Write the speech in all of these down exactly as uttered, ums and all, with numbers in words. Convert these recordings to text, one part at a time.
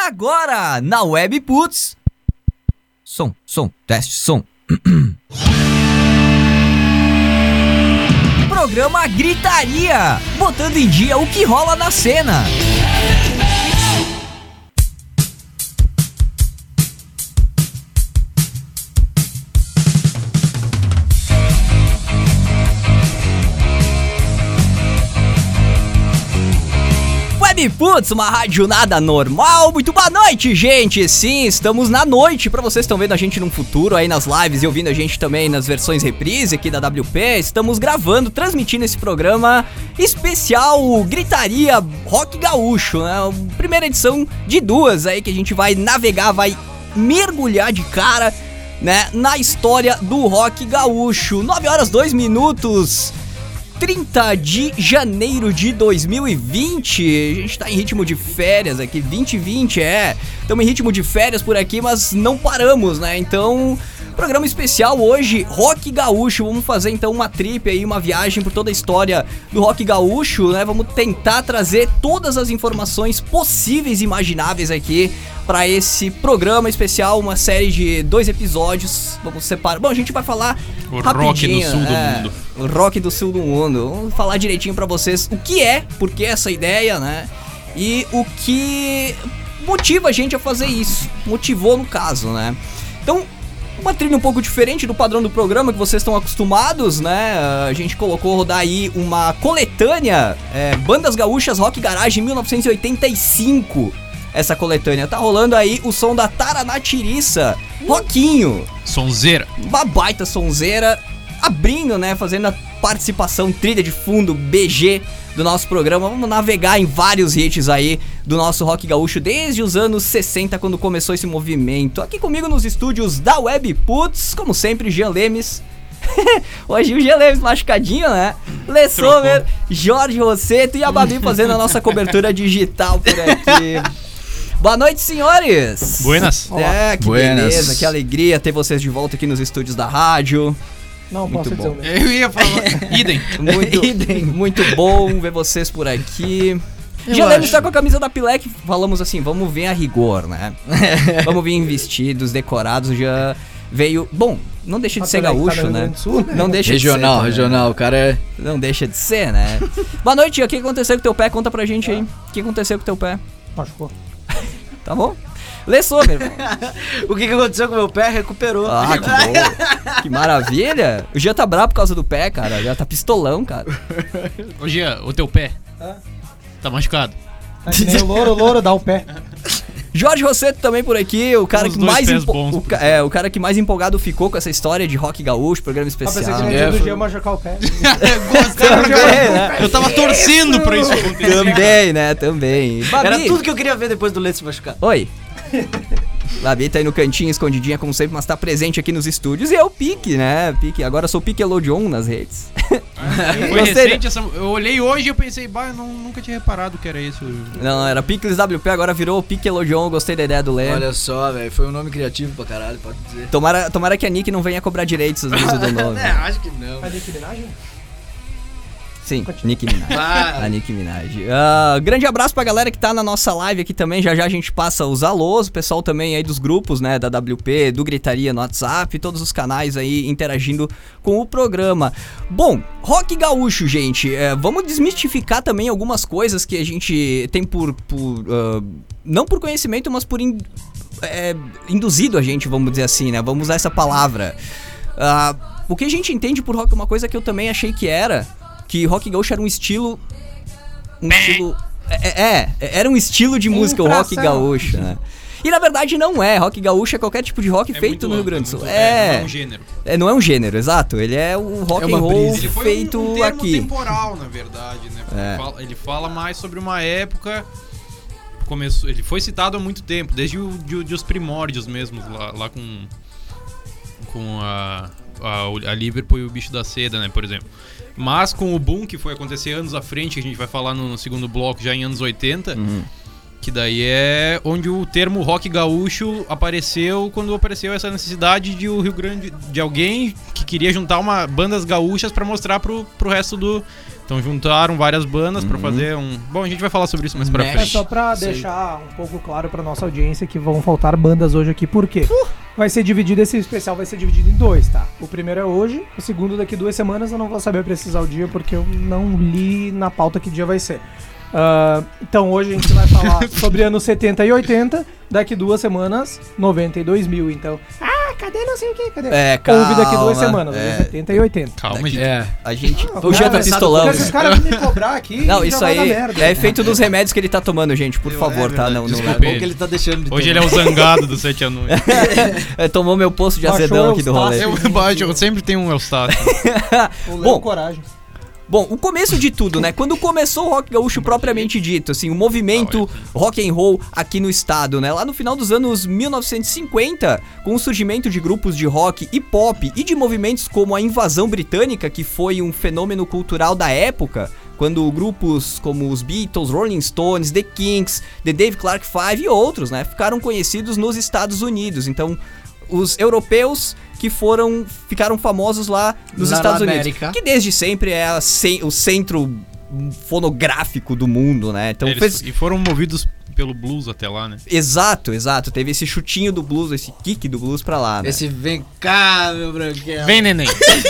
Agora, na Web Putz. Som, som, teste, som. Programa Gritaria, botando em dia o que rola na cena. Putz, uma rádio nada normal. Muito boa noite, gente. Sim, estamos na noite. Pra vocês que estão vendo a gente no futuro aí nas lives e ouvindo a gente também nas versões reprise aqui da W P, estamos gravando, transmitindo esse programa especial Gritaria Rock Gaúcho, né? Primeira edição de duas aí que a gente vai navegar, vai mergulhar de cara, né, na história do rock gaúcho. nove horas, dois minutos. trinta de janeiro de dois mil e vinte, a gente tá em ritmo de férias aqui, vinte e vinte, é, estamos em ritmo de férias por aqui, mas não paramos, né, então, programa especial hoje, rock gaúcho, vamos fazer então uma trip aí, uma viagem por toda a história do rock gaúcho, né, vamos tentar trazer todas as informações possíveis e imagináveis aqui para esse programa especial, uma série de dois episódios, vamos separar, bom, a gente vai falar o rapidinho, rock do sul é, do mundo. O rock do sul do mundo. Vamos falar direitinho pra vocês o que é, por que essa ideia, né? E o que motiva a gente a fazer isso. Motivou no caso, né? Então, uma trilha um pouco diferente do padrão do programa que vocês estão acostumados, né? A gente colocou rodar aí uma coletânea, é, Bandas Gaúchas Rock Garage mil novecentos e oitenta e cinco. Essa coletânea. Tá rolando aí o som da Taraná Tiriça, Rockinho. Sonzeira. Uma baita sonzeira. Abrindo, né, fazendo a participação, trilha de fundo, B G do nosso programa. Vamos navegar em vários hits aí do nosso rock gaúcho desde os anos sessenta, quando começou esse movimento. Aqui comigo nos estúdios da Web Putz, como sempre, Jean Lemes. Hoje o Jean Lemes machucadinho, né? Lê Sommer, Jorge Rosseto e a Babi fazendo a nossa cobertura digital por aqui. Boa noite, senhores! Buenas! É, que Buenas. Beleza, que alegria ter vocês de volta aqui nos estúdios da rádio. Não, Muito posso bom. dizer o Eu ia falar. Idem. Muito, muito bom ver vocês por aqui. Eu Já lembro de acho. estar com a camisa da Pilec. Falamos assim, vamos vir a rigor, né? Vamos vir vestidos, decorados. Já veio... Bom, não deixa de ser gaúcho, né? Não deixa Regional, de ser. regional, o cara é... Não deixa de ser, né? Boa noite, o que aconteceu com teu pé? Conta pra gente aí. O que aconteceu com teu pé? Machucou. Tá bom? Lê sobre. O que, que aconteceu com o meu pé? Recuperou. Ah, que bom. Que maravilha. O Jean tá bravo por causa do pé, cara. Já tá pistolão, cara. Ô Jean, o teu pé Hã? tá machucado? Tá que nem o louro, o louro dá o pé. Jorge Rosseto também por aqui, o cara Os que dois mais pés empo- bons, o, por ca- é, o cara que mais empolgado ficou com essa história de rock gaúcho, programa Ah, pensei especial. que ele É, ia do foi- dia machucar o pé. Também, né? Eu tava torcendo pra isso acontecer. Também, né? Também. Babi. Era tudo que eu queria ver depois do Leite se machucar. Oi. Babi tá aí no cantinho, escondidinha como sempre, mas tá presente aqui nos estúdios. E é o Pique, né? Pique. Agora eu sou o Pique Elodion nas redes. Foi Gostei, recente essa. Eu olhei hoje e eu pensei, bah, eu não, nunca tinha reparado que era isso. Não, era Pickles W P, agora virou o Pique Elodion. Eu gostei da ideia do Lê. Olha só, velho, foi um nome criativo pra caralho, pode dizer. Tomara, tomara que a Nick não venha cobrar direitos do uso do nome. É, acho que não. A Nicki Minaj? Sim, Nicki Minaj. Ah. A Nicki Minaj. Ah, grande abraço pra galera que tá na nossa live aqui também. Já já a gente passa os alôs, o pessoal também aí dos grupos, né, da W P, do Gritaria no WhatsApp, todos os canais aí interagindo com o programa. Bom, rock gaúcho, gente. É, vamos desmistificar também algumas coisas que a gente tem por... por ah, não por conhecimento, mas por in, é, induzido a gente, vamos dizer assim, né? Vamos usar essa palavra. Ah, o que a gente entende por rock é uma coisa que eu também achei que era... que rock gaúcho era um estilo... Um estilo... É, é, era um estilo de música, o rock Infração. gaúcho, né? E na verdade não é, rock gaúcho é qualquer tipo de rock É feito muito no Rio amplo, Grande do Sul. muito- É, não é um gênero. é, não é um gênero, exato, ele é o rock É and uma roll brisa. Ele foi feito um, um termo aqui. temporal, na verdade, né? Porque É. ele, fala, ele fala mais sobre uma época. Começou, ele foi citado há muito tempo, desde o, de, de os primórdios mesmo, lá, lá com, com a, a, a Liverpool e o Bicho da Seda, né, por exemplo. Mas com o boom que foi acontecer anos à frente, que a gente vai falar no, no segundo bloco, já em anos oitenta, Uhum. que daí é onde o termo rock gaúcho apareceu, quando apareceu essa necessidade de o Rio Grande, de alguém que queria juntar uma bandas gaúchas pra mostrar pro, pro resto do Então juntaram várias bandas pra Uhum. fazer um... Bom, a gente vai falar sobre isso mais pra Mesh. É frente. só pra Sim. deixar um pouco claro pra nossa audiência que vão faltar bandas hoje aqui. Por quê? Vai ser dividido, esse especial vai ser dividido em dois, tá? O primeiro é hoje, o segundo daqui duas semanas. Eu não vou saber precisar o dia porque eu não li na pauta que dia vai ser. Ah, então hoje a gente vai falar sobre anos setenta e oitenta. Daqui duas semanas, noventa e dois mil. Então, ah, cadê não sei o que? Cadê? É, calma. Ouve daqui duas semanas, é. setenta e oitenta. Calma, Daqui- gente. É. A gente... Ah, O Jean tá cara, pistolando. Porque esses caras vão me cobrar aqui. Não, e isso já vai aí dar merda. é efeito dos remédios que ele tá tomando, gente. Por Eu- favor, é tá? verdade. Não, não Desculpa, Desculpa bom ele. que ele tá deixando de Hoje ele tomar. é o zangado do Sete Anões. É, tomou meu poço de Baixou azedão o aqui do rolê. Eustácio. Eu, baixo, eu sempre tenho um Eustácio. O Léo Bom, Coragem. Bom, o começo de tudo, né? Quando começou o rock gaúcho propriamente dito, assim, o movimento rock and roll aqui no estado, né? Lá no final dos anos mil novecentos e cinquenta, com o surgimento de grupos de rock e pop e de movimentos como a invasão britânica, que foi um fenômeno cultural da época, quando grupos como os Beatles, Rolling Stones, The Kinks, The Dave Clark Five e outros, né, ficaram conhecidos nos Estados Unidos. Então, os europeus que foram ficaram famosos lá nos Lá na Estados Unidos, América. que desde sempre é a ce- o centro fonográfico do mundo, né? Então Eles- fez... E foram movidos pelo blues até lá, né? Exato, exato. Teve esse chutinho do blues, esse kick do blues pra lá, né? Esse vem cá, meu branquelo. Vem, neném.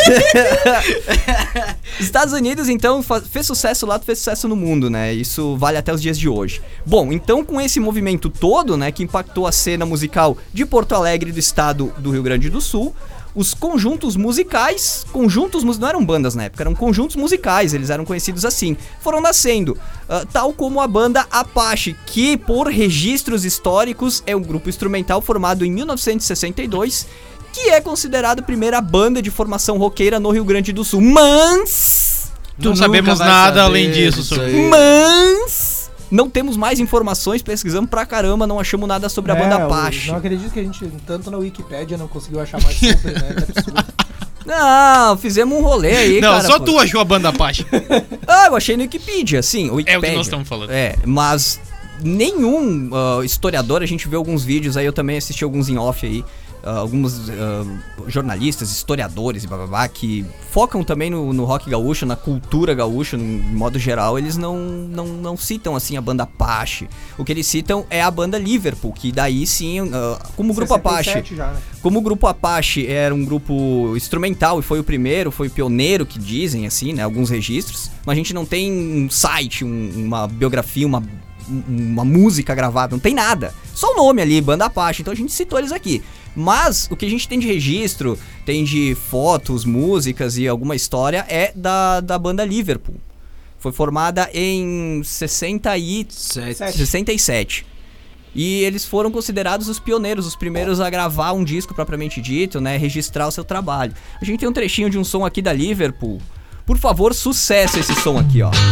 Estados Unidos, então, fa- fez sucesso lá, fez sucesso no mundo, né? Isso vale até os dias de hoje. Bom, então com esse movimento todo, né, que impactou a cena musical de Porto Alegre do estado do Rio Grande do Sul, os conjuntos musicais, conjuntos mus- não eram bandas na época, eram conjuntos musicais, eles eram conhecidos assim, foram nascendo, ah, tal como a banda Apache, que por registros históricos é um grupo instrumental formado em mil novecentos e sessenta e dois, que é considerada a primeira banda de formação roqueira no Rio Grande do Sul, mas... Não Tu sabemos nunca vai nada saber além disso disso sobre... aí. Mas não temos mais informações, pesquisamos pra caramba, não achamos nada sobre a banda É, eu Apache. Não acredito que a gente, tanto na Wikipédia, não conseguiu achar mais sobre, né? Que absurdo. Não, fizemos um rolê aí, Não, cara. só pô. tu achou a banda Apache. Ah, eu achei no Wikipedia, sim, É o Wikipedia. que nós estamos falando. É, mas nenhum ah, historiador, a gente vê alguns vídeos aí, eu também assisti alguns em off aí, ah, alguns ah, jornalistas, historiadores e bababá, que focam também no, no rock gaúcho, na cultura gaúcha, no modo geral, eles não, não, não citam assim a banda Apache. O que eles citam é a banda Liverpool, que daí sim, ah, como o grupo sessenta e Apache... sete já, né? Como o grupo Apache era um grupo instrumental e foi o primeiro, foi o pioneiro que dizem, assim, né? Alguns registros. Mas a gente não tem um site, um- uma biografia, uma, um- uma música gravada, não tem nada. Só o nome ali, Banda Apache. Então a gente citou eles aqui. Mas o que a gente tem de registro, tem de fotos, músicas e alguma história é da, da banda Liverpool. Foi formada em sessenta e Sete. Sete. sessenta e sete. E eles foram considerados os pioneiros, os primeiros a gravar um disco propriamente dito, né? Registrar o seu trabalho. A gente tem um trechinho de um som aqui da Liverpool. Por favor, sucesso esse som aqui, ó.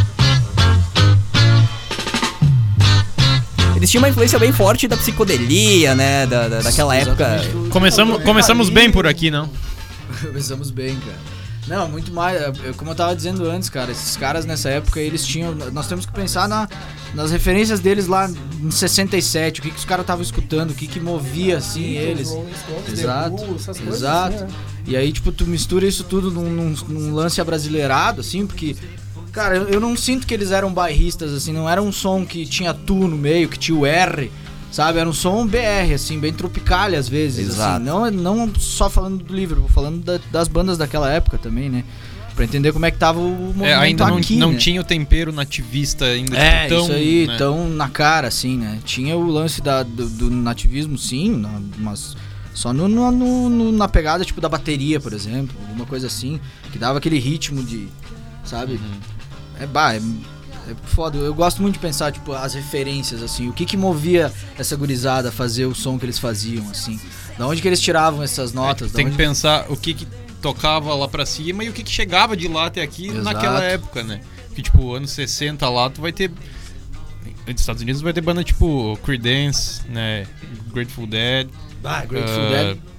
Eles tinham uma influência bem forte da psicodelia, né? Da, da- daquela época. Exatamente do- Começamos, começamos bem por aqui, não? Começamos bem, cara. Não, muito mais. é, Como eu tava dizendo antes, cara, esses caras nessa época, eles tinham. Nós temos que pensar na, nas referências deles lá em sessenta e sete, o que, que os caras estavam escutando, o que, que movia assim eles. Rolling Stones, The Exato, Who, essas coisas exato. assim, né? E aí, tipo, tu mistura isso tudo num, num, num lance abrasileirado, assim, porque. Cara, eu, eu não sinto que eles eram bairristas, assim, não era um som que tinha tu no meio, que tinha o R, sabe? Era um som B R, assim, bem tropical às vezes, Exato. assim. Não, não só falando do Liverpool, falando da- das bandas daquela época também, né? Pra entender como é que tava o movimento É, ainda não, aqui, não né? tinha o tempero nativista ainda. É, tipo, tão, isso aí, né? tão na cara, assim, né? Tinha o lance da, do, do nativismo, sim, na- mas só no, no- no- no- na pegada, tipo, da bateria, por exemplo, alguma coisa assim, que dava aquele ritmo de, sabe? Uhum. É, bah, é, é foda. Eu gosto muito de pensar, tipo, as referências, assim, o que que movia essa gurizada a fazer o som que eles faziam, assim. Da onde que eles tiravam essas notas, É, da tem onde... que pensar o que, que tocava lá pra cima e o que, que chegava de lá até aqui Exato. naquela época, né? Que tipo, anos sessenta lá, tu vai ter. Nos Estados Unidos vai ter banda tipo Creedence, né? Grateful Dead. Ah, Grateful ah, Dead.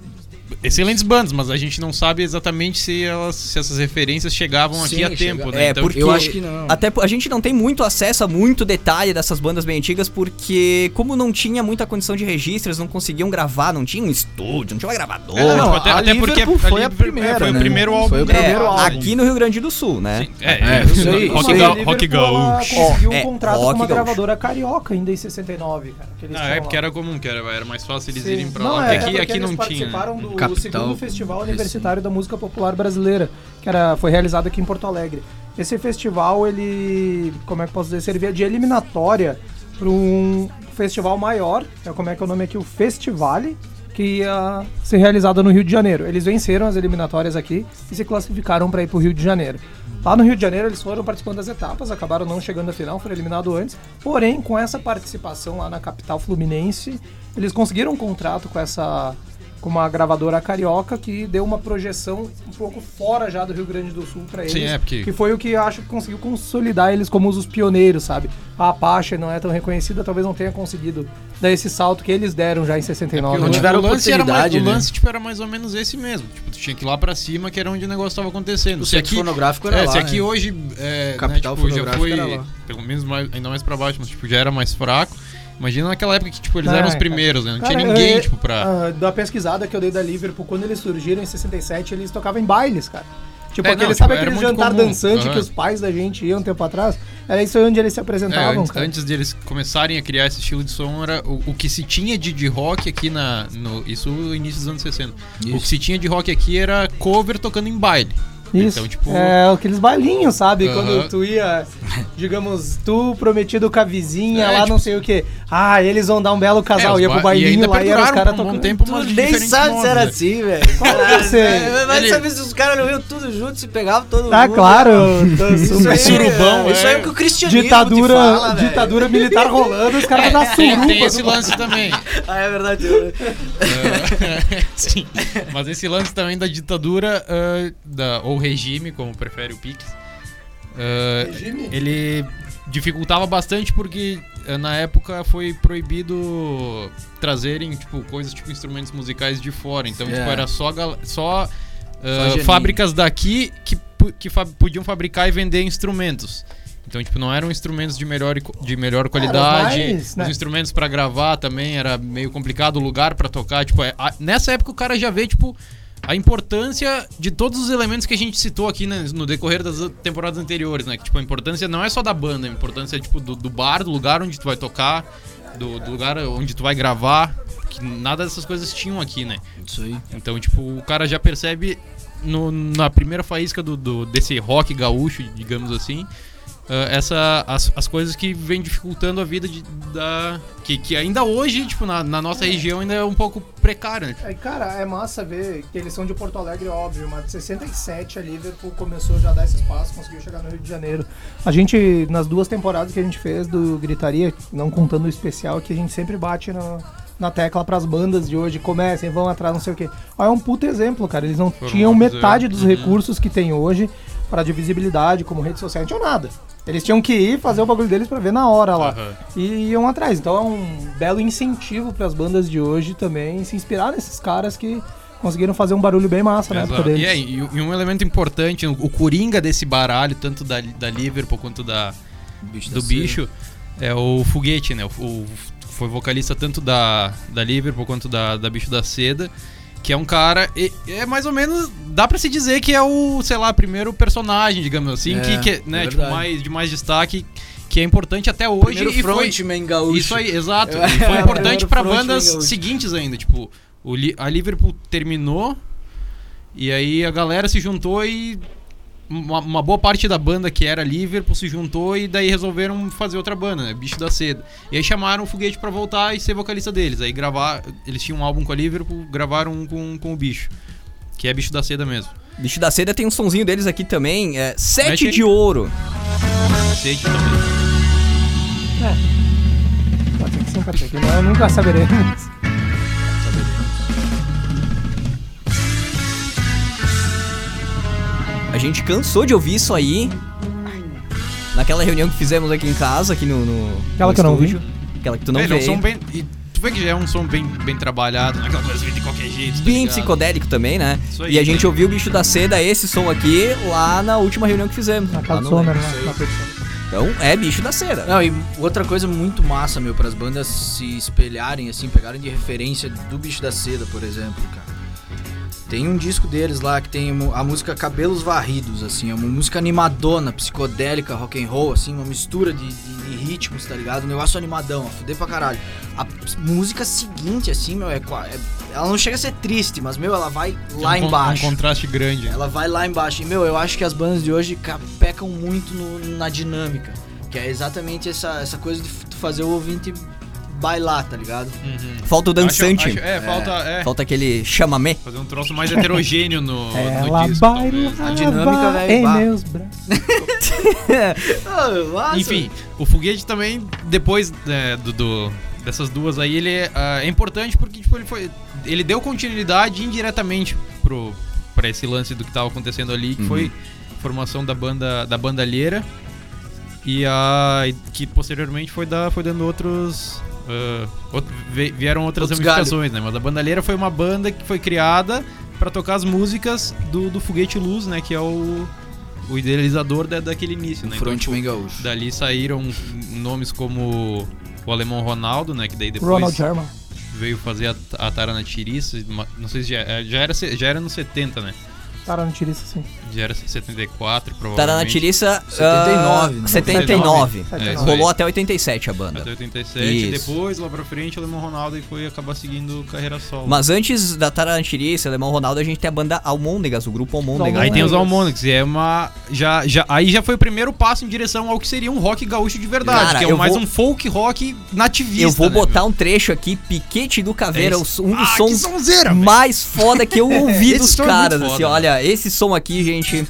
excelentes bandas, mas a gente não sabe exatamente se, elas, se essas referências chegavam Sim, aqui a chega- tempo, né? É, Então, porque eu acho que não. até a gente não tem muito acesso a muito detalhe dessas bandas bem antigas, porque como não tinha muita condição de registro, eles não conseguiam gravar, não tinha um estúdio, não tinha uma gravadora. É, não, tipo, até, a até porque Liverpool foi a Liverpool primeira, foi né? o primeiro álbum. Foi o É, primeiro álbum. aqui no Rio Grande do Sul, né? Sim, é, É, isso aí. rock, Mas ga, a rock Liverpool, ela gaúcho. conseguiu É, um contrato rock com uma gaúcho. gravadora carioca ainda em sessenta e nove, cara. Que eles Na tinham época lá. era comum, que era, era mais fácil eles Sim. irem pra Não, lá, é, porque aqui, é aqui eles não tinha. participaram do Capital segundo Festival Recente. Universitário da Música Popular Brasileira, que era, foi realizado aqui em Porto Alegre. Esse festival, ele, como é que eu posso dizer, servia de eliminatória para um festival maior, é, como é que é o nome aqui, o Festivale, que ia ser realizado no Rio de Janeiro. Eles venceram as eliminatórias aqui e se classificaram para ir para o Rio de Janeiro. Lá no Rio de Janeiro eles foram participando das etapas, acabaram não chegando à final, foram eliminados antes. Porém, com essa participação lá na capital fluminense, eles conseguiram um contrato com essa com uma gravadora carioca que deu uma projeção um pouco fora já do Rio Grande do Sul para eles. Sim, é, porque- Que foi o que eu acho que conseguiu consolidar eles como os pioneiros, sabe? A Apache não é tão reconhecida, talvez não tenha conseguido dar esse salto que eles deram já em sessenta e nove. Não né? tiveram o lance era mais, oportunidade, o né? lance tipo, era mais ou menos esse mesmo. Tipo, tu tinha que ir lá pra cima, que era onde o negócio tava acontecendo. O Se centro aqui, fonográfico era é, lá, se aqui né? hoje é, Capital né, tipo, já fonográfico foi, era lá. pelo menos mais, ainda mais pra baixo, mas tipo, já era mais fraco. Imagina naquela época que tipo, eles É, eram os cara. primeiros, né? Não Cara, tinha ninguém, eu- tipo, pra... ah, da pesquisada que eu dei da Liverpool, quando eles surgiram em sessenta e sete, eles tocavam em bailes, cara. Tipo, É, aquele, não, sabe tipo, era aquele muito jantar comum. dançante Aham. que os pais da gente iam um tempo atrás? Era isso aí onde eles se É, apresentavam, antes, cara. antes de eles começarem a criar esse estilo de som, era o, o que se tinha de, de rock aqui na. No, isso no início dos anos sessenta. O Isso. que se tinha de rock aqui era cover tocando em baile. Isso. Então, tipo. É, aqueles bailinhos, sabe? Aham. Quando tu ia, digamos, tu prometido com a vizinha, É, lá tipo- não sei o quê. Ah, eles vão dar um belo casal. os ia pro ba- e bailinho ainda lá e eram os perduraram caras por um bom tocando. tempo, Tu mas de nem diferentes sabe modos, se era né? assim, velho. Como que você- É, Vai Ele- saber se os caras no Rio tudo juntos se pegavam todo Ah, mundo. claro. Isso aí, surubão, Isso é. aí é o que o cristianismo Ditadura, te fala, velho. ditadura militar rolando, os caras da Tem, suruba. tem esse lance também. Ah, é verdade. É, sim. Mas esse lance também da ditadura, ah, da, ou regime, como prefere o Pix, ah, Regime? ele dificultava bastante porque ah, na época foi proibido trazerem tipo, coisas tipo instrumentos musicais de fora. Então É. tipo, era só, gal- só, ah, geninho. fábricas daqui que, pu- que fa- podiam fabricar e vender instrumentos. Então, tipo, não eram instrumentos de melhor, e co- de melhor qualidade. mais, né? Os instrumentos pra gravar também era meio complicado, o lugar pra tocar. Tipo, é- a- nessa época o cara já vê, tipo, a importância de todos os elementos que a gente citou aqui, né, no decorrer das temporadas anteriores, né? Que, tipo, a importância não é só da banda, a importância é, tipo, do, do bar, do lugar onde tu vai tocar, do, do lugar onde tu vai gravar, que nada dessas coisas tinham aqui, né? Isso aí. Então, tipo, o cara já percebe no- na primeira faísca do, do- desse rock gaúcho, digamos assim, ah, essa, as, as coisas que vem dificultando a vida de- da... Que, que ainda hoje, tipo, na, na nossa região ainda é um pouco precária, né? É, cara, é massa ver que eles são de Porto Alegre, óbvio, mas de sessenta e sete a Liverpool começou já a dar esse espaço, conseguiu chegar no Rio de Janeiro. A gente, nas duas temporadas que a gente fez do Gritaria, não contando o especial, que a gente sempre bate no, na tecla pras bandas de hoje, comecem, vão atrás, não sei o quê. Ó, é um puto exemplo, cara, eles não Foram tinham lá, metade fizeram. dos Uhum. recursos que tem hoje para de visibilidade, como rede social, não tinham nada. Eles tinham que ir fazer o bagulho deles pra ver na hora lá. Aham. E iam atrás. Então é um belo incentivo pras bandas de hoje também se inspirar nesses caras que conseguiram fazer um barulho bem massa na época Exato. deles. E, aí, e, e um elemento importante, o, o coringa desse baralho, tanto da, da Liverpool quanto da, Bicho do da bicho, é o Foguete, né? O, o- foi vocalista tanto da, da Liverpool quanto da, da Bicho da Seda, que é um cara, e- é mais ou menos, dá pra se dizer que é o, sei lá, primeiro personagem, digamos assim, É, que, que é né, tipo, verdade. mais, de mais destaque, que é importante até hoje. Primeiro e foi, frontman gaúcho. isso aí, exato. É, E foi é, importante primeiro pra frontman bandas gaúcho. seguintes ainda, tipo, o, Li- a Liverpool terminou, e aí a galera se juntou e uma, uma boa parte da banda que era Liverpool se juntou e daí resolveram fazer outra banda, né? Bicho da Seda. E aí chamaram o Foguete pra voltar e ser vocalista deles. Aí gravar, eles tinham um álbum com a Liverpool, gravaram um com, com o Bicho, que é Bicho da Seda mesmo. Bicho da Seda tem um sonzinho deles aqui também, é Sete Mexe aí. de Ouro. Sede também. Pode ser que sim, pode ser que não, nunca saberemos. A gente cansou de ouvir isso aí naquela reunião que fizemos aqui em casa, aqui no, no, Aquela no que eu não estúdio. Aquela que tu não É, eles veio. são bem, e tu vê que já é um som bem, bem trabalhado, não é aquela coisa de qualquer jeito. Tá Bem ligado? psicodélico também, né? Isso aí. E a gente ouviu o Bicho da Seda, esse som aqui, lá na última reunião que fizemos. Na lá casa no do Sommer, Leme. né? Na produção. Então é Bicho da Seda. Não, e outra coisa muito massa, meu, pras bandas se espelharem, assim, pegarem de referência do Bicho da Seda, por exemplo, cara. Tem um disco deles lá que tem a música Cabelos Varridos, assim, é uma música animadona, psicodélica, rock and roll, assim, uma mistura de, de, de ritmos, tá ligado? Um negócio animadão, ó, fudei pra caralho. A música seguinte, assim, meu, é, é ela não chega a ser triste, mas, meu, ela vai lá um, embaixo. Um contraste grande. Ela vai lá embaixo. E, meu, eu acho que as bandas de hoje ca- pecam muito no- na dinâmica. Que é exatamente essa, essa coisa de f- tu fazer o ouvinte bailar, tá ligado? Uhum. Falta o dançante. Acho- acho- é, falta é, Falta aquele chamamé. fazer um troço mais heterogêneo no, no Ela disco, baila, talvez. A dinâmica, velho, em bah. meus braços. Ah, massa. Enfim, o Foguete também, depois é, do, do- dessas duas aí, ele é, ah, é importante porque tipo, ele, foi, ele deu continuidade indiretamente pro, pra esse lance do que tava acontecendo ali, que Uhum. foi a formação da banda da bandalheira e a e que posteriormente foi, dar, foi dando outros... ah, out- vi- vieram outras Outros ramificações, né? Mas a bandalheira foi uma banda que foi criada pra tocar as músicas do, do Foguete Luz, né? Que é o, o idealizador da, daquele início, O né? Então, tipo, frontman gaúcho. dali saíram nomes como o Alemão Ronaldo, né? Que daí depois Ronald Sherman. veio fazer a, a Tarana Tiriça. Não sei se já, já, era, já era nos setenta, né? Cara, não tira isso assim. Já era setenta e quatro, provavelmente. Tarana Tiriça. setenta e nove, ah, né? setenta e nove. É, isso Rolou aí. até oitenta e sete a banda. Até oitenta e sete, Isso. depois, lá pra frente, o Alemão Ronaldo e foi acabar seguindo carreira solo. Mas antes da Tarana Tiriça, Alemão Ronaldo, a gente tem a banda Almôndegas, o grupo Almôndegas. Aí tem os Almôndegas. Almôndegas, e é uma. Já, já, aí já foi o primeiro passo em direção ao que seria um rock gaúcho de verdade, Cara, que é eu mais vou- um folk rock nativista. Eu vou né, botar meu? um trecho aqui, Piquete do Caveira, É o som- um dos Ah, que sons sonzeira, velho. mais foda que eu ouvi Esse dos som é muito caras. foda, Assim, né? olha, esse som aqui, gente,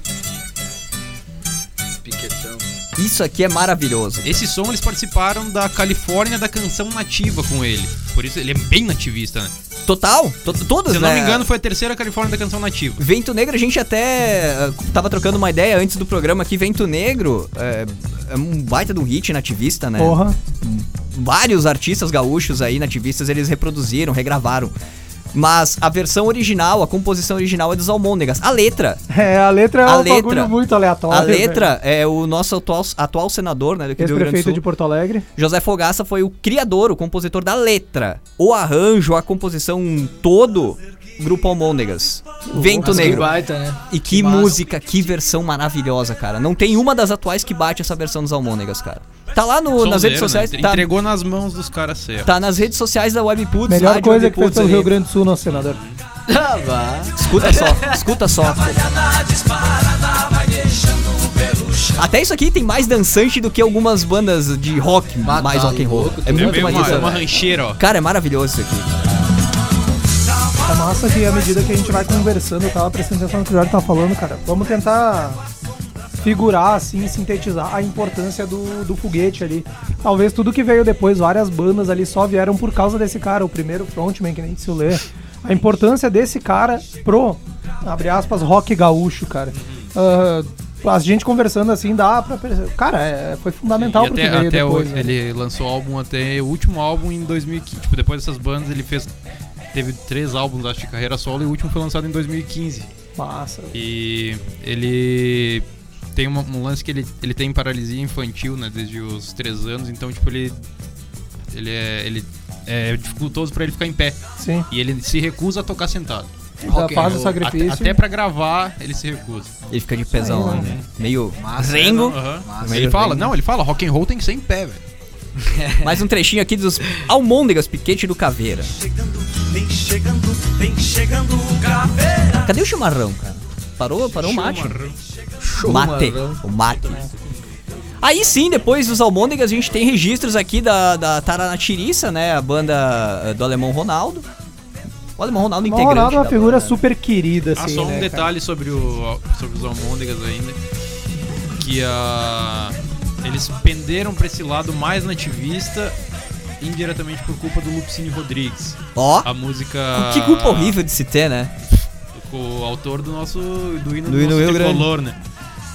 Piquetão. isso aqui é maravilhoso. Esse som eles participaram da Califórnia da Canção Nativa com ele. Por isso ele é bem nativista, né? Total, to todas, Se eu não né? me engano, foi a terceira Califórnia da Canção Nativa. Vento Negro, a gente até uh, tava trocando uma ideia antes do programa aqui. Vento Negro é, é um baita de um hit nativista, né? Porra. Vários artistas gaúchos aí, nativistas, eles reproduziram, regravaram. Mas a versão original, a composição original é dos Almôndegas. A letra, É, a letra é A um letra- bagulho muito aleatório. a letra é o nosso atual, atual senador, né, daqui do Rio Grande do Ex-prefeito Sul. de Porto Alegre. José Fogaça foi o criador, o compositor da letra. O arranjo, a composição todo, Grupo Almôndegas. Vento Mas que Negro. baita, né? E que, massa. música, que versão maravilhosa, cara. Não tem uma das atuais que bate essa versão dos Almôndegas, cara. Tá lá no, nas redes Sonzeiro, sociais, né? tá, Entregou nas mãos dos caras certos. tá nas redes sociais da Webputs. Melhor Rádio coisa que fez Webputs pelo ali. Rio Grande do Sul, nosso senador. Ah, vá. Escuta só, escuta só. Até isso aqui tem mais dançante do que algumas bandas de rock, Bah, mais tá rock and roll. louco, É tu É muito meio mais uma, dançante. uma rancheira, ó. Cara, é maravilhoso isso aqui. É massa que à medida que a gente vai conversando, eu tava prestando atenção no que o Jorge tava falando, cara. Vamos tentar figurar, assim, sintetizar a importância do, do foguete ali. Talvez tudo que veio depois, várias bandas ali só vieram por causa desse cara, o primeiro frontman, que nem se lê. A importância desse cara pro, abre aspas, rock gaúcho, cara. Ah, a gente conversando assim, dá pra perceber. Cara, é, foi fundamental E pro que até, veio até depois. o, né? ele lançou álbum até o último álbum em dois mil e quinze. Tipo, depois dessas bandas ele fez. Teve três álbuns, acho, de carreira solo e o último foi lançado em dois mil e quinze. Massa. E ele tem uma- um lance que ele, ele tem paralisia infantil, né, desde os três anos, então, tipo, ele. Ele é. Ele é dificultoso pra ele ficar em pé. Sim. E ele se recusa a tocar sentado. Rock and faz o roll. sacrifício. Até pra gravar, ele se recusa. Ele fica de pesão, Aí, né? Meio Massa, rengo. Aham. Massa. Ele fala, não, ele fala, rock and roll tem que ser em pé, velho. Mais um trechinho aqui dos Almôndegas, Piquete do Caveira. Vem chegando, vem chegando o caveira. Cadê o chimarrão, cara? Parou, parou o mate. Show, Mate, mano. o mate. Aí sim, depois dos Almôndegas, a gente tem registros aqui da, da Tarana Tiriça, né? A banda eh, do Alemão Ronaldo. O Alemão Ronaldo O integrante Ronaldo é uma da figura banda, né? super querida, Ah, assim, só um né, cara? detalhe sobre, o, sobre os Almôndegas ainda. Que a, eles penderam pra esse lado mais nativista, indiretamente por culpa do Lupicínio Rodrigues. Ó, A música. que culpa horrível de se ter, né? O autor do nosso. Do hino Do do, hino nosso Rio Grande. tricolor, né?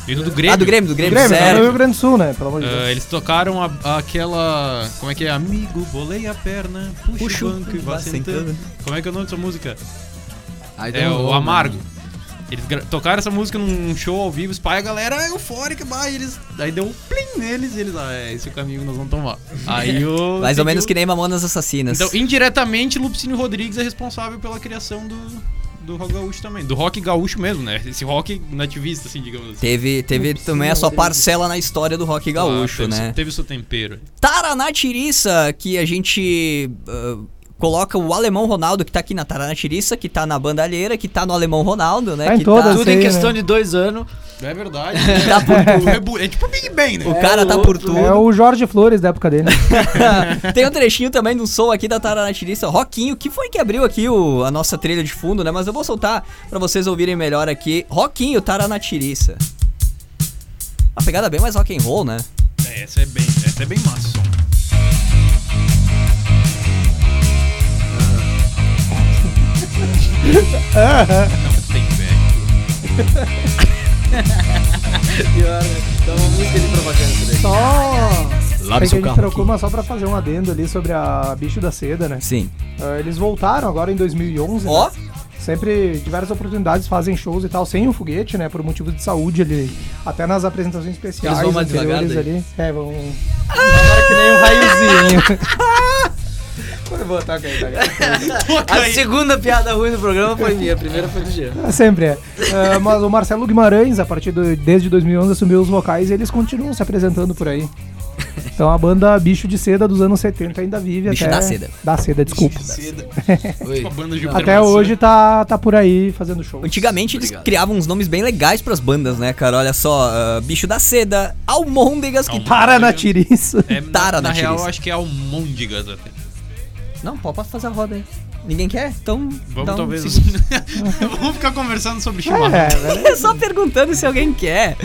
Vindo do Grêmio. Ah, do Grêmio, do Grêmio, Grêmio, tá no sério. Rio Grande do Sul, né? Pelo amor de Deus. Ah, eles tocaram a- a- aquela. Como é que é? Amigo, bolei a perna, puxa, Puxa o o banco e banco, vá vá sentando. sentando. Como é que é o nome dessa música? Aí É deu um o rolo, Amargo. né? Eles gra- tocaram essa música num show ao vivo, Spy, a galera é eufórica, bah, e eles. Aí deu um plim neles e eles, ah, é esse é o caminho que nós vamos tomar. Aí o. Mais ou seguiu- menos que nem Mamonas Assassinas. Então, indiretamente, Lupicínio Rodrigues é responsável pela criação do, do rock gaúcho também. Do rock gaúcho mesmo, né? Esse rock nativista, assim, digamos assim. Teve, teve também a sua parcela na história do rock gaúcho, Ah, teve, né? Teve seu tempero. Taraná Tiriça, que a gente ah, coloca o Alemão Ronaldo, que tá aqui na Taraná Tiriça, que tá na Bandalheira, que tá no Alemão Ronaldo, né? Tá em que todas. tá, Tudo em Sei, questão né? de dois anos. É verdade. tá por O rebu- é tipo Big Bang, né? O cara tá por tudo. É o Jorge Flores da época dele. Tem um trechinho também do som aqui da Taraná Tiriça, Rockinho, que foi que abriu aqui o, a nossa trilha de fundo, né? Mas eu vou soltar pra vocês ouvirem melhor aqui. Rockinho, Taraná Tiriça. Uma pegada bem mais rock and roll, né? É, essa é bem, essa é bem massa o som. Não, tem back. Pior, né? Dá uma música de propaganda isso daí. Só. Lave É que seu a gente carro trocou, aqui. mas só pra fazer um adendo ali sobre a Bicho da Seda, né? Sim. Ah, eles voltaram agora em dois mil e onze, Ó. né? Sempre diversas oportunidades fazem shows e tal, sem o foguete, né? Por motivos de saúde ali. Até nas apresentações especiais Eles vão mais anteriores devagar ali. É, vão. Agora que nem um raiozinho. Vou botar aqui, Toca A aí. segunda piada ruim do programa foi minha, a primeira foi do Jean. É, sempre é. Ah, mas o Marcelo Guimarães, a partir do, desde dois mil e onze, assumiu os vocais e eles continuam se apresentando por aí. Então a banda Bicho de Seda dos anos setenta ainda vive Bicho até... da Seda. Da Seda, desculpa. Oi. Uma banda Júpiter Até Maçã. hoje tá, tá por aí fazendo show. Antigamente eles Obrigado. criavam uns nomes bem legais pras bandas, né, cara? Olha só, ah, Bicho da Seda, Almôndegas, que... Almôndegas. Para na tiriça. É, na, Tara na na real, tiriça. acho que é Almôndegas até. Não, pô, pode fazer a roda aí. Ninguém quer? Então... Vamos dá um talvez. segundo. Vamos ficar conversando sobre chimarrão. É, velho. Só perguntando se alguém quer.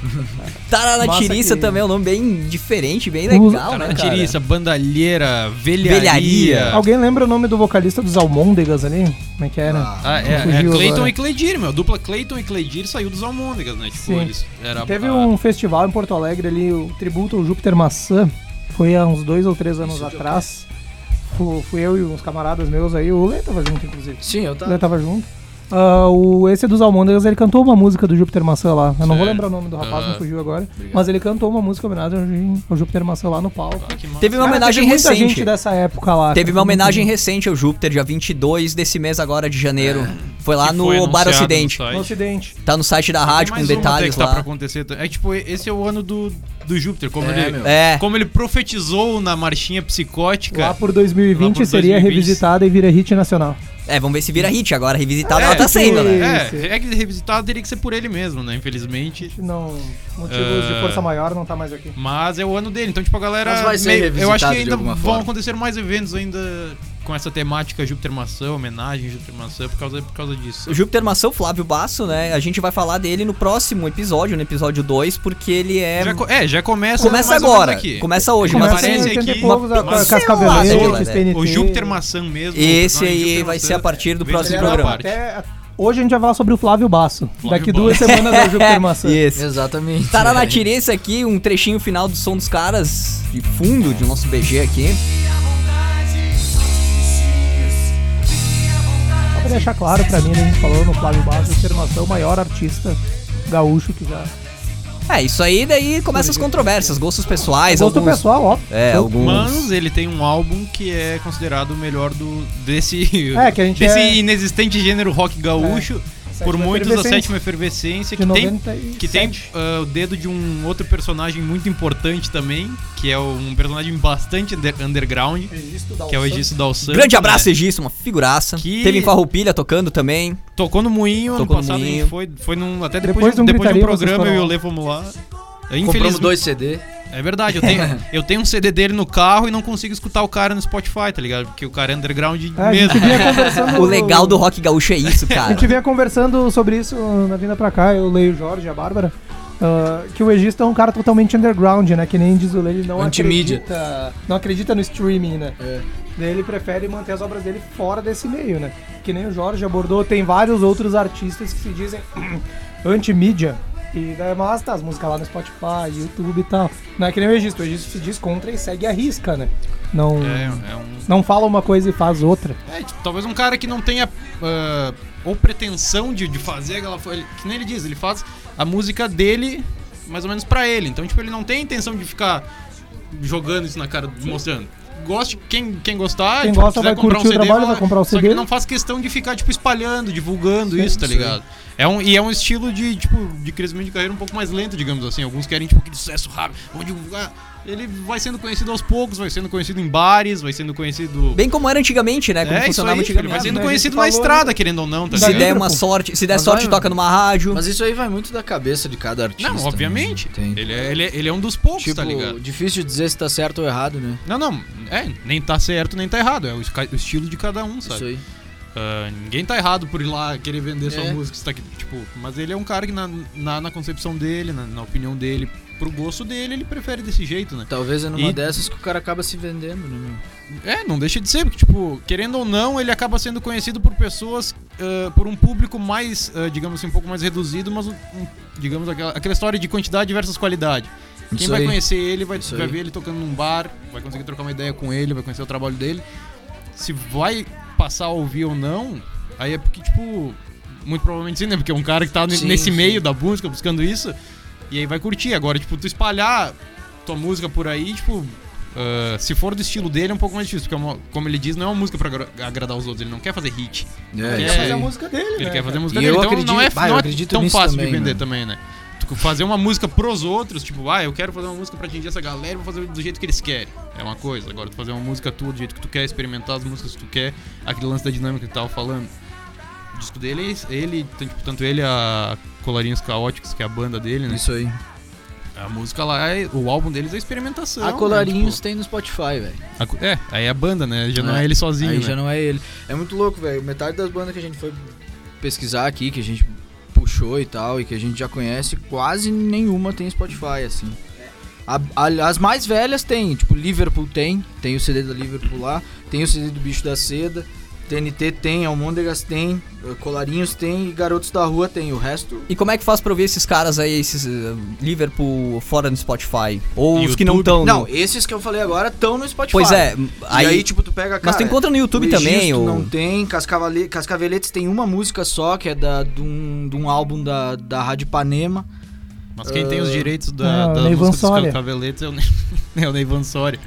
Taraná Massa Tiriça que- também é um nome bem diferente, bem Os- legal, né, cara? Tiriça, bandalheira, velharia. Velharia. Alguém lembra o nome do vocalista dos Almôndegas ali? Como é que era? Ah, é, é Fugiu Clayton agora. e Cleidir, meu. A dupla Clayton e Cleidir saiu dos Almôndegas, né? Tipo, Sim. eles. Era Teve a- um festival em Porto Alegre ali, o tributo ao Júpiter Maçã. Foi há uns dois ou três anos atrás. Fu- Fui eu e uns camaradas meus aí. O Lê tava junto, inclusive. Sim, eu O Lê tava. tava junto. Ah, o, esse dos Almôndegas, ele cantou uma música do Júpiter Maçã lá. Eu não vou Certo. lembrar o nome do rapaz, Ah. não fugiu agora. Mas ele cantou uma música em homenagem ao Júpiter Maçã lá no palco. Ah, que massa. Teve uma Cara, homenagem teve muita recente. gente dessa época lá. Teve cara. uma homenagem recente ao Júpiter, dia vinte e dois desse mês agora de janeiro. Foi lá Que no foi Bar anunciado Ocidente. no No site. Ocidente. Tá no site da Tem rádio com mais uma até detalhes que tá pra lá. acontecer. É que, tipo, esse é o ano do, do Júpiter. Como, É, ele, meu. É. como ele profetizou na marchinha psicótica. Lá por dois mil e vinte Lá por seria dois mil e vinte. revisitada e vira hit nacional. É, vamos ver se vira hit agora. Revisitado É, ela tá que- sendo, né? Isso. É, é que revisitado teria que ser por ele mesmo, né? Infelizmente. Não, motivos de Ah. força maior não tá mais aqui. Mas é o ano dele, então, tipo, a galera. Mas vai ser meio- eu acho revisitado que de ainda alguma vão forma. acontecer mais eventos ainda com essa temática Júpiter Maçã, homenagem a Júpiter Maçã, por causa, por causa disso. O Júpiter Maçã, o Flávio Basso, né? A gente vai falar dele no próximo episódio, no episódio dois, porque ele é... Já, co- é, já começa. Começa mais ou menos agora. aqui. Começa hoje. Ele mas aparece em assim, aqui, oitenta e poucos, uma a pincelada Cascavelete, de leve. T N T. O Júpiter Maçã mesmo. Esse o personagem aí Júpiter vai Maçã, ser a partir do vem próximo da programa. parte. Até, hoje a gente vai falar sobre o Flávio Basso. Flávio Daqui Basso. duas semanas é o Júpiter Maçã. Isso. Exatamente. Taraná Tiriça aqui, um trechinho final do som dos caras, de fundo, de nosso B G aqui. Só pra deixar claro pra mim, a gente falou no Flávio Basso, o Júpiter Maçã é o maior artista gaúcho que já... É, isso aí daí começa as controvérsias, gostos pessoais, Gosto alguns... pessoal, ó. É, Eu- alguns... Mas ele tem um álbum que é considerado o melhor do desse, É, que a gente desse é- inexistente gênero rock gaúcho. Por Sétima muitos, a Efervescência. sétima efervescência, De que tem, noventa e que tem sete. ah, o dedo de um outro personagem muito importante também, que é um personagem bastante under- underground, que é o Egisto Dal Santos. Grande abraço, né? Egisto, uma figuraça. Que- Teve em Farroupilha tocando também. Tocou no Moinho, ano Tocou no passado a Moinho. gente foi, foi num, até depois, Depois de, de um depois de um gritaria, vocês programa eu e o foram Lê fomos lá. Compramos Infelizmente, dois C D. é verdade, eu tenho, eu tenho um C D dele no carro e não consigo escutar o cara no Spotify, tá ligado? Porque o cara é underground É, a mesmo. gente vinha conversando... O legal do rock gaúcho é isso, A cara. gente vinha conversando sobre isso na vinda pra cá, eu leio o Jorge e a Bárbara, ah, que o Egisto é um cara totalmente underground, né? Que nem diz o Lê, ele não Antimídia. acredita, não acredita no streaming, né? É. Daí ele prefere manter as obras dele fora desse meio, né? Que nem o Jorge abordou, tem vários outros artistas que se dizem anti-mídia E daí, mas tá, as músicas lá no Spotify, YouTube e tal. Não é que nem o registro, o registro se diz contra e segue a risca, né? Não, É, é um... não fala uma coisa e faz outra. É, tipo, talvez um cara que não tenha uh, ou pretensão de, de fazer aquela... ele- Que nem ele diz, ele faz a música dele mais ou menos pra ele. Então, tipo, ele não tem intenção de ficar jogando isso na cara, mostrando. Goste, quem, quem gostar, Quem tipo, gosta quiser vai curtir o trabalho, vai comprar o Só C D. que ele não faz questão de ficar, tipo, espalhando, divulgando isso, tá isso aí. ligado? É um, e é um estilo de, tipo, de crescimento de carreira um pouco mais lento, digamos assim. Alguns querem, tipo, aquele sucesso rápido, vão divulgar. Ele vai sendo conhecido aos poucos, vai sendo conhecido em bares, vai sendo conhecido... Bem como era antigamente, né? Como é, isso funcionava aí, filho, vai antigamente. sendo né? A conhecido gente na falou, estrada, né? querendo ou não, tá Se Da ligado? der Liverpool. uma sorte, se der Mas sorte, vai- toca numa rádio. Mas isso aí vai muito da cabeça de cada artista. Não, obviamente. Tem. Ele é, ele, é, ele é um dos poucos, Tipo, tá ligado? difícil de dizer se tá certo ou errado, né? Não, não, é, nem tá certo, nem tá errado. É o, esca- o estilo de cada um, sabe? Isso aí. Ah, ninguém tá errado por ir lá querer vender sua É. música, está aqui, tipo, mas ele é um cara que na, na, na concepção dele, na, na opinião dele, pro gosto dele, ele prefere desse jeito, né? Talvez é numa E- dessas que o cara acaba se vendendo, né? meu? É, não deixa de ser, porque, tipo, querendo ou não, ele acaba sendo conhecido por pessoas, ah, por um público mais, ah, digamos assim, um pouco mais reduzido, mas, um, um- digamos, aquela, aquela história de quantidade versus qualidade. Quem Isso vai aí. conhecer ele vai, Isso vai aí. ver ele tocando num bar, vai conseguir trocar uma ideia com ele, vai conhecer o trabalho dele. Se vai passar a ouvir ou não, aí é porque, tipo, muito provavelmente sim, né? Porque é um cara que tá n- Sim, nesse sim. meio da música, buscando isso, e aí vai curtir. Agora, tipo, tu espalhar tua música por aí, tipo, ah, se for do estilo dele, é um pouco mais difícil, porque, é uma- como ele diz, não é uma música pra agra- agradar os outros, ele não quer fazer hit. É, Ele isso quer aí. fazer a música dele, Ele né? quer fazer a E música eu dele, então acredito- não é, ah, eu não é acredito tão nisso fácil também, de vender né? também, né? Tu fazer uma música pros outros, tipo, ah, eu quero fazer uma música pra atingir essa galera e vou fazer do jeito que eles querem. É uma coisa. Agora, tu fazer uma música tua do jeito que tu quer, experimentar as músicas que tu quer, aquele lance da dinâmica que tu tava falando. O disco dele, ele, tanto, tanto ele, a Colarinhos Caóticos, que é a banda dele, né? Isso aí. A música lá, é, o álbum deles é experimentação. A né? Colarinhos Tipo, tem no Spotify, velho. a co- é, aí é a banda, né? Já não É. é ele sozinho, Aí né? já não é ele. É muito louco, velho. Metade das bandas que a gente foi pesquisar aqui, que a gente puxou e tal, e que a gente já conhece, quase nenhuma tem Spotify, assim. A- a- as mais velhas tem, tipo, Liverpool tem, tem o C D da Liverpool lá, tem o C D do Bicho da Seda, T N T tem, Almôndegas tem, Colarinhos tem e Garotos da Rua tem. O resto... E como é que faz pra ouvir esses caras aí, esses uh, Liverpool fora no Spotify? Ou os que não YouTube? estão Não, esses que eu falei agora estão no Spotify. Pois é, E aí, aí, tipo, tu pega... mas tu encontra no YouTube o também, Egisto ou... não tem, Cascavale... Cascaveletes tem uma música só, que é da, de, um, de um álbum da, da Rádio Ipanema. Mas quem tem os Ah, direitos da, é, o da Neivan música Soria. dos Cavaletes é o, Ney- é o Neivan Soria.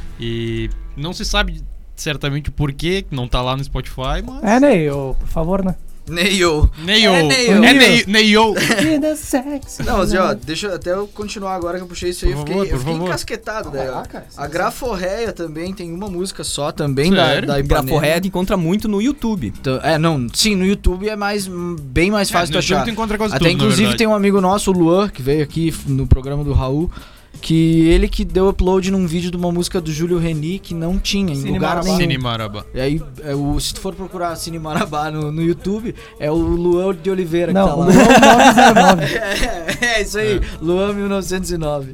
E não se sabe certamente o porquê que não tá lá no Spotify, mas... É, Ney, ô, por favor, né? Neil. Neyo! É Neyo. É Ney- Neyo! Vida sexy. Não, mas ó, deixa eu até eu continuar agora que eu puxei isso aí. Por Eu fiquei, favor, eu por fiquei favor. encasquetado, né? Caraca, A Graforreia também tem uma música só, também da, Sério? da Ipanema. Graforreia tu encontra muito no YouTube. Então, é, não, sim, no YouTube é mais, hum, bem mais fácil É, de no YouTube achar. tu encontra quase Até tudo, na inclusive verdade. tem um amigo nosso, o Luan, que veio aqui f- no programa do Raul, que ele que deu upload num vídeo de uma música do Júlio Reni que não tinha em Cine lugar Marabá. nenhum. Cine Marabá. E aí, é, o, se tu for procurar Cine Marabá no, no YouTube, é o Luan de Oliveira Não, que tá o lá. Luan nove zero nove. é, é isso aí, Luan mil novecentos e nove.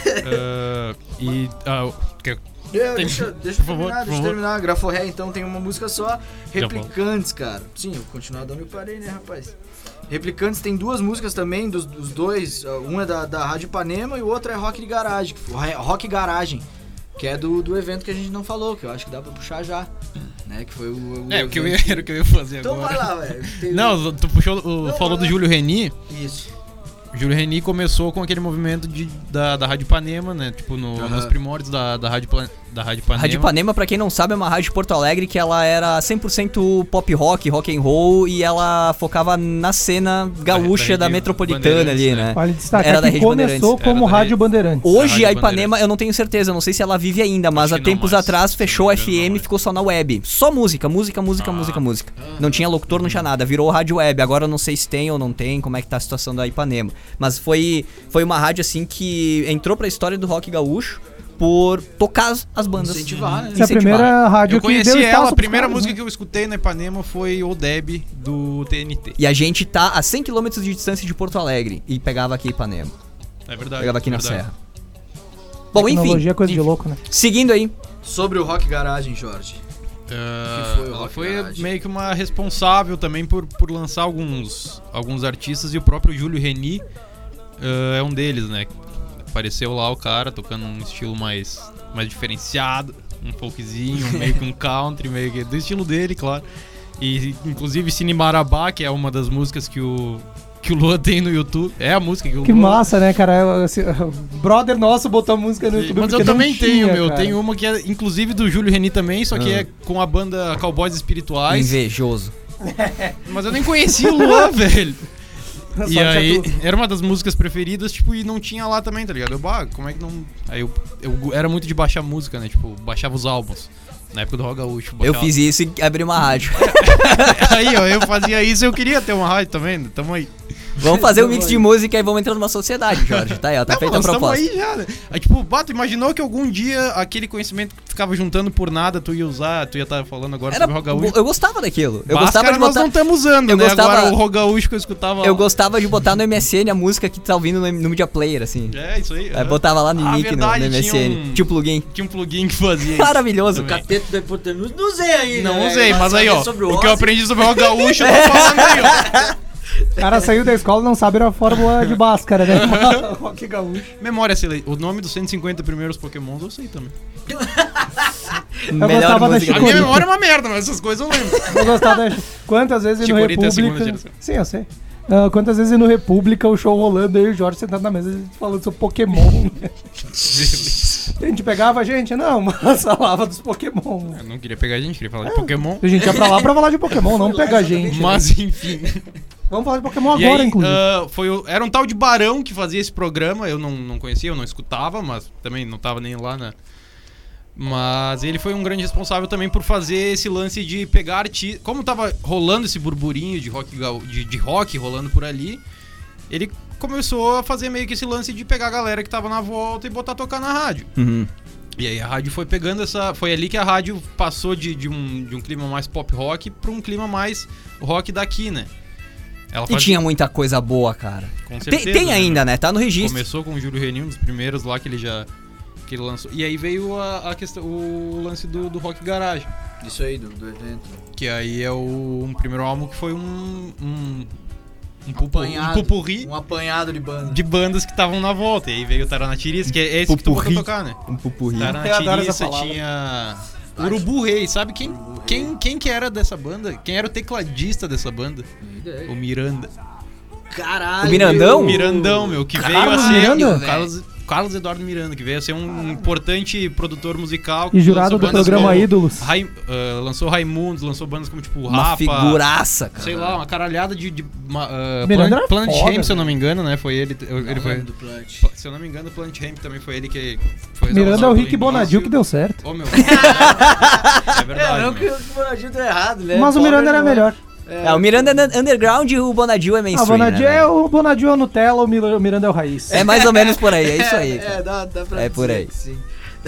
Ah, e... ah, quer- É, Tem- deixa, deixa eu por favor, terminar, por deixa eu favor. terminar. A Graforré, então, tem uma música só. Já Replicantes, cara. Sim, eu vou continuar dando eu parei, né, rapaz? Replicantes tem duas músicas também, dos, dos dois. uh, Um é da, da Rádio Ipanema e o outro é Rock de Garagem. que foi- Rock Garagem, que é do, do evento que a gente não falou, que eu acho que dá pra puxar já. Né, que foi o, o É, o que eu ia, evento era o que eu ia fazer Então agora. vai lá, velho. Tem- Não, tu puxou, o- Não, falou vai do lá. Júlio Reni. Isso. O Júlio Reni começou com aquele movimento de, da, da Rádio Ipanema, né? Tipo, no, Aham. nos primórdios da, da, Rádio, Pla- da Rádio A Ipanema. Rádio Ipanema, pra quem não sabe, é uma rádio de Porto Alegre que ela era cem por cento pop rock, rock and roll, e ela focava na cena gaúcha da da, Rede metropolitana ali, Bandeirantes, né? Vale destacar Era da que Rede começou Bandeirantes. como Era da Rádio Rede- Bandeirantes. Hoje Da a Rádio Ipanema, Bandeirantes. eu não tenho certeza, eu não sei se ela vive ainda, mas Acho há que não tempos mais. atrás Se fechou não o me engano, F não M e mais. ficou só na web. Só música, música, música, Ah. música, música. Não tinha locutor, não tinha nada. Virou rádio web. Agora eu não sei se tem ou não tem, como é que tá a situação da Ipanema. Mas foi, foi uma rádio assim que entrou pra história do rock gaúcho por tocar as- as bandas. Incentivar, né? Essa é a primeira rádio Eu que deu conheci espaço ela, a pros primeira caras, música né? que eu escutei na Ipanema foi O Deb do T N T. E a gente tá a cem quilômetros de distância de Porto Alegre e pegava aqui Ipanema. É verdade. Pegava aqui na verdade. Serra. Bom, enfim. Tecnologia é coisa de enfim. louco, né? Seguindo aí. Sobre o Rock Garagem, Jorge. Ah, Que foi o ela Rock foi Garage. meio que uma responsável também por, por lançar alguns, alguns artistas, e o próprio Júlio Reni uh, é um deles, né? Apareceu lá o cara tocando um estilo mais, mais diferenciado, um folkzinho, meio que um country, meio que do estilo dele, claro. E inclusive Cine Marabá, que é uma das músicas que o, que o Luan tem no YouTube. É a música que o Que Luan... massa, né, cara? Eu, assim, o brother nosso botou a música no YouTube. Mas porque eu não também tinha, tenho, meu. cara. Tem uma que é inclusive do Júlio Reni também, só que Ah. é com a banda Cowboys Espirituais. Invejoso. Mas eu nem conhecia o Luan, velho. E Sorte é aí, tua. era uma das músicas preferidas, tipo, e não tinha lá também, tá ligado? Eu, bah, como é que não... Aí eu, eu era muito de baixar música, né? Tipo, baixava os álbuns. Na época do Rock Gaúcho. Eu baixava- fiz isso e abri uma rádio. Aí, ó, eu fazia isso e eu queria ter uma rádio, tá vendo? Tamo aí. Vamos fazer um mix de música e vamos entrar numa sociedade, Jorge. Tá aí, ó. Tá Não, feita a nós tamo proposta. aí já, né? Aí, tipo, bato, imaginou que algum dia aquele conhecimento que tu ficava juntando por nada, tu ia usar, tu ia estar falando agora Era, sobre Rock Gaúcho. eu gostava daquilo. Eu Mas, gostava cara, de nós botar. não estamos usando, eu né? gostava- Agora o Rock Gaúcho que eu escutava Eu lá. gostava de botar no M S N a música que tá ouvindo no, no Media Player, assim. É, isso aí. Aí aham. botava lá no Ah, nick no, verdade, no M S N. tinha um- Tinha um plugin. Tinha um plugin que fazia isso. Maravilhoso. Também. Cateto da hipotenusa. Não usei ainda. Não né? usei, mas aí, ó, sobre o que eu Ozzy. aprendi sobre o Rock Gaúcho, eu tô falando aí, ó. O cara saiu da escola e não sabe a fórmula de Bhaskara, né? Rock gaúcho. Memória seleta. O nome dos cento e cinquenta primeiros Pokémons eu sei também. Melhor gostava da música. A minha Chicorita. memória é uma merda, mas essas coisas eu lembro. Eu gostava da... Quantas vezes no Chicorita é a segunda República... geração. Sim, eu sei. Ah, quantas vezes no República o show rolando, eu e o Jorge sentado na mesa falando sobre Pokémon. A gente pegava a gente? Não, mas falava dos Pokémon. Eu não queria pegar a gente, queria falar de Pokémon. A gente ia pra lá pra falar de Pokémon, não pegar a gente. Mas enfim. Vamos falar de Pokémon E agora, aí, inclusive. ah, foi o- era um tal de Barão que fazia esse programa. Eu não, não conhecia, eu não escutava, mas também não tava nem lá na. Mas ele foi um grande responsável também por fazer esse lance de pegar artistas. Como tava rolando esse burburinho de rock, gaú- de, de rock rolando por ali, ele começou a fazer meio que esse lance de pegar a galera que tava na volta e botar tocar na rádio. Uhum. E aí a rádio foi pegando essa... Foi ali que a rádio passou de, de, um, de um clima mais pop rock pra um clima mais rock daqui, né? Ela E faz- tinha muita coisa boa, cara. Com Tem, certeza, tem né? ainda, né? Tá no registro. Começou com o Júlio Reni, um dos primeiros lá que ele já... Que ele lançou. E aí veio a, a questão, o lance do, do Rock Garage. Isso aí, do, do evento. Que aí é o um primeiro álbum que foi um... Um, um, pupu, um Apanhado. pupurri Um apanhado de banda. de bandas que estavam na volta. E aí veio o Taranatiriça, que é esse que tu botou Pupurri. tocar, né? Um pupurri. Eu adoro Taranatiriça essa palavra. tinha... Urubu Rei, sabe quem, quem, quem que era dessa banda? Quem era o tecladista dessa banda? O Miranda. Caralho. O Mirandão? O Mirandão, meu, que veio Carlos a ser... Miranda? o Carlos, Carlos Eduardo Miranda, que veio a ser um importante produtor musical. que E jurado lançou do bandas programa como Ídolos. Rai- ah, lançou Raimundos, lançou bandas como tipo Uma Rapa. figuraça, cara. Sei lá, uma caralhada de... de uma, ah, Miranda Planet, era Planet foda, Ramp, se eu não velho. me engano, né? Foi ele... ele foi, do Plant. se eu não me engano, o Planet Ramp também foi ele que... Foi Miranda é o responsável Rick pelo Bonadio início. que deu certo. Ô, meu. É É, verdade, não meu. que o Bonadinho tá errado, né? Mas o Pobre Miranda era não. melhor. É, o Miranda é underground e o Bonadil é Ah, o mainstream, Bonadio né, é velho? o Bonadio é o Nutella, o Mir- o Miranda é o Raiz. É mais ou menos por aí, é isso aí. É, cara. dá, dá pra É por dizer aí. que sim.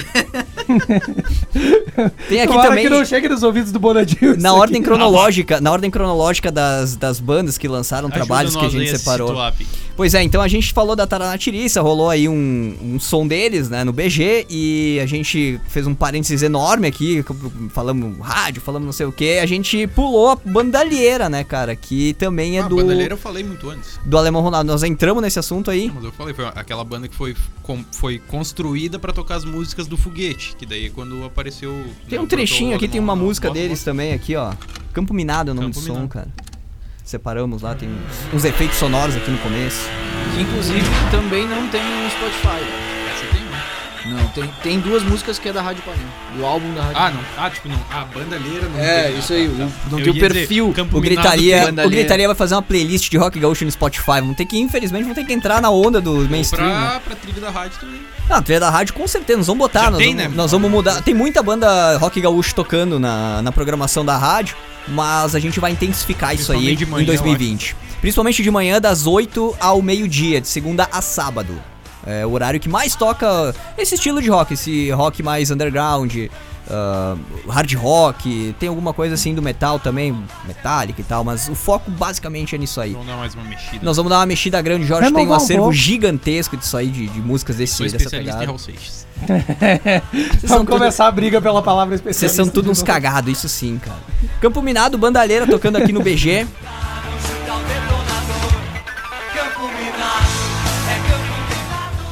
Tem aqui Tomara também... que não chegue nos ouvidos do Bonadio. Na isso ordem aqui. cronológica, na ordem cronológica das, das bandas que lançaram trabalhos que a Ajuda nós gente aí separou. situar, Pi. Pois é, então a gente falou da Taranatiriça, rolou aí um, um som deles, né, no B G, e a gente fez um parênteses enorme aqui, falamos rádio, falamos não sei o que, a gente pulou a Bandalheira, né, cara, que também é Ah, do, Bandalheira eu falei muito antes. do Alemão Ronaldo. Nós entramos nesse assunto aí. Mas eu falei, foi aquela banda que foi, com- foi construída pra tocar as músicas do Foguete, que daí é quando apareceu... Tem né, um o trechinho Proto- aqui, tem uma Alemão, música bota, deles bota. também aqui, ó. Campo Minado é o nome Campo do som, Minado. cara. Separamos lá, tem uns, uns efeitos sonoros aqui no começo. Que inclusive também não tem no Spotify. Essa tem, né? Não, tem, tem duas músicas que é da Rádio Panema. Do álbum da Rádio Ah, não. Ah, tipo, não. Ah, Bandalheira não É, tem. isso aí, Ah, o- tá. não Eu tem o ia dizer, perfil. Campo O Minado Gritaria, tem. o Bandalheira. Gritaria vai fazer uma playlist de rock gaúcho no Spotify. Vão ter que, infelizmente, vão ter que entrar na onda do Ou mainstream. né? pra, pra trilha da rádio também. Ah, a trilha da rádio com certeza, nós vamos botar, Já nós, tem, vamos, né? nós vamos mudar. Tem muita banda rock gaúcho tocando na, na programação da rádio, mas a gente vai intensificar isso aí Principalmente de manhã, em dois mil e vinte. Principalmente de manhã, das oito ao meio-dia, de segunda a sábado. É o horário que mais toca esse estilo de rock, esse rock mais underground, ah, hard rock, tem alguma coisa assim do metal também, Metallica e tal, mas o foco basicamente é nisso aí. Vamos dar mais uma mexida. Nós vamos dar uma mexida grande, o Jorge Renovar tem um um acervo pouco. gigantesco disso aí, de, de músicas desse, Sou dessa especialista em pegada. Hall Seixas. Vocês são Vamos tudo- começar a briga pela palavra Vocês especialista. são tudo uns de novo. cagados, isso sim, cara. Campo Minado, Bandalheira tocando aqui no B G. Campo Minado é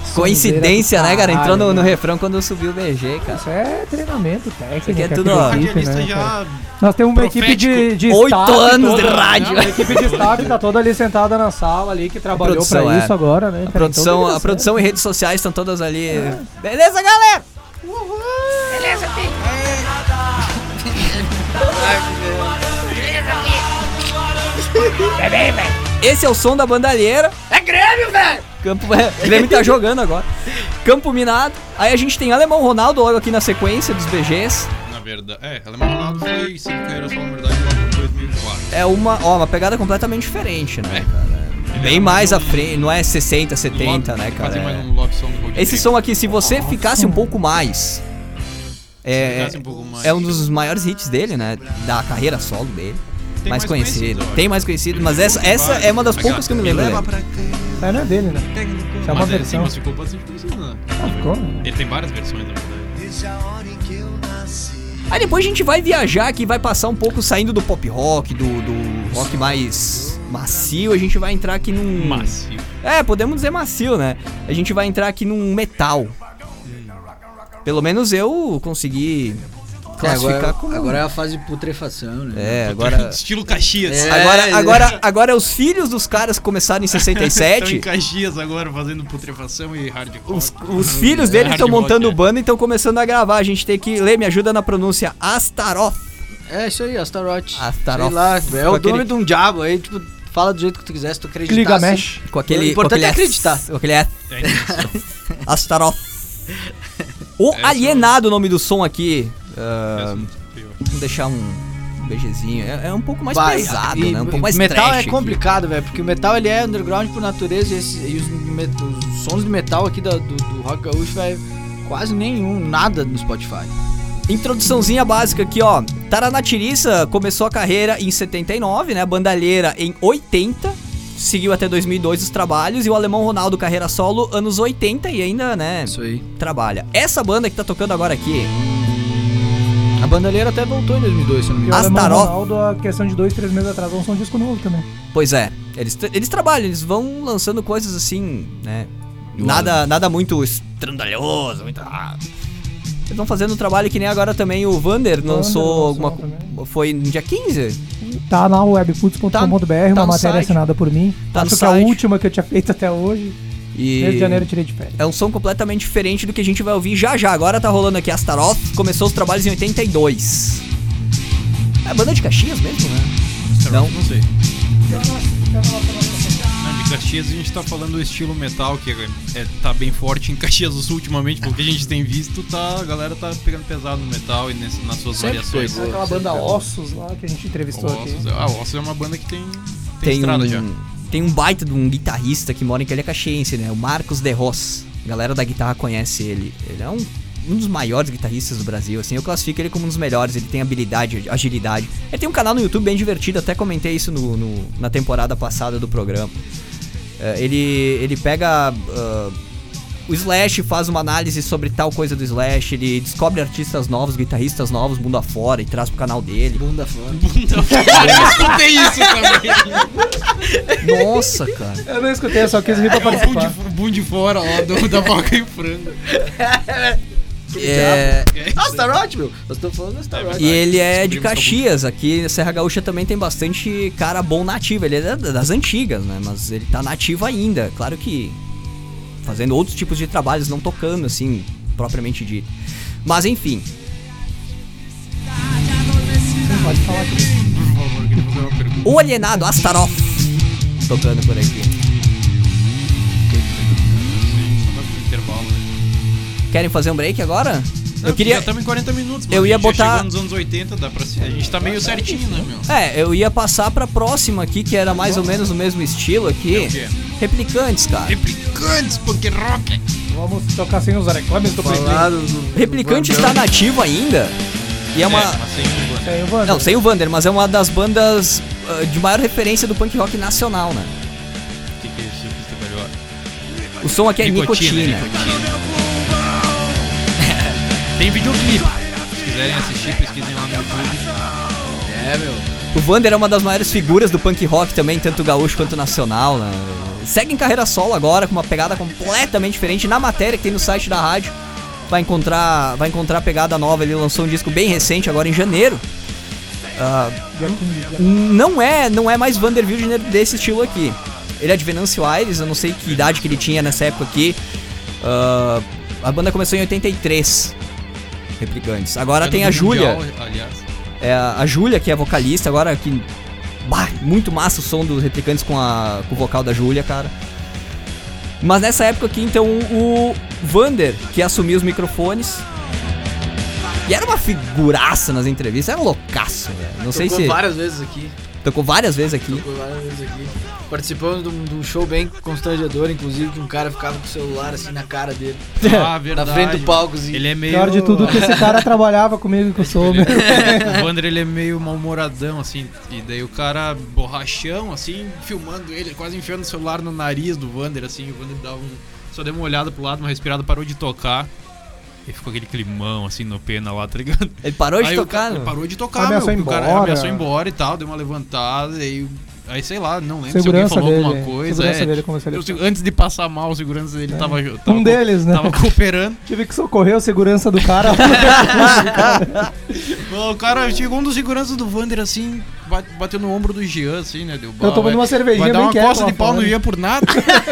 Coincidência, né, cara? Entrou no, no Caralho, refrão quando subiu o B G, cara. Isso é treinamento técnico. Isso aqui é que tudo, aquele ó. equipe, Radialista né, já cara? Nós temos uma equipe de, de Oito staff anos toda, de rádio. né? A equipe de staff tá toda ali sentada na sala ali, que trabalhou produção, pra é. isso agora, né? A cara? produção, Então, a tá produção certo. e redes sociais estão todas ali. Beleza, galera? Esse é o som da bandalheira. É Grêmio, velho! Campo, é, Grêmio tá jogando agora. Campo minado. Aí a gente tem Alemão Ronaldo logo aqui na sequência dos B Gs. Na verdade, é, Alemão Ronaldo foi sim carreira solo, na verdade, lá em dois mil e quatro. É uma, ó, uma pegada completamente diferente, né, cara? Ele Bem era mais à um- frente, não é sessenta, setenta, love- né, cara? Fazer mais É. um love song do Road Esse som aqui, se você ficasse um pouco mais. É, ficasse um pouco mais- é um dos maiores hits dele, né? Da carreira solo dele. Tem mais mais conhecido. conhecido, olha. Tem mais conhecido, mas essa, essa é uma das poucas que eu me lembro dele. Isso aí não é dele, né? Isso é uma Mas ele, sim, versão. mas ficou bastante conhecido, né? Ah, ficou, né? Ele tem várias versões, na verdade. Aí depois a gente vai viajar aqui, vai passar um pouco saindo do pop rock, do, do rock mais macio, a gente vai entrar aqui num... Macio. É, podemos dizer macio, né? A gente vai entrar aqui num metal. Pelo menos eu consegui É, classificar agora, como... agora é a fase de putrefação, né? É, agora... Estilo Caxias. É. Agora, agora, agora os filhos dos caras que começaram em sessenta e Estão em sete, Caxias agora fazendo putrefação e hardcore. os, os filhos deles estão Hard rock, montando é. banda e estão começando a gravar. A gente tem que ler, me ajuda na pronúncia, Astaroth. É isso aí, Astaroth. Astaroth. Sei lá, é Com o aquele- nome de um diabo aí, tipo, fala do jeito que tu quiser, se tu acreditar. Gilgamesh. Com aquele... O importante com aquele é acreditar. Com aquele... é- É isso. Astaroth. O É, Alienado, o nome do som aqui. Ah, É, vamos deixar um BGzinho. É, é um pouco mais Vai, pesado, e- né? Um pouco mais metal trash é aqui. complicado, velho, porque o metal ele é underground por natureza e, esse- e os, met- os sons de metal aqui da- do, do rock gaúcho, velho, quase nenhum, nada no Spotify. Introduçãozinha básica aqui, ó. Taranatiriça começou a carreira em setenta e nove, né? Bandalheira em oitenta. Seguiu até dois mil e dois os trabalhos. E o Alemão Ronaldo, carreira solo, anos oitenta e ainda, né, Isso aí. trabalha. Essa banda que tá tocando agora aqui, A bandalheira até voltou em dois mil e dois, se eu não me E o engano. Alemão Astaroth. Ronaldo, a questão de dois, três meses atrás, lançou um disco novo também. pois é, eles, tra- eles trabalham, eles vão lançando coisas assim, né? Nada, nada muito estrondalhoso, muito... ah. Eles vão fazendo um trabalho que nem agora também o Vander lançou lançou alguma... também. Foi no dia quinze? Tá na webfoods ponto com ponto b r, Tá- tá uma no matéria site. assinada por mim. Tá Acho no que é a site. última que eu tinha feito até hoje. E... Mês de janeiro eu tirei de férias. É um som completamente diferente do que a gente vai ouvir já já. Agora tá rolando aqui Astaroth, começou os trabalhos em oitenta e dois. É banda de Caxias mesmo, né? Não. Não sei. Não, de Caxias a gente tá falando do estilo metal, que é, é- tá bem forte em Caxias do Sul ultimamente, porque a gente tem visto, tá, a galera tá pegando pesado no metal e nesse- nas suas Sempre variações. pegou. Aquela banda Ossos lá que a gente entrevistou aqui. Ossos, ah, Ossos é uma banda que tem, tem, Tem estrada um, já. tem um baita de um guitarrista que mora em Calha Caxiense, né? O Marcos De Ross. A galera da guitarra conhece ele. Ele é um, um dos maiores guitarristas do Brasil, assim. Eu classifico ele como um dos melhores. Ele tem habilidade, agilidade. Ele tem um canal no YouTube bem divertido. Até comentei isso no, no- na temporada passada do programa. É, ele, ele pega ah, o Slash, faz uma análise sobre tal coisa do Slash. Ele descobre artistas novos, guitarristas novos, mundo afora, e traz pro canal dele. Bunda fora. Então, cara, eu escutei isso também. Nossa, cara. Eu não escutei, eu só quis vir pra É o boom participar. de, boom de fora lá do, da vaca e o frango. É, Astaroth, meu. Nós estamos falando do Astaroth. e ele é de Descobrimos Caxias. Aqui na Serra Gaúcha também tem bastante cara bom nativo. Ele é da- das antigas, né? Mas ele tá nativo ainda. Claro que fazendo outros tipos de trabalhos, não tocando assim, propriamente dito. Mas enfim. Pode falar aqui. Por favor, queria fazer uma pergunta. O Alienado, Astaroth, tocando por aqui. Sim, só dá pro intervalo, né? Querem fazer um break agora? Não, Eu queria... Já estamos em quarenta minutos, mas eu ia a gente já botar- chegou nos anos oitenta, dá pra... se- a gente tá meio certinho, né, meu? É, eu ia passar pra próxima aqui, que era mais ou menos o mesmo estilo aqui. É o quê? Replicantes, cara. Replicantes, punk rock. Vamos tocar sem os reclames do Play. Falar do- do- Replicante do está Vandão. nativo ainda. E é uma... É, mas sem o- Sem o Wander. Não, sem o Vander, mas é uma das bandas ah, de maior referência do punk rock nacional, né? O que que é isso? O que é melhor? O som aqui é Nicotina. Nicotina. Tem videoclipe. Se quiserem assistir, pesquisem lá no YouTube. É, meu. O Vander é uma das maiores figuras do punk rock também, tanto gaúcho quanto nacional, né? Segue em carreira solo agora, com uma pegada completamente diferente. Na matéria que tem no site da rádio, vai encontrar, vai encontrar pegada nova. Ele lançou um disco bem recente, agora em janeiro. Uh, não, é, não é mais Vander Wildner desse estilo aqui. Ele é de Venâncio Aires, eu não sei que idade que ele tinha nessa época aqui. Uh, a banda começou em oitenta e três, Replicantes. Agora tem a Júlia. É a Júlia, que é vocalista, agora que... Bah, muito massa o som dos Replicantes com, a, com o vocal da Júlia, cara. Mas nessa época aqui, então, o Vander, que assumiu os microfones... E era uma figuraça nas entrevistas, era um loucaço, velho. Não sei se... Tocou várias vezes aqui. Tocou várias vezes aqui. Tocou várias vezes aqui. Participamos de um, de um show bem constrangedor, inclusive, que um cara ficava com o celular assim na cara dele. Ah, verdade. Na frente do palco, assim. Ele é meio... Pior de tudo que esse cara trabalhava comigo que eu sou, né? O Vander, ele é meio mal-humoradão, assim. E daí o cara, borrachão, assim, filmando ele, quase enfiando o celular no nariz do Vander, assim. O Vander dava um... Só deu uma olhada pro lado, uma respirada, parou de tocar. E ficou aquele climão, assim, no pena lá, tá ligado? Ele parou de aí tocar, Ele mano. parou de tocar, ameaçou meu. O cara embora. ameaçou embora e tal, deu uma levantada, e aí... Aí, sei lá, não lembro Segurança se alguém falou dele, alguma coisa. segurança É, dele começou a eu, gritar. antes de passar mal, o segurança dele É. tava, tava... Um deles, né? Tava cooperando. Tive que socorrer o segurança do cara. O cara chegou um dos seguranças do Vander, assim, bate- bateu no ombro do Jean, assim, né? Deu, Eu tomando uma cervejinha Vai dar bem uma quieto costa lá de pau fora. no Jean por nada.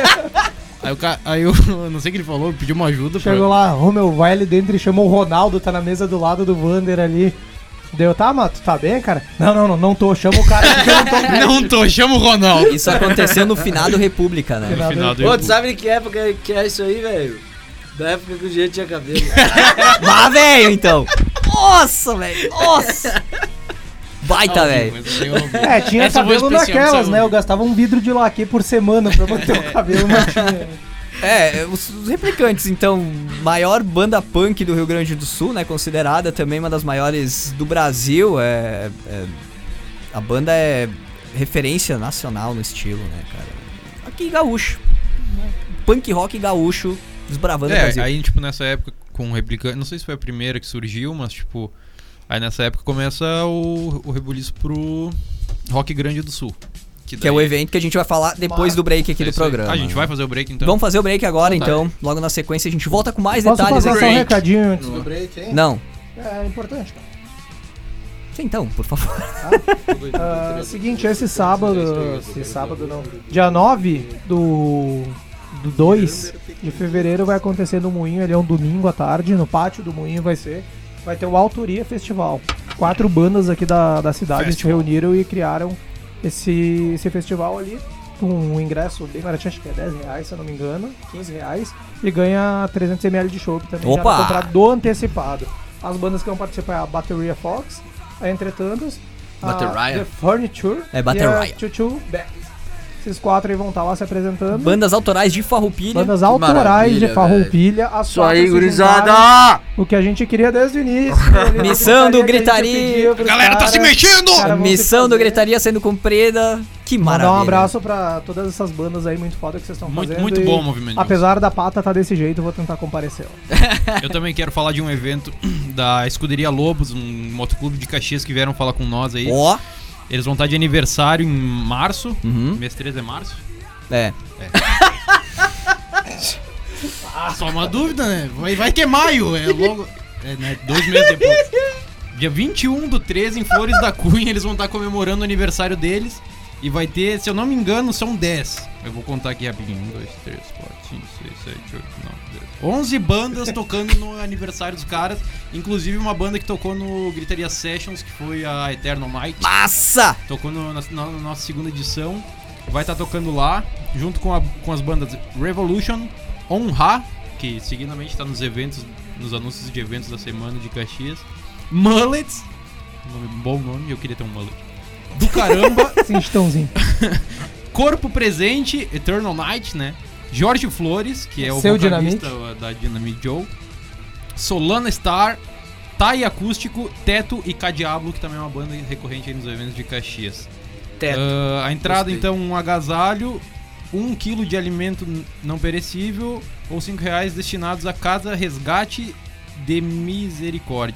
Aí, o cara, aí eu não sei o que ele falou, pediu uma ajuda. Chegou lá, ô meu, vai ali dentro e chamou o Ronaldo, tá na mesa do lado do Vander ali. Deu, tá, mano, tu tá bem, cara? Não, não, não, não tô, chama o cara porque eu não tô bem. Não tô, chama o Ronaldo. Isso aconteceu no finado República, né? No final do Pô, tu sabe que época que é isso aí, velho? Da época que o Jean tinha cabelo. Mas, velho, então. Nossa, velho. Nossa. Baita, velho. É, tinha Essa foi cabelo especial, naquelas, sabe? né? Eu gastava um vidro de laque por semana pra manter o cabelo, mas tinha. É, os, os Replicantes, então, maior banda punk do Rio Grande do Sul, né? Considerada também uma das maiores do Brasil. É, é, a banda é referência nacional no estilo, né, cara? Aqui gaúcho. Punk rock gaúcho desbravando o É, Brasil. aí, tipo, nessa época com o Replicante, não sei se foi a primeira que surgiu, mas, tipo, aí nessa época começa o, o rebuliço pro Rock Grande do Sul. Que é o evento que a gente vai falar depois do break aqui É do isso aí. programa. Ah, a gente vai fazer o break, então? Vamos fazer o break agora, Então tá. então. Logo na sequência a gente volta com mais Posso detalhes passar aqui. só um recadinho antes do No break? break, hein? Não. É importante, cara. Sim, então, por favor. Ah, seguinte, esse sábado, esse sábado não, dia nove do, do dois de fevereiro vai acontecer no Moinho, ele é um domingo à tarde, no pátio do Moinho vai ser, vai ter o Autoria Festival. Quatro bandas aqui da, da cidade se reuniram e criaram esse, esse festival ali, com um ingresso bem baratinho, acho que é dez reais, se eu não me engano, quinze reais, e ganha trezentos mililitros de chopp também, já Opa! vai comprar do antecipado. As bandas que vão participar é a Bateria Fox, a Entretantos, a Bateria. The Furniture É, e Bateria. a Chuchu Back. Esses quatro aí vão estar lá se apresentando. Bandas autorais de Farroupilha. Bandas autorais maravilha, de Farroupilha. As Isso quatro aí, se gurizada! juntaram, o que a gente queria desde o início. Missão do Gritaria. A galera tá se mexendo! A missão do Gritaria sendo cumprida. Que maravilha. Mandar um abraço pra todas essas bandas aí muito foda que vocês estão Muito, fazendo. muito e, bom o movimento. Apesar da pata tá desse jeito, eu vou tentar comparecer. Ó. Eu também quero falar de um evento da Escuderia Lobos, um motoclube de Caxias que vieram falar com nós aí. Ó. Eles vão estar de aniversário em março. Uhum. Mês treze é março? É. Ah, só uma dúvida, né? Vai, vai que é maio, é logo. É, né? Dois meses depois. Dia vinte e um do treze, em Flores da Cunha, eles vão estar comemorando o aniversário deles. E vai ter, se eu não me engano, são dez. Eu vou contar aqui rapidinho. um, dois, três, quatro, cinco, seis, sete, oito, nove, dez. onze bandas tocando no aniversário dos caras. Inclusive uma banda que tocou no Gritaria Sessions, que foi a Eternal Night. Massa! Tocou no, na, na nossa segunda edição. Vai estar tocando lá, junto com, a, com as bandas Revolution, Honra, que seguidamente está nos eventos, nos anúncios de eventos da semana de Caxias. Mullets, nome, bom nome, eu queria ter um mullet. Do caramba. Sim, Chitãozinho. Corpo Presente, Eternal Night, né? Jorge Flores, que é o Seu vocalista da Dynamite Joe. Solana Star, Tai Acústico, Teto e Cadiablo, que também é uma banda recorrente aí nos eventos de Caxias. Teto. Uh, a entrada, Gostei. então, um agasalho, um quilo de alimento n- não perecível ou cinco reais destinados à Casa Resgate de Misericórdia.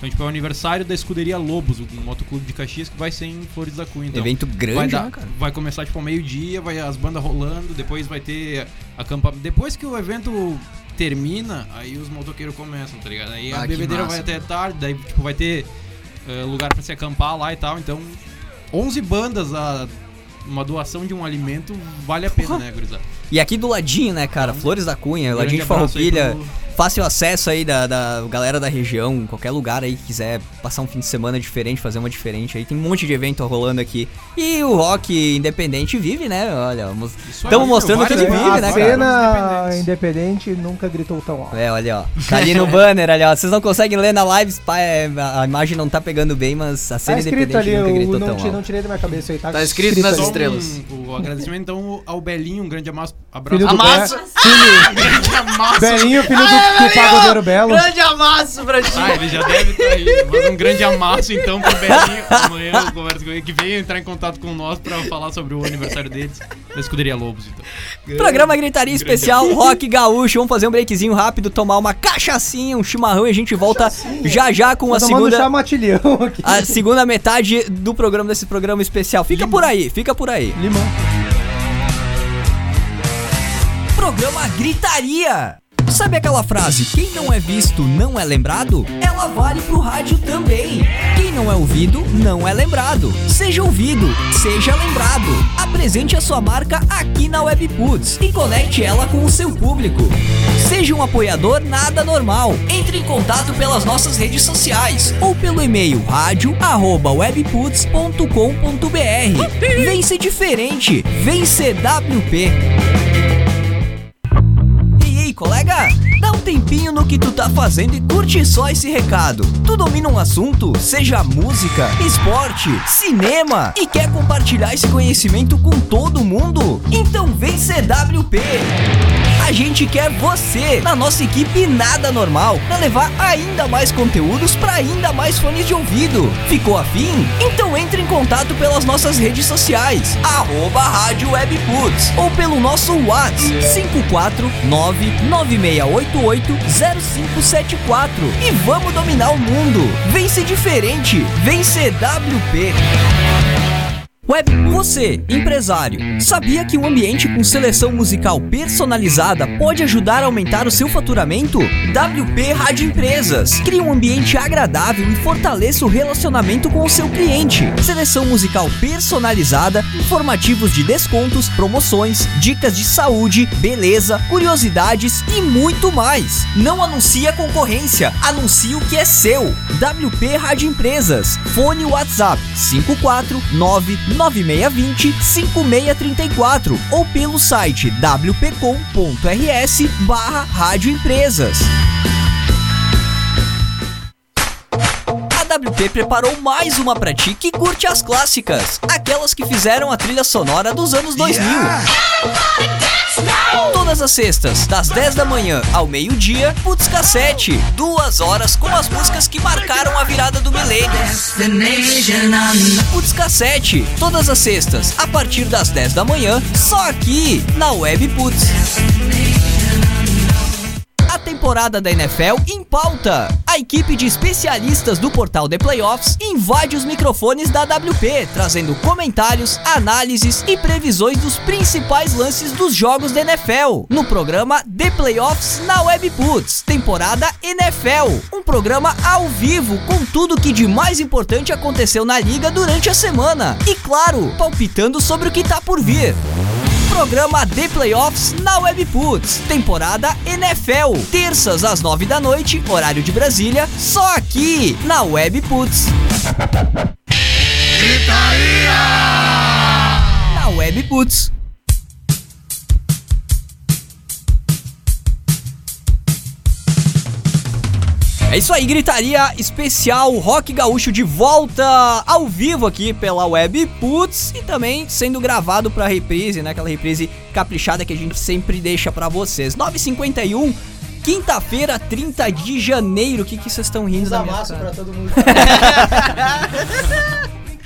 Então, tipo, é o aniversário da Escuderia Lobos, o motoclube de Caxias, que vai ser em Flores da Cunha. Então, Evento grande, vai, dar, né, cara? vai começar, tipo, ao meio-dia, vai as bandas rolando, depois vai ter acampamento. Depois que o evento termina, aí os motoqueiros começam, tá ligado? Aí Ah, a que bebedeira massa, vai até tarde, daí, tipo, vai ter uh, lugar pra se acampar lá e tal. Então, onze bandas, a, uma doação de um alimento vale a pena, né, gurizada? E aqui do ladinho, né, cara? Flores da Cunha, Um ladinho de grande abraço aí Farroupilha. pro- Fácil acesso aí da, da galera da região, qualquer lugar aí que quiser passar um fim de semana diferente, fazer uma diferente aí. Tem um monte de evento rolando aqui. E o rock independente vive, né? Olha, Isso estamos aí, mostrando que várias ele bandas, vive, né, a cara? cena independente nunca gritou tão alto. É, olha, ó. Tá ali no banner, ali, ó. Vocês não conseguem ler na live, pá, é, a imagem não tá pegando bem, mas a Tá cena escrito independente ali, nunca eu gritou não, tão ti- não alto. tirei da minha cabeça aí, tá? Tá escrito nas ali. estrelas. Um, o agradecimento, então, ao Belinho, um grande amasso, abraço. Filho do Amasso! Bé- grande amasso! Belinho, filho do, do Pagodeiro Belo. Grande amasso pra ti! Ah, ele já deve estar aí. Mas um grande amasso, então, pro Belinho. Amanhã eu converso com ele, que veio entrar em contato com nós pra falar sobre o aniversário deles, da Escuderia Lobos, então. Programa Gritaria Especial Rock Gaúcho. Vamos fazer um breakzinho rápido, tomar uma cachaçinha, um chimarrão e a gente volta já já com a Tô tomando segunda... chá matilhão aqui. A segunda metade do programa, desse programa especial. Fica por aí, fica por aí. Limão. Programa Gritaria. Sabe aquela frase, quem não é visto não é lembrado? Ela vale pro rádio também. Quem não é ouvido não é lembrado. Seja ouvido, seja lembrado. Apresente a sua marca aqui na Webputs e conecte ela com o seu público. Seja um apoiador nada normal. Entre em contato pelas nossas redes sociais ou pelo e-mail rádio arroba webputs ponto com ponto br. Vem ser diferente, vem ser W P. Ei, colega, dá um tempinho no que tu tá fazendo e curte só esse recado. Tu domina um assunto, seja música, esporte, cinema, e quer compartilhar esse conhecimento com todo mundo? Então vem ser W P. A gente quer você na nossa equipe Nada Normal pra levar ainda mais conteúdos pra ainda mais fones de ouvido. Ficou afim? Então entre em contato pelas nossas redes sociais, arroba Rádio Webputs, ou pelo nosso WhatsApp cinco quatro nove nove seis oito oito zero cinco sete quatro e vamos dominar o mundo. Vem ser diferente, vem ser W P. Web, você, empresário, sabia que um ambiente com seleção musical personalizada pode ajudar a aumentar o seu faturamento? W P Rádio Empresas. Crie um ambiente agradável e fortaleça o relacionamento com o seu cliente. Seleção musical personalizada, informativos de descontos, promoções, dicas de saúde, beleza, curiosidades e muito mais. Não anuncie a concorrência, anuncie o que é seu. W P Rádio Empresas. Fone WhatsApp cinco quatro nove nove seis dois zero cinco seis três quatro ou pelo site w p com ponto r s barra Rádio Empresas. A W P preparou mais uma pra ti que curte as clássicas, aquelas que fizeram a trilha sonora dos anos dois mil. Todas as sextas, das dez da manhã ao meio-dia, Putz Cassete, duas horas com as músicas que marcaram a virada do milênio. Putz Cassete, todas as sextas, a partir das dez da manhã, só aqui na Webputs. A temporada da N F L em pauta. A equipe de especialistas do portal The Playoffs invade os microfones da W P, trazendo comentários, análises e previsões dos principais lances dos jogos da N F L. No programa The Playoffs na Webputs, temporada N F L. Um programa ao vivo com tudo que de mais importante aconteceu na liga durante a semana. E claro, palpitando sobre o que tá por vir. Programa The Playoffs na Webputs, temporada N F L, terças às nove da noite, horário de Brasília, só aqui na Webputs. Na Webputs. É isso aí, gritaria especial Rock Gaúcho de volta ao vivo aqui pela Webputs e também sendo gravado pra reprise, né? Aquela reprise caprichada que a gente sempre deixa pra vocês. nove e cinquenta e um, quinta-feira, trinta de janeiro. O que que vocês estão rindo da minha Desamasso cara? pra todo mundo.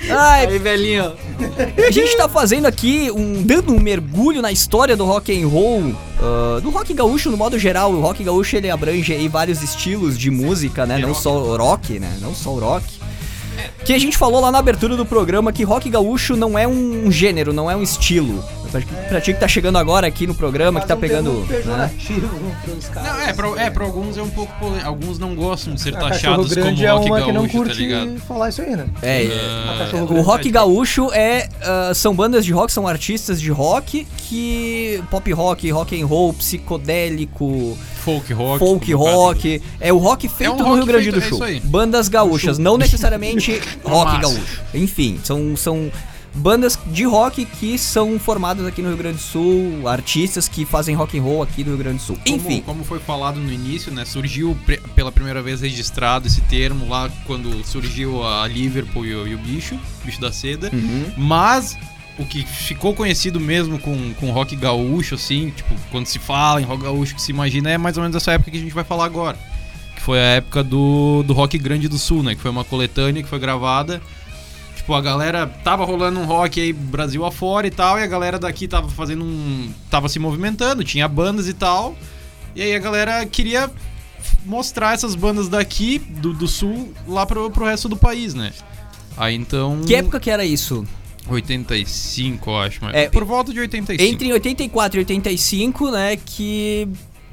Ai, Aí, velhinho. a gente tá fazendo aqui, um, dando um mergulho na história do rock and roll, uh, do rock gaúcho no modo geral. O rock gaúcho, ele abrange aí vários estilos de música, né? Não só o rock, né? Não só o rock. Que a gente falou lá na abertura do programa que rock gaúcho não é um gênero, não é um estilo. Pra, pra ti que tá chegando agora aqui no programa, que tá pegando... Né? Não, é, pra, é, pra alguns é um pouco... pole- Alguns não gostam de ser A Cachorro taxados como Grande é rock uma que não gaúcho, tá curte ligado? falar isso aí, né? É, Ah, A Cachorro o Grande. rock gaúcho é... uh, são bandas de rock, são artistas de rock que... Pop rock, rock and roll, psicodélico... Folk rock. folk no caso. rock, é o rock feito um no rock Rio Grande feito- do é Sul. isso aí. Bandas gaúchas, não necessariamente rock Massa. gaúcho. Enfim, são, são bandas de rock que são formadas aqui no Rio Grande do Sul, artistas que fazem rock and roll aqui no Rio Grande do Sul. Como- Enfim, Como foi falado no início, né? Surgiu pre- pela primeira vez registrado esse termo lá quando surgiu a Liverpool e o, e o bicho, bicho da seda. Uhum. Mas o que ficou conhecido mesmo com, com rock gaúcho, assim, tipo, quando se fala em rock gaúcho, que se imagina, é mais ou menos essa época que a gente vai falar agora. Que foi a época do, do Rock Grande do Sul, né? Que foi uma coletânea que foi gravada. Tipo, a galera tava rolando um rock aí Brasil afora e tal, e a galera daqui tava fazendo um... tava se movimentando, tinha bandas e tal. E aí a galera queria mostrar essas bandas daqui, do, do Sul, lá pro, pro resto do país, né? Aí então... que época que era isso? oitenta e cinco, eu acho, mas É, por volta de oitenta e cinco. Entre oitenta e quatro e oitenta e cinco, né, que...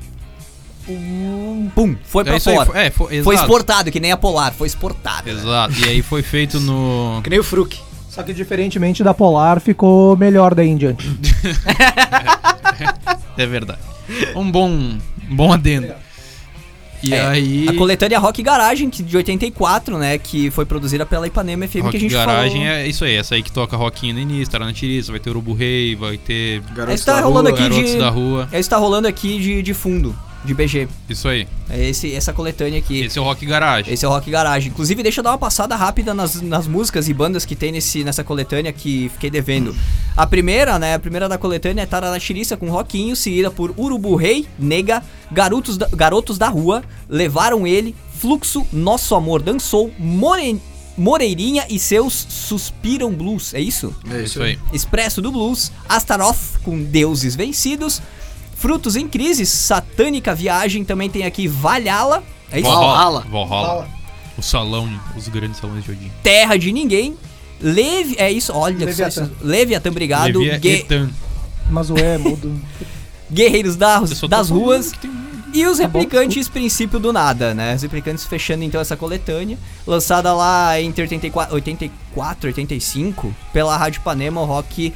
Um, pum, foi pra É isso aí, fora. foi- é, foi, Foi exato. exportado, que nem a Polar, foi exportado. né? Exato, e aí foi feito no... Que nem o Fruc. Só que diferentemente da Polar, ficou melhor daí em diante. É verdade. Um bom, um bom adendo. E É, aí... A coletânea Rock Garagem, que de oitenta e quatro, né, que foi produzida pela Ipanema F M, Rock que a gente Garagem falou. é isso aí, essa aí que toca rockinho no início, tá na tiriça, vai ter Urubu Rei, vai ter Esse tá rolando aqui Garotos de... da Rua. Esse tá rolando aqui de, de fundo, de B G. Isso aí. É esse, essa coletânea aqui. Esse é o Rock Garage. Esse é o Rock Garage. Inclusive, deixa eu dar uma passada rápida nas, nas músicas e bandas que tem nesse, nessa coletânea que fiquei devendo. A primeira, né? A primeira da coletânea é Tararachiriça com Rockinho, seguida por Urubu Rei, Nega, Garotos da, Garotos da Rua, Levaram Ele, Fluxo, Nosso Amor Dançou, More, Moreirinha e seus Suspiram Blues. É isso? É isso aí. Expresso do Blues, Astaroth com Deuses Vencidos, Frutos em Crise, Satânica Viagem, também tem aqui Valhalla, é isso? Valhalla. Valhalla. O salão, os grandes salões de Odin. Terra de Ninguém, Levi, é isso, olha só Leviatã. isso. Leviatã, obrigado, Levia Gue- Etan. Mas o é mudo. Guerreiros da, Eu só tô das falando Ruas que tem- e os Tá bom, Replicantes Princípio do Nada, né? Os Replicantes fechando então essa coletânea, lançada lá entre oitenta e quatro, oitenta e quatro, oitenta e cinco, pela Rádio Ipanema, o Rock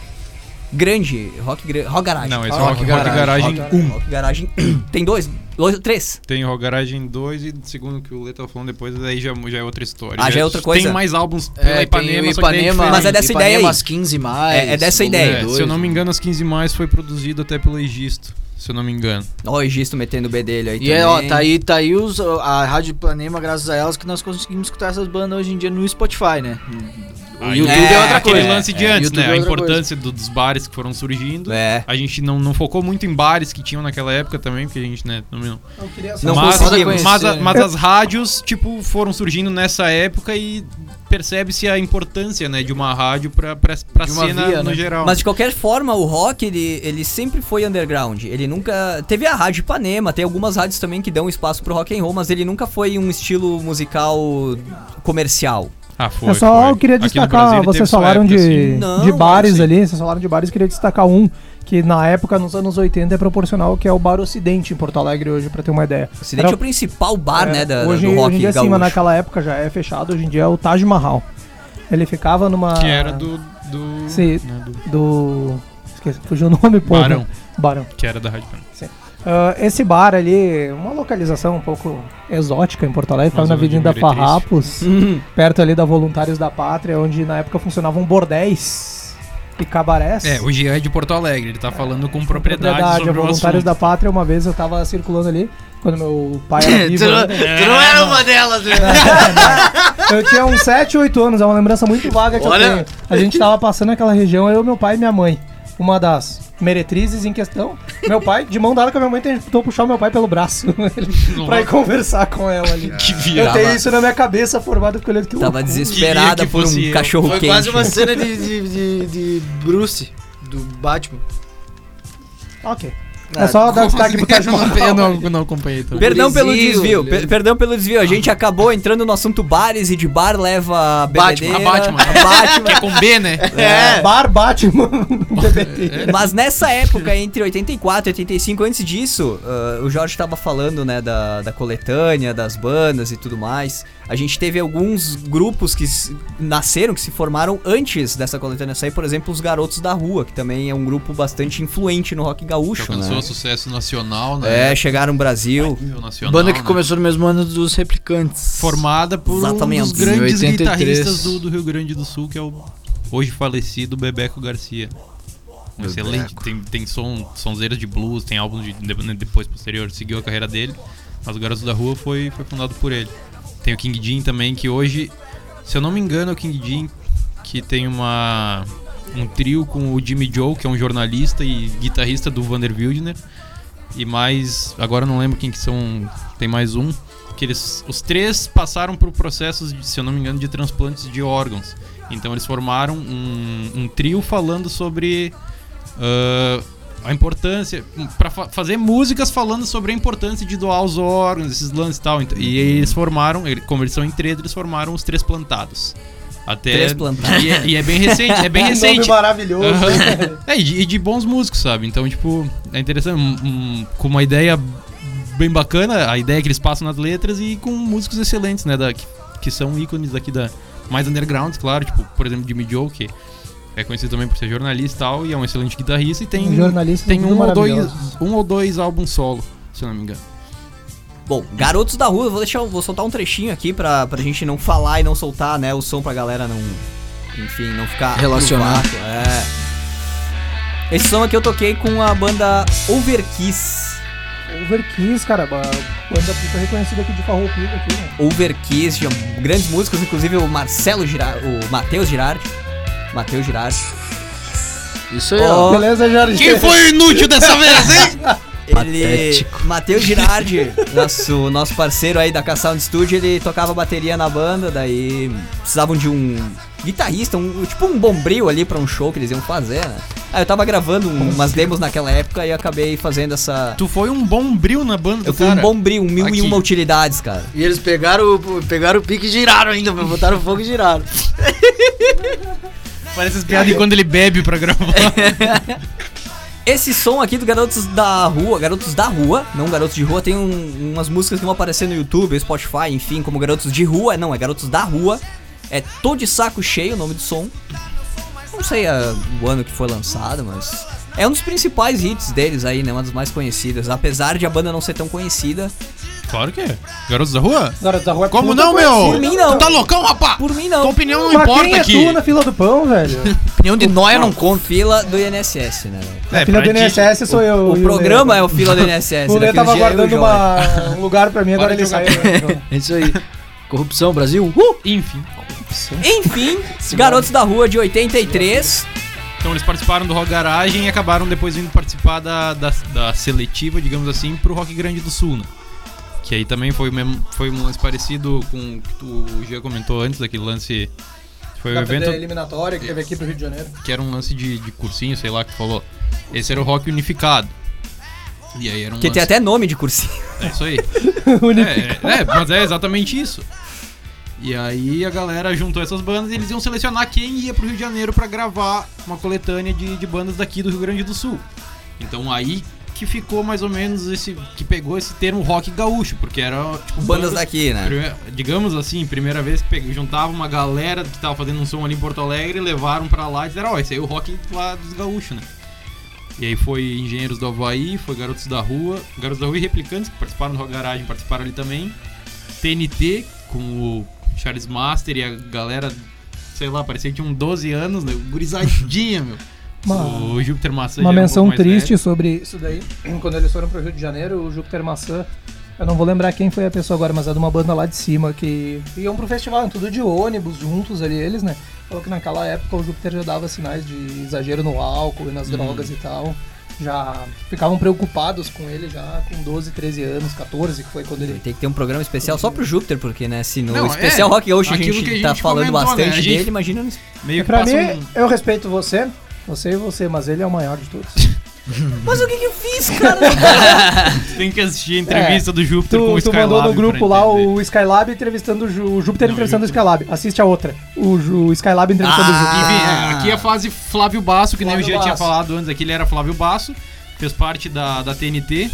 Grande, Rock, gra- rock Garage. Não, esse é Ah, o Rock, Rock Rock Garage. Garagem um. Rock Garagem tem dois, dois, três. Tem o Rock Garagem dois e segundo o que o Lê tava falando depois, aí já, já é outra história. Ah, já é outra coisa? Tem mais álbuns pela É, Ipanema, tem o só que daí é Ipanema, diferente. Mas é dessa ideia aí. Ipanema, as quinze mais. É- é dessa volume ideia. É, dois, se eu não me né? engano, as quinze mais foi produzido até pelo Egisto, se eu não me engano. Ó, o Egisto metendo o B dele aí E também. é, ó, tá aí, tá aí os, a Rádio Ipanema, graças a elas, que nós conseguimos escutar essas bandas hoje em dia no Spotify, né? O Aí YouTube é é, outra aquele coisa. lance de É, antes, YouTube né? é A outra importância do- dos bares que foram surgindo. É. A gente não, não focou muito em bares que tinham naquela época também, porque a gente, né, não, não. Eu queria Não mas, conseguimos. mas, a- conhecer. mas as rádios, tipo, foram surgindo nessa época e percebe-se a importância, né, de uma rádio pra, pra, pra De uma cena via, no né? geral. Mas de qualquer forma, o rock, ele, ele sempre foi underground. Ele nunca... Teve a Rádio Ipanema, tem algumas rádios também que dão espaço pro rock and roll, mas ele nunca foi um estilo musical comercial. Ah, foi, Eu só foi. eu queria Aqui no destacar, Brasil ele teve vocês sua falaram época, de, assim. Não, de bares sim. ali, vocês falaram de bares, queria destacar um que na época, nos anos oitenta, é proporcional, que é o Bar Ocidente em Porto Alegre hoje, pra ter uma ideia. O Ocidente Era- é o principal bar, é, né, da, hoje, do rock hoje em dia sim, gaúcho. mas naquela época já é fechado, hoje em dia é o Taj Mahal. Ele ficava numa... Que era do... do, Sim. né, do- do... Esqueci, fugiu o nome, pô. Barão. Barão. que era da Rádio Pan. Ah, esse bar ali, uma localização um pouco exótica em Porto Alegre, ficava Mais na ou menos Avenida de Meretriz. Farrapos, Uhum. perto ali da Voluntários da Pátria, onde na época funcionavam bordéis e cabarés. É, o Jean é de Porto Alegre, ele tá falando com propriedade, a sobre o Voluntários assunto. da Pátria, uma vez eu tava circulando ali, quando meu pai era vivo. Tu não, né? tu não era uma delas, né? Eu tinha uns sete, oito anos, é uma lembrança muito vaga que Olha. eu tenho. A gente tava passando aquela região, eu, meu pai e minha mãe. Uma das meretrizes em questão. Meu pai, de mão dada com a minha mãe, tentou puxar o meu pai pelo braço pra ir conversar com ela ali. Que Eu viagem. tenho isso na minha cabeça formado porque olhando que Tava loucura. desesperada que por um fosse eu. cachorro Foi quente. quase uma cena de, de, de, de Bruce, do Batman. Ok. É só dar destaque pro Taj Mahal. Eu não, não acompanhei também. Perdão pelo Gurizinho, desvio, ele- per- perdão pelo desvio. A gente acabou entrando no assunto bares e de bar leva a bebedeira. A Batman. a Batman. Que é com B, né? É, Bar Batman B B T. Mas nessa época, entre oitenta e quatro e oitenta e cinco, antes disso, ah, o Jorge tava falando, né, da, da coletânea, das bandas e tudo mais. A gente teve alguns grupos que se- nasceram, que se formaram antes dessa coletânea sair. Por exemplo, os Garotos da Rua, que também é um grupo bastante influente no rock Que gaúcho, alcançou né? sucesso nacional, né? É, chegaram no Brasil. Nível nacional, Banda que né? começou no mesmo ano dos Replicantes. Formada por Exatamente. um dos grandes Em oitenta e três. guitarristas do, do Rio Grande do Sul, que é o hoje falecido Bebeco Garcia. Um Bebeco. excelente, tem, tem som, sonzeiras de blues, tem álbuns de, de- depois, posterior, seguiu a carreira dele, mas o Garotos da Rua foi, foi fundado por ele. Tem o King Jim também, que hoje, se eu não me engano, é o King Jim, que tem uma, um trio com o Jimmy Joe, que é um jornalista e guitarrista do Vander Wildner, e mais, agora eu não lembro quem que são, tem mais um, que eles, os três passaram por processos, de, se eu não me engano, de transplantes de órgãos. Então eles formaram um, um trio falando sobre ah, a importância, pra fa- fazer músicas falando sobre a importância de doar os órgãos, esses lances e tal. Então, e eles formaram, ele- como eles são em três, eles formaram os Três Plantados. Até, Três Plantados. E, é, e é bem recente, é bem Nome recente. maravilhoso. Aham. É, e de, e de bons músicos, sabe? Então, tipo, é interessante. um- um- com uma ideia bem bacana, a ideia que eles passam nas letras e com músicos excelentes, né? Da, que, que são ícones aqui da. Mais underground, claro. Tipo, por exemplo, Jimmy Joe, que é conhecido também por ser jornalista e tal, e é um excelente guitarrista. E tem, Jornalistas tem tudo um, ou dois, maravilhosos. um ou dois álbuns solo, se eu não me engano. Bom, Garotos da Rua, eu vou deixar, vou soltar um trechinho aqui pra, pra gente não falar e não soltar, né, o som pra galera não, enfim, não ficar Relacionar. no vácuo, é. Esse som aqui eu toquei com a banda Overkiss. Overkiss, cara, uma banda super reconhecida aqui de Farroupilha aqui, né? Overkiss, tinha grandes músicos, inclusive o Marcelo Girardi, o Matheus Girardi. Matheus Girardi. Isso aí, ó. Ó, Beleza, Jorge? Quem foi o inútil dessa vez, hein? Ele, Patético. Matheus Girardi, nosso, nosso parceiro aí da K-Sound Studio, ele tocava bateria na banda, daí precisavam de um guitarrista, um, tipo um bombril ali pra um show que eles iam fazer, né? Aí eu tava gravando um- umas demos naquela época e acabei fazendo essa... Tu foi um bom bril na banda do Eu fui cara. um bombril, um mil Aqui. e uma utilidades, cara. E eles pegaram, o- pegaram o pique e giraram ainda, botaram fogo e giraram. Parece as piadas enquanto ele bebe pra gravar. Esse som aqui do Garotos da Rua, Garotos da Rua, não Garotos de Rua, tem um- umas músicas que vão aparecer no YouTube, Spotify, enfim, como Garotos de Rua, não, é Garotos da Rua. É Tô de Saco Cheio o nome do som. Não sei ah, o ano que foi lançado, mas é um dos principais hits deles aí, né, uma das mais conhecidas, apesar de a banda não ser tão conhecida. Claro que é. Garotos da Rua? Garotos da Rua é Como puta não, conhecido. meu? Por mim, não. Tu tá loucão, rapá? Por mim Tua não. opinião não Mas importa quem é aqui. tu na fila do pão, velho? Opinião de nóia não conta. Fila do I N S S, né? É, A fila pra do ti- I N S S sou eu. O e programa Lê. é o Fila do I N S S. O Lê daqui uns tava dias eu e o guardando Joy. uma, um lugar pra mim, agora Para ele de saiu. jogar. né? É isso aí. Corrupção, Brasil. Uh! Enfim. Enfim, Garotos da Rua de oitenta e três. Então eles participaram do Rock Garage e acabaram depois vindo participar da, da, da seletiva, digamos assim, pro Rock Grande do Sul, né? Que aí também foi, o mesmo, foi um lance parecido com o que tu, o Gia comentou antes, daquele lance... Foi um Da evento eliminatória que teve aqui pro Rio de Janeiro. que era um lance de, de cursinho, sei lá, que tu falou. Esse era o Rock Unificado. E aí era um Que tem lance... até nome de cursinho. É isso aí. Unificado. É, é, mas é exatamente isso. E aí a galera juntou essas bandas e eles iam selecionar quem ia pro Rio de Janeiro pra gravar uma coletânea de, de bandas daqui do Rio Grande do Sul. Então aí que ficou mais ou menos esse... que pegou esse termo rock gaúcho, porque era tipo... Bandas daqui, né? prime- Digamos assim, primeira vez que pegou, juntava uma galera que tava fazendo um som ali em Porto Alegre, levaram pra lá e disseram, ó, esse aí é o rock lá dos gaúchos, né? E aí foi Engenheiros do Havaí, foi Garotos da Rua, Garotos da Rua e Replicantes, que participaram do Rock Garage, participaram ali também. T N T, com o Charles Master e a galera, sei lá, parecia que tinha uns doze anos, né? Gurizadinha, meu. Uma- O Júpiter Maçã Uma já era um menção pouco mais triste velho. sobre isso daí. Quando eles foram pro Rio de Janeiro, o Júpiter Maçã Eu não vou lembrar quem foi a pessoa agora, mas é de uma banda lá de cima que iam pro festival, tudo de ônibus, juntos ali, eles, né? Falou que naquela época o Júpiter já dava sinais de exagero no álcool e nas Uhum. drogas e tal. Já ficavam preocupados com ele já com doze, treze anos, catorze, que foi quando ele... Tem que ter um programa especial só pro Júpiter, porque, né, se no Não, especial é, Rock Gaúcho a aquilo gente, que a tá gente falando comentou, bastante né? A gente- dele, imagina no Meio que Pra passa mim, um... eu respeito você, você e você, mas ele é o maior de todos. Mas o que que eu fiz, cara? Tem que assistir a entrevista É, do Júpiter com o Tu, tu Skylab mandou no pra grupo lá entender. o Skylab entrevistando o, Ju, o Júpiter Não, entrevistando o Júpiter. Skylab. Assiste a outra. O, Ju, o Skylab entrevistando Ah. o Júpiter. Enfim, é, aqui é a fase Flávio Basso, que nem Flávio eu já tinha Basso. falado antes. Aqui ele era Flávio Basso, fez parte da, da T N T.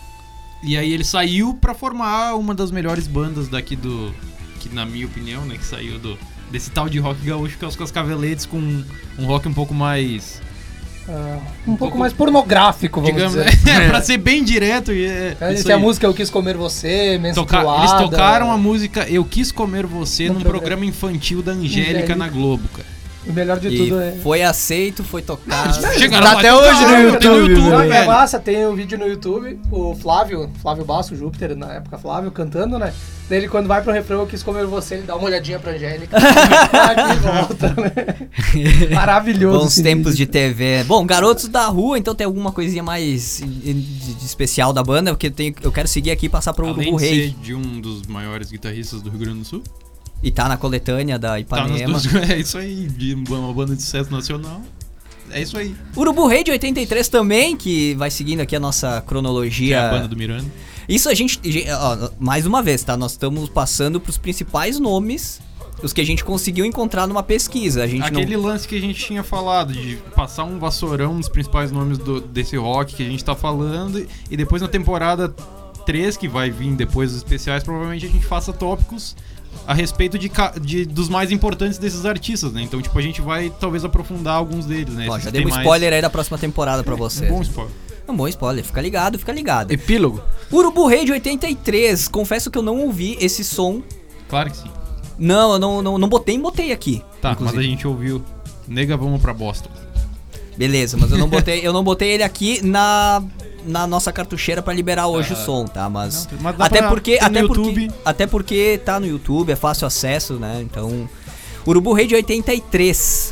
E aí ele saiu pra formar uma das melhores bandas daqui do... Que na minha opinião, né, que saiu do... Desse tal de rock gaúcho, que é os Cascaveletes, com um rock um pouco mais... Ah, um pouco mais pornográfico, vamos digamos, dizer. é, pra ser bem direto. E é, É, isso tem a aí. música Eu Quis Comer Você, Toca- Menstruada. Eles tocaram a música Eu Quis Comer Você No num programa. programa infantil da Angélica Angélica. na Globo, cara. O melhor de E tudo é... foi aceito, foi tocado. Chegaram Tá lá, até tocaram, hoje no tem YouTube, Não, e é velho. massa, tem o vídeo no YouTube, o Flávio, Flávio Basso, Júpiter, na época Flávio, cantando, né? Daí ele, quando vai pro refrão, Eu Quis Comer Você, ele dá uma olhadinha pra Angélica. Aqui e volta, né? Maravilhoso. Bons esse tempos vídeo. de T V. Bom, Garotos da Rua, então tem alguma coisinha mais de, de especial da banda, porque eu, tenho, eu quero seguir aqui e passar pro Além Urubu de Rei. ser de um dos maiores guitarristas do Rio Grande do Sul. E tá na coletânea da Tá nas Ipanema. duas, é isso aí, de uma banda de sucesso nacional. É isso aí. Urubu Rei de oitenta e três também, que vai seguindo aqui a nossa Que é cronologia. a banda do Miranda. Isso a gente, ó, mais uma vez, tá? Nós estamos passando pros principais nomes, os que a gente conseguiu encontrar numa pesquisa. A gente Aquele não... lance que a gente tinha falado, de passar um vassourão nos principais nomes do- desse rock que a gente tá falando, e depois na temporada três, que vai vir depois dos especiais, provavelmente a gente faça tópicos a respeito de, ca- de- dos mais importantes desses artistas, né? Então, tipo, a gente vai talvez aprofundar alguns deles, né? Ó, Esses já que dei um tem mais- spoiler aí da próxima temporada pra Um vocês. bom spoiler. Um bom spoiler, fica ligado, fica ligado. Epílogo. Urubu Rei de oitenta e três, confesso que eu não ouvi esse som. Claro que sim. Não, eu não, não, não botei, botei aqui. Tá, inclusive. mas a gente ouviu Nega, vamos pra Boston. Beleza, mas eu não botei, eu não botei ele aqui na, na nossa cartucheira pra liberar hoje o som, tá? Mas, Não, mas dá até pra- porque, tem no até porque, YouTube. até porque tá no YouTube, é fácil acesso, né? Então, Urubu Rei de oitenta e três.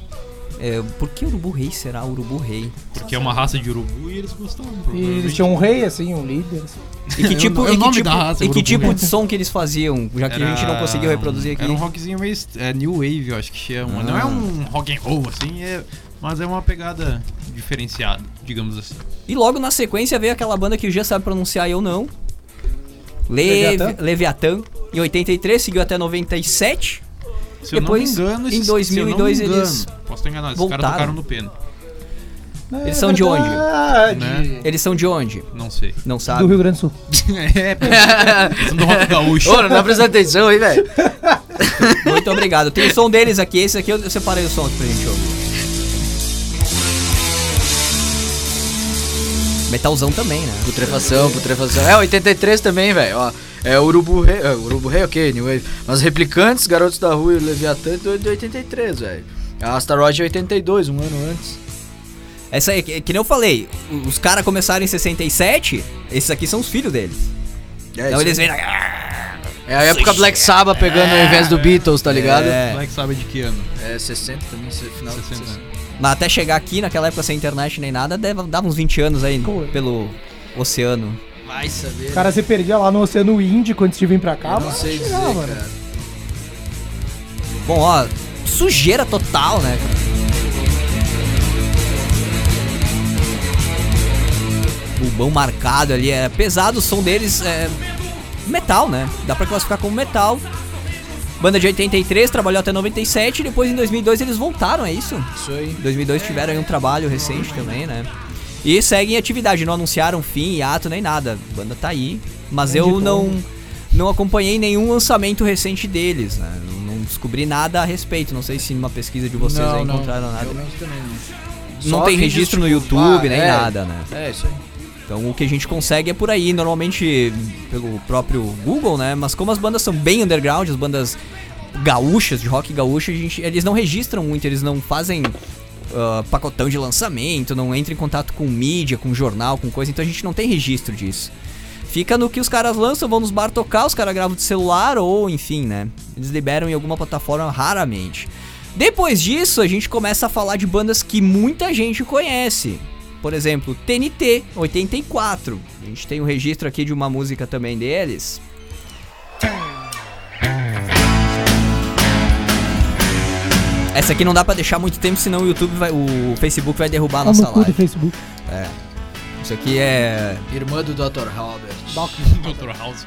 É, por que Urubu Rei será Urubu Rei? Porque é uma raça de urubu e eles gostavam. E eles provavelmente. tinham um rei, assim, um líder. Assim. E que tipo, É o e que nome tipo, da raça, e que Urubu tipo Rei. de som que eles faziam, já que a gente não Era- conseguiu reproduzir aqui? Era um rockzinho meio é, new wave, eu acho que chama. Ah. Não é um rock and roll assim, é, mas é uma pegada diferenciada, digamos assim. E logo na sequência veio aquela banda que o Gia sabe pronunciar e eu não. Lev- Leviatã? Leviatã. Em oitenta e três, seguiu até noventa e sete. Se Depois, eu não me engano, em esses- dois mil e dois se eu não me eles engano, posso estar enganado, esses voltaram. caras tocaram no Pena. Eles são de onde? Verdade. Né? Eles são de onde? Não sei. Não Do sabe? Rio Grande do Sul. é, eles são do rock gaúcho. Ô, não dá prestando atenção aí, velho. Muito obrigado. Tem o som deles aqui. Esse aqui eu separei o som aqui pra gente ouvir. Metalzão também, né? Putrefação, putrefação. É, oitenta e três também, velho. Ó, é Urubu Rei, é, Urubu Rei, ok, New Wave. Mas Replicantes, Garotos da Rua e Leviatã de de oitenta e três, velho. A Astaroid de oitenta e dois, um ano antes. Essa aí, que, que nem eu falei, os caras começaram em sessenta e sete, esses aqui são os filhos deles. É, Então isso eles aí. vêm... É a época Black Sabbath pegando ao invés do Beatles, tá ligado? É. Black sabe de que ano? É, sessenta também, se- final de sessenta. sessenta. Mas até chegar aqui, naquela época sem internet nem nada, dava, dava uns vinte anos aí Pô. pelo oceano. Vai saber. O cara se perdia lá no Oceano Índico antes de vir pra cá. Eu não mas sei dizer, chegava, né? cara. Bom, ó, sujeira total, né? Bubão marcado ali, é pesado, o som deles é metal, né? Dá pra classificar como metal. Banda de oitenta e três, trabalhou até noventa e sete, e depois em dois mil e dois eles voltaram, é isso? Isso aí. Em dois mil e dois tiveram aí um trabalho recente também, né? E seguem em atividade, não anunciaram fim, hiato, nem nada. A banda tá aí, mas eu não, não acompanhei nenhum lançamento recente deles, né? Não descobri nada a respeito, não sei se numa pesquisa de vocês aí encontraram nada. realmente também não. Não Só tem vídeos, registro no tipo, YouTube, ah, nem é. nada, né? É, isso aí. Então o que a gente consegue é por aí, normalmente pelo próprio Google, né? Mas como as bandas são bem underground, as bandas gaúchas, de rock gaúcho, a gente, eles não registram muito, eles não fazem uh, pacotão de lançamento, não entram em contato com mídia, com jornal, com coisa, então a gente não tem registro disso. fica no que os caras lançam, vão nos bar tocar, os caras gravam de celular ou enfim, né? Eles liberam em alguma plataforma raramente. Depois disso, a gente começa a falar de bandas que muita gente conhece. Por exemplo, T N T, oitenta e quatro. A gente tem um registro aqui de uma música também deles. Essa aqui não dá pra deixar muito tempo, senão o YouTube vai, o Facebook vai derrubar a nossa no cu do live. Facebook. É. Isso aqui é... Irmã do doutor Robert. doutor House.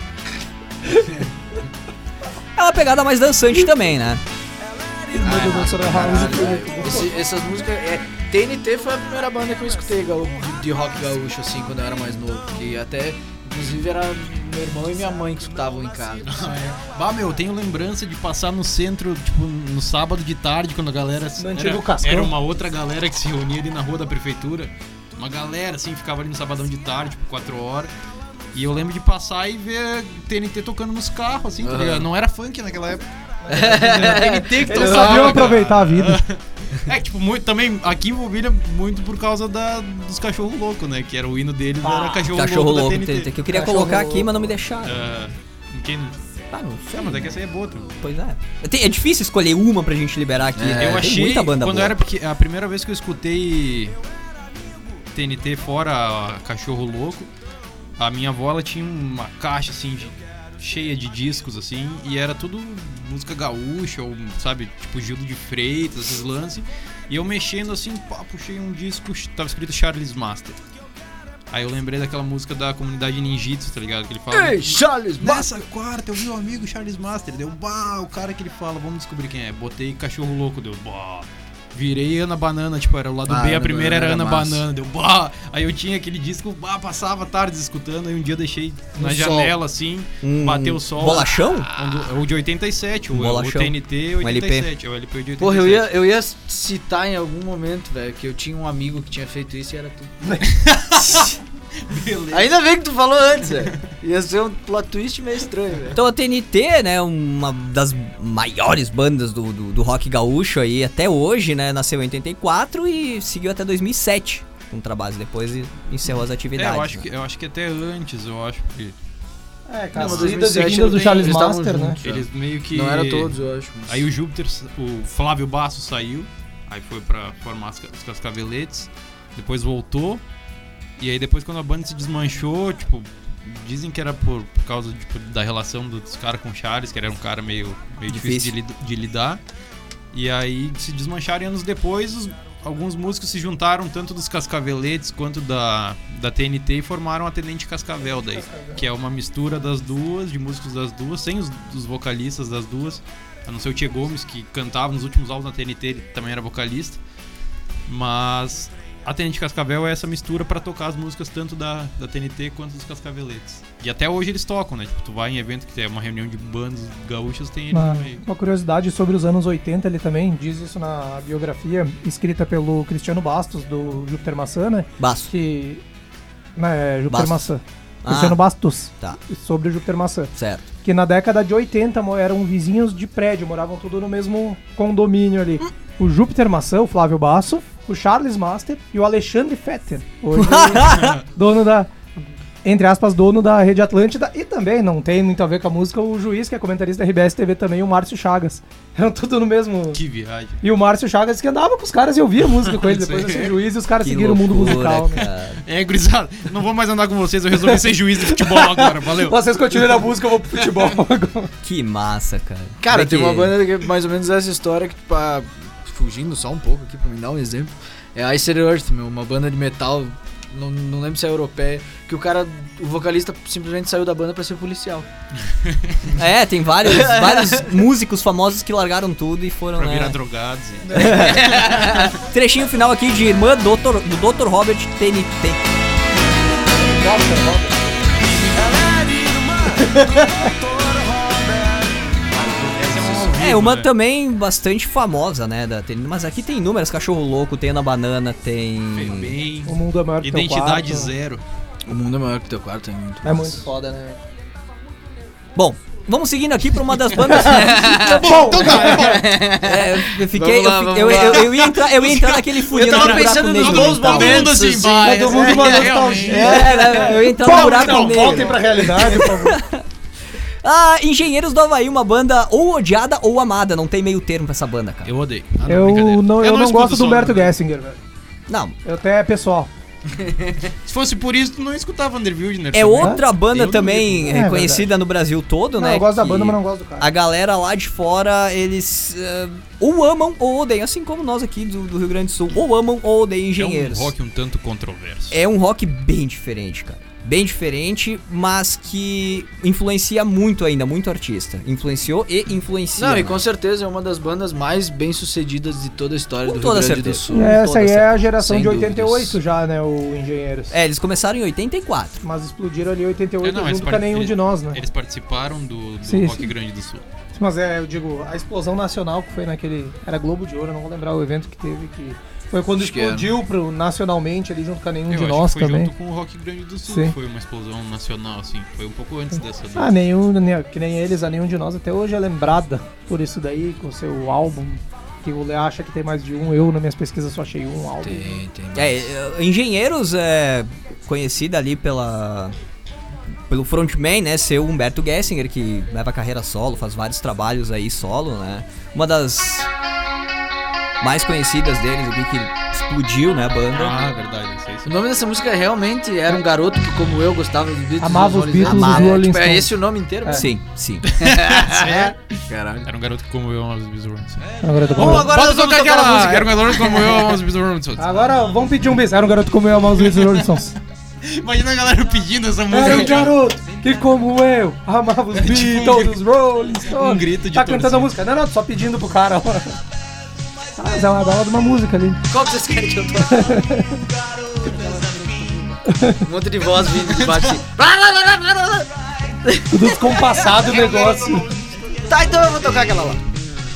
É uma pegada mais dançante também, né? Irmã do doutor House. Esse, essas músicas. É, T N T foi a primeira banda que eu escutei gaú- de, de rock gaúcho, assim, quando eu era mais novo. Que até, inclusive, era meu irmão e minha mãe que escutavam em casa. Bah, meu, eu tenho lembrança de passar no centro, tipo, no sábado de tarde, quando a galera... No antigo Era, Cascão. era uma outra galera que se reunia ali na rua da prefeitura. Uma galera, assim, ficava ali no sabadão de tarde, tipo, quatro horas. E eu lembro de passar e ver T N T tocando nos carros, assim, tá Uhum. ligado? Não era funk naquela época. Era T N T que Eles tocava. sabiam aproveitar a vida. É, tipo, muito, também aqui em Vovilha, muito por causa da, dos cachorros loucos, né? Que era o hino deles, era cachorro, Cachorro louco, louco, da T N T. que eu queria Cachorro colocar aqui, louco. mas não me deixaram. Ah, quem não... Ah, não sei. Ah, mas é que essa aí é boa, também. Pois é. Tem- É difícil escolher uma pra gente liberar aqui. É, né? Eu Tem achei, muita banda quando boa. eu era pequeno, a primeira vez que eu escutei T N T fora a Cachorro Louco, a minha avó, ela tinha uma caixa, assim, de- cheia de discos, assim, e era tudo música gaúcha, ou, sabe, tipo Gildo de Freitas, esses lances, e eu mexendo, assim, pá, puxei um disco, tava escrito Charles Master. Aí eu lembrei daquela música da comunidade Ninjitsu, tá ligado? Que ele fala... Ei, Charles Nessa quarta eu vi o amigo Charles Master, deu bah, o cara que ele fala, vamos descobrir quem é. Botei Cachorro Louco, deu bah. Virei Ana Banana, tipo, era o lado Ah, B, a Ana primeira era Banana Ana era massa. Banana, deu bah. Aí eu tinha aquele disco, bah, passava tardes escutando, aí um dia eu deixei na No janela, assim, Um bateu o sol. bolachão? Quando- o de oitenta e sete, Um o, o bolachão. T N T Um L P. oitenta e sete, é o L P de oitenta e sete. Porra, eu ia, eu ia citar em algum momento, velho, que eu tinha um amigo que tinha feito isso e era tudo. Beleza. Ainda bem que tu falou antes, velho. Ia ser um plot twist meio estranho, velho. Então a T N T, né, uma das maiores bandas do, do, do rock gaúcho aí até hoje, né, nasceu em oitenta e quatro e seguiu até dois mil e sete com trabalhos, depois e encerrou as É, atividades. eu acho, né? que, eu acho que até antes, eu acho que É, cara, Não, as mas idas e 2007 vindas do eles Charles estavam Master, né? juntos. eles meio que... Não era todos, eu acho. mas- Aí o Júpiter, o Flávio Basso saiu, aí foi pra formar as, ca- os Cascaveletes, depois voltou, e aí depois quando a banda se desmanchou, tipo, dizem que era por, por causa tipo, da relação dos caras com o Charles, que ele era um cara meio, meio difícil, Difícil. de, lid- de lidar, e aí se desmancharam e anos depois, os- alguns músicos se juntaram tanto dos Cascaveletes quanto da, da T N T e formaram a Tenente Cascavel daí, que é uma mistura das duas, de músicos das duas, sem os, os vocalistas das duas, a não ser o Tchê Gomes, que cantava nos últimos álbuns da T N T, ele também era vocalista. Mas a Tenente Cascavel é essa mistura pra tocar as músicas tanto da, da T N T quanto dos Cascaveletes. E até hoje eles tocam, né? Tipo, tu vai em evento que é uma reunião de bandas gaúchas, tem eles Uma, no meio. uma curiosidade sobre os anos oitenta, ele também diz isso na biografia escrita pelo Cristiano Bastos, do Júpiter Maçã, né? Baço. Que. Né, Júpiter Bastos. Maçã. Ah. Cristiano Bastos. Tá. Sobre o Júpiter Maçã. Certo. Que na década de oitenta mo- eram vizinhos de prédio, moravam tudo no mesmo condomínio ali. O Júpiter Maçã, o Flávio Basso, o Charles Master e o Alexandre Fetter. Hoje, dono da. Entre aspas, dono da Rede Atlântida. E também, não tem muito a ver com a música, o juiz, que é comentarista da R B S T V também, o Márcio Chagas. Eram tudo no mesmo. Que viagem. E o Márcio Chagas que andava com os caras e ouvia música com ele. Depois Sim. de ser juiz e os caras Que seguiram o mundo loucura, musical, né? cara. É, gurizada, não vou mais andar com vocês, eu resolvi ser juiz de futebol agora, valeu. Vocês continuem na música, eu vou pro futebol agora. Que massa, cara. Cara, Como é tem que- uma banda que é mais ou menos essa história que, tipo, ah, fugindo só um pouco aqui pra me dar um exemplo, é a Ice Earth, meu, uma banda de metal, não, não lembro se é europeia, que o cara, o vocalista simplesmente saiu da banda pra ser policial. É, tem vários, vários músicos famosos que largaram tudo e foram, Pra né? virar drogados. e- Trechinho final aqui de Irmã doutor do doutor Robert T N T. Ela era irmã do doutor Robert. Essa é uma ao vivo, É, uma né? também bastante famosa, né? Da T N T. Mas aqui tem inúmeras, Cachorro Louco, tem Ana Banana, tem... Bem, O mundo é maior que teu identidade quarto. zero. O mundo é maior que o teu quarto, é muito. É muito foda, né? Bom, Vamos seguindo aqui pra uma das bandas. Bom, É, eu fiquei. Vamos lá, eu, fi- vamos eu, lá. eu, eu ia entrar, eu ia entrar naquele funil Eu tava do buraco pensando nos negro bons mental. momentos, assim, assim, vai, todo mundo uma é, nostalgia. É, né, eu ia entrar no Bom, buraco não, negro. voltem pra realidade, por favor. Ah, Engenheiros do Havaí, uma banda ou odiada ou amada. Não tem meio termo pra essa banda, cara. Eu odeio. Ah, Eu brincadeira. não, eu não escuto gosto do som, Humberto né? Gessinger, velho. Não. Eu até é pessoal. Se fosse por isso, tu não escutava Underwildner. É também. outra banda Eu também duvido. É reconhecida no Brasil todo, Não, né? eu gosto da que banda, mas não gosto do cara. A galera lá de fora, eles eh, ou amam ou odeiam, assim como nós aqui do, do Rio Grande do Sul, ou amam ou odeiam Engenheiros. É um rock um tanto controverso. É um rock bem diferente, cara. Bem diferente, mas que influencia muito ainda, muito artista. Influenciou e influencia. Não, e né? com certeza é uma das bandas mais bem sucedidas de toda a história Com do toda Rio Grande certeza. do Sul. Essa Toda aí é a certeza. geração Sem de oitenta e oito dúvidas. já, né, o Engenheiros. É, eles começaram em oitenta e quatro. Mas explodiram ali em oitenta e É, oito não, eles junto com part- nenhum eles- de nós, né? Eles participaram do, do Sim, Rock sim. Grande do Sul. Mas é, eu digo, a explosão nacional que foi naquele... Era Globo de Ouro, eu não vou lembrar o evento que teve, que... Foi quando Acho que explodiu pro, nacionalmente ali junto com nenhum Eu de acho nós que foi também. junto com o Rock Grande do Sul. Sim. Foi uma explosão nacional, assim. Foi um pouco antes dessa. Ah, nenhum, nem- que nem eles, a nenhum de nós até hoje é lembrada por isso daí, com seu álbum, que o Lê acha que tem mais de um. Eu, nas minhas pesquisas, só achei um álbum. Tem, tem. É, eh, Engenheiros é conhecida ali pela pelo frontman, né, ser o Humberto Gessinger, que leva a carreira solo, faz vários trabalhos aí solo, né? Uma das mais conhecidas deles ali, que explodiu, né, a banda. Ah, verdade. Isso aí. O nome dessa música realmente era um garoto que, como eu, gostava dos Beatles. Amava os Rolling Beatles, Stones. os É, Rolling tipo, é Stones. esse o nome inteiro? mesmo? Sim, sim. É. Caralho. Era um garoto que como eu amo os Beatles. Agora, eu tô Vamos falando. agora Bota nós vamos tocar tocar a aquela. música. Era um garoto como eu amo os Beatles. Agora vamos pedir um bis. Era um garoto como eu amava os Beatles e Rolling Stones. Imagina a galera pedindo essa música. Era um tipo, garoto que, como eu, amava os Beatles, os Rolling Stones. um grito de Tá cantando torcida. a música. Não, não, só pedindo pro cara. Ah, mas é uma bela de uma música ali. Qual que vocês querem que eu toque? Um monte de voz vindo de baixo assim. Tudo descompassado o negócio. Tá, então eu vou tocar aquela lá.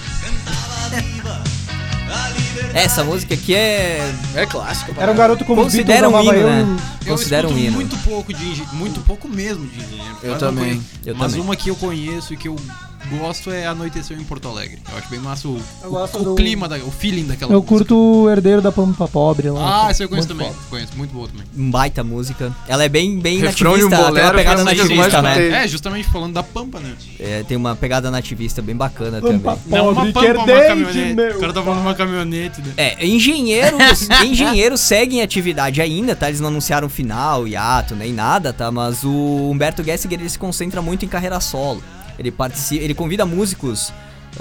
Essa música aqui é É clássico. Era um garoto como os Beatles considera um amava hino, eu. né? Eu Considera um escuto hino. muito pouco de engenheiro, muito pouco mesmo de engenheiro. Eu Mas também. conheço. Eu Mas também. uma que eu conheço e que eu gosto é Anoiteceu em Porto Alegre. Eu acho bem massa o, Eu o, gosto o do- clima, da, o feeling daquela Eu música. curto o Herdeiro da Pampa Pobre lá. Ah, essa eu conheço Muito também. foda. Conheço, muito boa também. um baita música. Ela é bem, bem Refrão de um nativista, tem bolero uma pegada foi a música que eu nativista, mais né? escutei. É, justamente falando da Pampa, né? É, tem uma pegada nativista bem bacana Pampa também. Não, uma Pobre, que Pampa, uma herdei de caminhonete. meu. O cara tá falando uma caminhonete, né? É, engenheiros, engenheiros seguem atividade ainda, tá? Eles não anunciaram final, hiato, nem nada, tá? Mas o Humberto Gessinger, ele se concentra muito em carreira solo. Ele participa, ele convida músicos,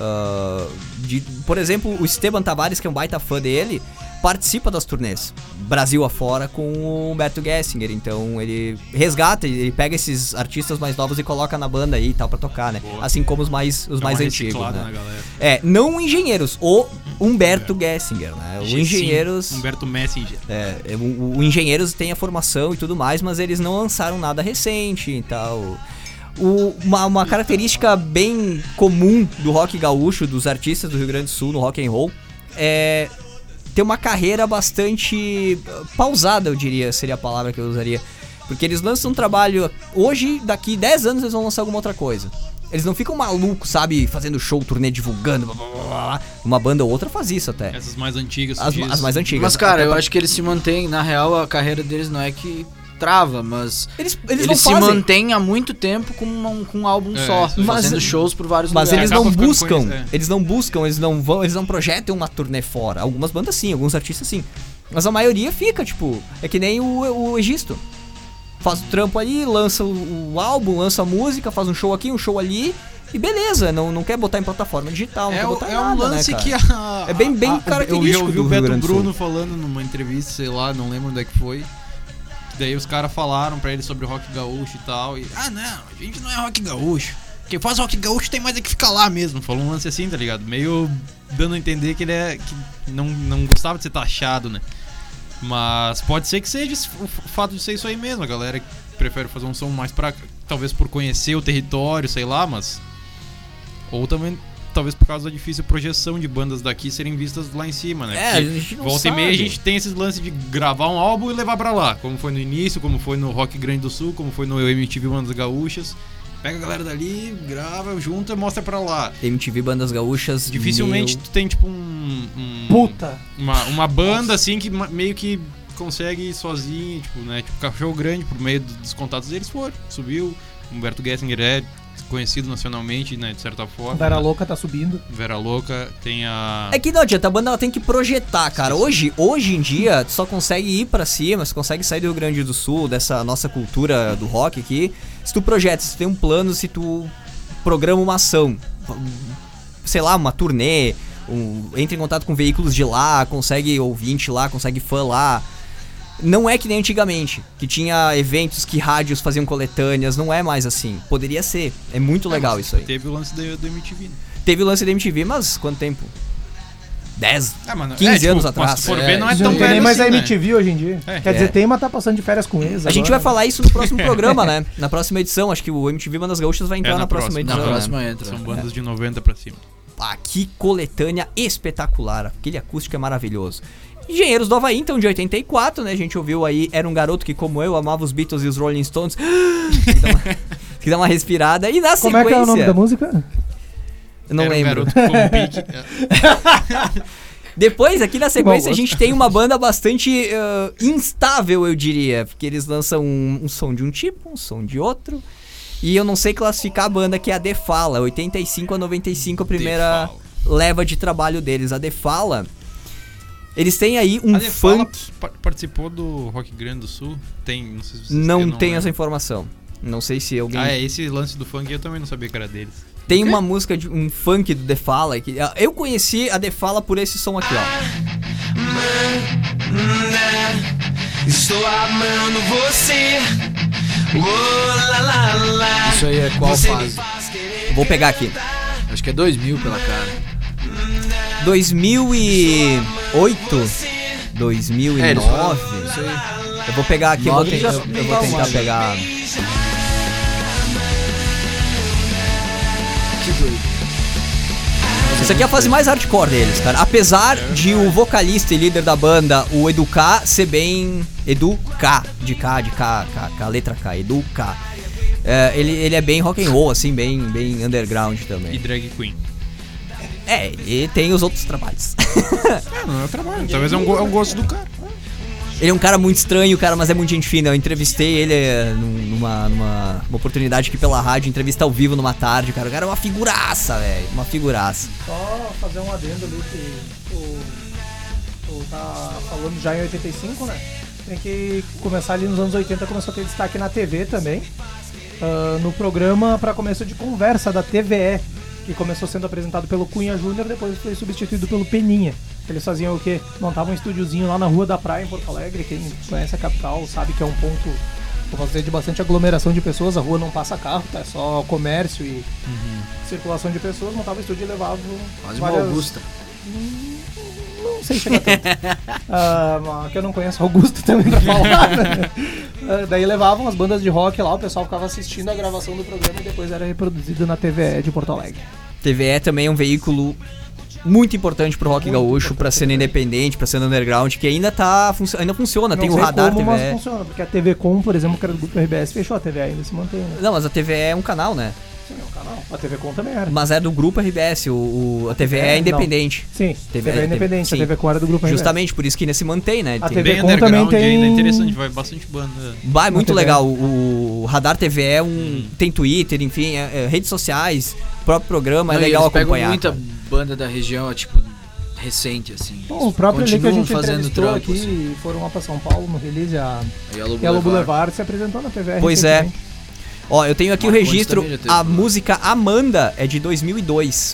ah, de, por exemplo, o Esteban Tavares, que é um baita fã dele, participa das turnês, Brasil afora, com o Humberto Gessinger. Então ele resgata, ele pega esses artistas mais novos e coloca na banda aí e tal pra tocar, né? Boa. Assim como os mais, os Dá mais uma antigos, reciclada né? na galera. É, não engenheiros, o Humberto Gessinger, né? O Sim, engenheiros... Humberto Messenger. É, o, o Engenheiros tem a formação e tudo mais, mas eles não lançaram nada recente e tal. O, uma, uma característica bem comum do rock gaúcho, dos artistas do Rio Grande do Sul no rock and roll, é ter uma carreira bastante uh, pausada, eu diria, seria a palavra que eu usaria. Porque eles lançam um trabalho, hoje, daqui dez anos eles vão lançar alguma outra coisa. Eles não ficam malucos, sabe, fazendo show, turnê, divulgando, blá, blá, blá, blá. Uma banda ou outra faz isso até. Essas mais antigas. As, diz. as mais antigas. Mas, cara, Até eu pra- acho que eles se mantêm. Na real, a carreira deles não é que trava, mas Eles, eles, eles, não se fazem. mantêm há muito tempo com, uma- com um álbum É, só, isso aí. fazendo Mas- shows por vários Mas lugares. eles acaba não ficando buscam, conhecido, é. eles não buscam, eles não vão, eles não projetam uma turnê fora. Algumas bandas sim, alguns artistas sim. Mas a maioria fica, tipo, é que nem o, o Egisto. Faz o trampo ali, lança o, o álbum, lança a música, faz um show aqui, um show ali e beleza, não, não quer botar em plataforma digital, não É, quer o- botar em é nada, um lance né, cara? que a, É bem- bem a- característico Eu já ouvi do o Rio Beto Grande do Sul. Bruno falando numa entrevista, sei lá, não lembro onde é que foi. Daí os caras falaram pra ele sobre o rock gaúcho e tal. E, ah, não, a gente não é rock gaúcho. Quem faz rock gaúcho tem mais é que ficar lá mesmo. Falou um lance assim, tá ligado? Meio dando a entender que ele é. Que não, não gostava de ser taxado, né? Mas pode ser que seja esse- o f- fato de ser isso aí mesmo. A galera que prefere fazer um som mais pra. Talvez por conhecer o território, sei lá, mas. Ou também. Talvez por causa da difícil projeção de bandas daqui serem vistas lá em cima, né? É, Porque a gente não volta e meia a sabe. gente tem esses lances de gravar um álbum e levar pra lá. Como foi no início, como foi no Rock Grande do Sul, como foi no M T V Bandas Gaúchas. pega a galera dali, grava, junta, mostra pra lá. M T V Bandas Gaúchas. Dificilmente meu... tu tem, tipo, um... um Puta! Uma, uma banda, assim, que ma- meio que consegue ir sozinho, tipo, né? Tipo, Cachorro Grande, por meio dos contatos deles, foram. Subiu. Humberto Gessinger é conhecido nacionalmente, né? De certa forma. Vera né? Louca tá subindo. Vera Louca, tem a... É que não adianta, a banda ela tem que projetar, cara. Hoje, hoje em dia, tu só consegue ir pra cima, você consegue sair do Rio Grande do Sul, dessa nossa cultura do rock aqui, se tu projeta, se tu tem um plano, se tu programa uma ação, sei lá, uma turnê, um, entra em contato com veículos de lá, consegue ouvinte lá, consegue fã lá. Não é que nem antigamente, que tinha eventos que rádios faziam coletâneas, não é mais assim. Poderia ser, é muito legal é, isso aí. Teve o lance do, do M T V, né? Teve o lance da M T V, mas quanto tempo? dez, Ah, mano, quinze é, tipo, anos mas atrás. se for É, ver, não é Não tão tem velho nem mais assim, a né? M T V hoje em dia. É. Quer dizer, É. tem, mas tá passando de férias com eles A gente agora. vai falar isso no próximo programa, né? Na próxima edição, acho que o M T V Bandas Gaúchas vai entrar É, na, na próxima, próxima. edição. Na né? próxima entra. São bandas de noventa pra cima. Ah, que coletânea espetacular. Aquele acústico é maravilhoso. Engenheiros do Havaí, então, de oitenta e quatro, né? A gente ouviu aí, era um garoto que, como eu, amava os Beatles e os Rolling Stones. que, dá uma, que dá uma respirada. E na Como sequência... é que é o nome da música? Eu não Era um lembro. garoto com um pique. Depois, aqui na sequência, Bom, a gente tem uma banda bastante uh, instável, eu diria. Porque eles lançam um, um som de um tipo, um som de outro. E eu não sei classificar a banda, que é a The Fala. oitenta e cinco a noventa e cinco, a primeira leva de trabalho deles. A The Fala, eles têm aí um A The Fala funk... pa- participou do Rock Grande do Sul? Tem, não sei se vocês Não, têm, tenho lembro. essa informação. Não sei se alguém... Ah, é, esse lance do funk eu também não sabia que era deles. Tem uma música, de um funk do The Fala. Que, eu conheci a The Fala por esse som aqui, ó. Estou amando você. Oh, lá, lá, lá. Isso aí é qual Você me fase? faz querer Vou pegar aqui. Acho que é dois mil pela cara. dois mil e oito? dois mil e nove? Isso aí. Eu vou pegar aqui, eu vou, Nove te- já eu- eu vou tá tentar mais. pegar. Que doido. Isso aqui é a fase mais hardcore deles, cara. Apesar de o vocalista e líder da banda, o Edu K, ser bem. Edu K, de K, de K, K, K letra K, Edu K. É, ele, ele é bem rock and roll, assim, bem, bem underground E também. drag queen. É, ele tem os outros trabalhos. É, não é o trabalho. Talvez é um, go- é um gosto do cara. Ele é um cara muito estranho, cara, mas é muito gente fina. Eu entrevistei ele é, num- numa, numa uma oportunidade aqui pela rádio, entrevista ao vivo numa tarde, cara. O cara é uma figuraça, velho. Uma figuraça. Só fazer um adendo ali que o, o tá falando já em oitenta e cinco, né? Tem que começar ali nos anos oitenta, começou a ter destaque na T V também. Ah, no programa para começo de conversa da T V E, que começou sendo apresentado pelo Cunha Júnior, depois foi substituído pelo Peninha. Eles faziam o quê? Montavam um estúdiozinho lá na Rua da Praia, em Porto Alegre. Quem conhece a capital sabe que é um ponto, vou dizer, de bastante aglomeração de pessoas. A rua não passa carro, tá? É só comércio e circulação de pessoas. Montava o estúdio e levava Quase uma várias... Augusta. Não sei chegar tanto. Ah, mas que eu não conheço Augusto também pra falar, né? Ah, daí levavam as bandas de rock lá, o pessoal ficava assistindo a gravação do programa e depois era reproduzido na T V E de Porto Alegre. T V E também é um veículo muito importante pro rock Muito gaúcho, importante, pra cena né? independente, pra cena underground, que ainda tá func- ainda funciona, tem não o sei radar como, mas T V E. funciona, porque a T V Com, por exemplo, que era do grupo R B S, fechou. A T V E ainda se mantém, né? Não, mas a T V E é um canal, né? Sim, é um canal. A T V Com também era. Mas é do grupo R B S, o, o- a T V E é, É, independente. Sim, T V T V é independente, sim. a T V Com era do grupo R B S. Justamente por isso que ainda se mantém, né? A Tem- T V Bem Com underground também tem- ainda, é interessante, vai bastante banda. Vai, muito T V E. legal. O, o Radar T V é um. Tem Twitter, enfim, é- é redes sociais, próprio programa, Não, é e legal eles pegam acompanhar. muita cara. banda da região, tipo, recente, assim. Bom, o próprio ali que a Continuam gente fazendo entrevistou trampo, aqui, assim. foram lá pra São Paulo no release, a Yellow Yellow Boulevard. Boulevard se apresentou na T V E Pois é. recentemente. Ó, eu tenho aqui o Marcondes registro. também já teve A lá. música Amanda é de dois mil e dois.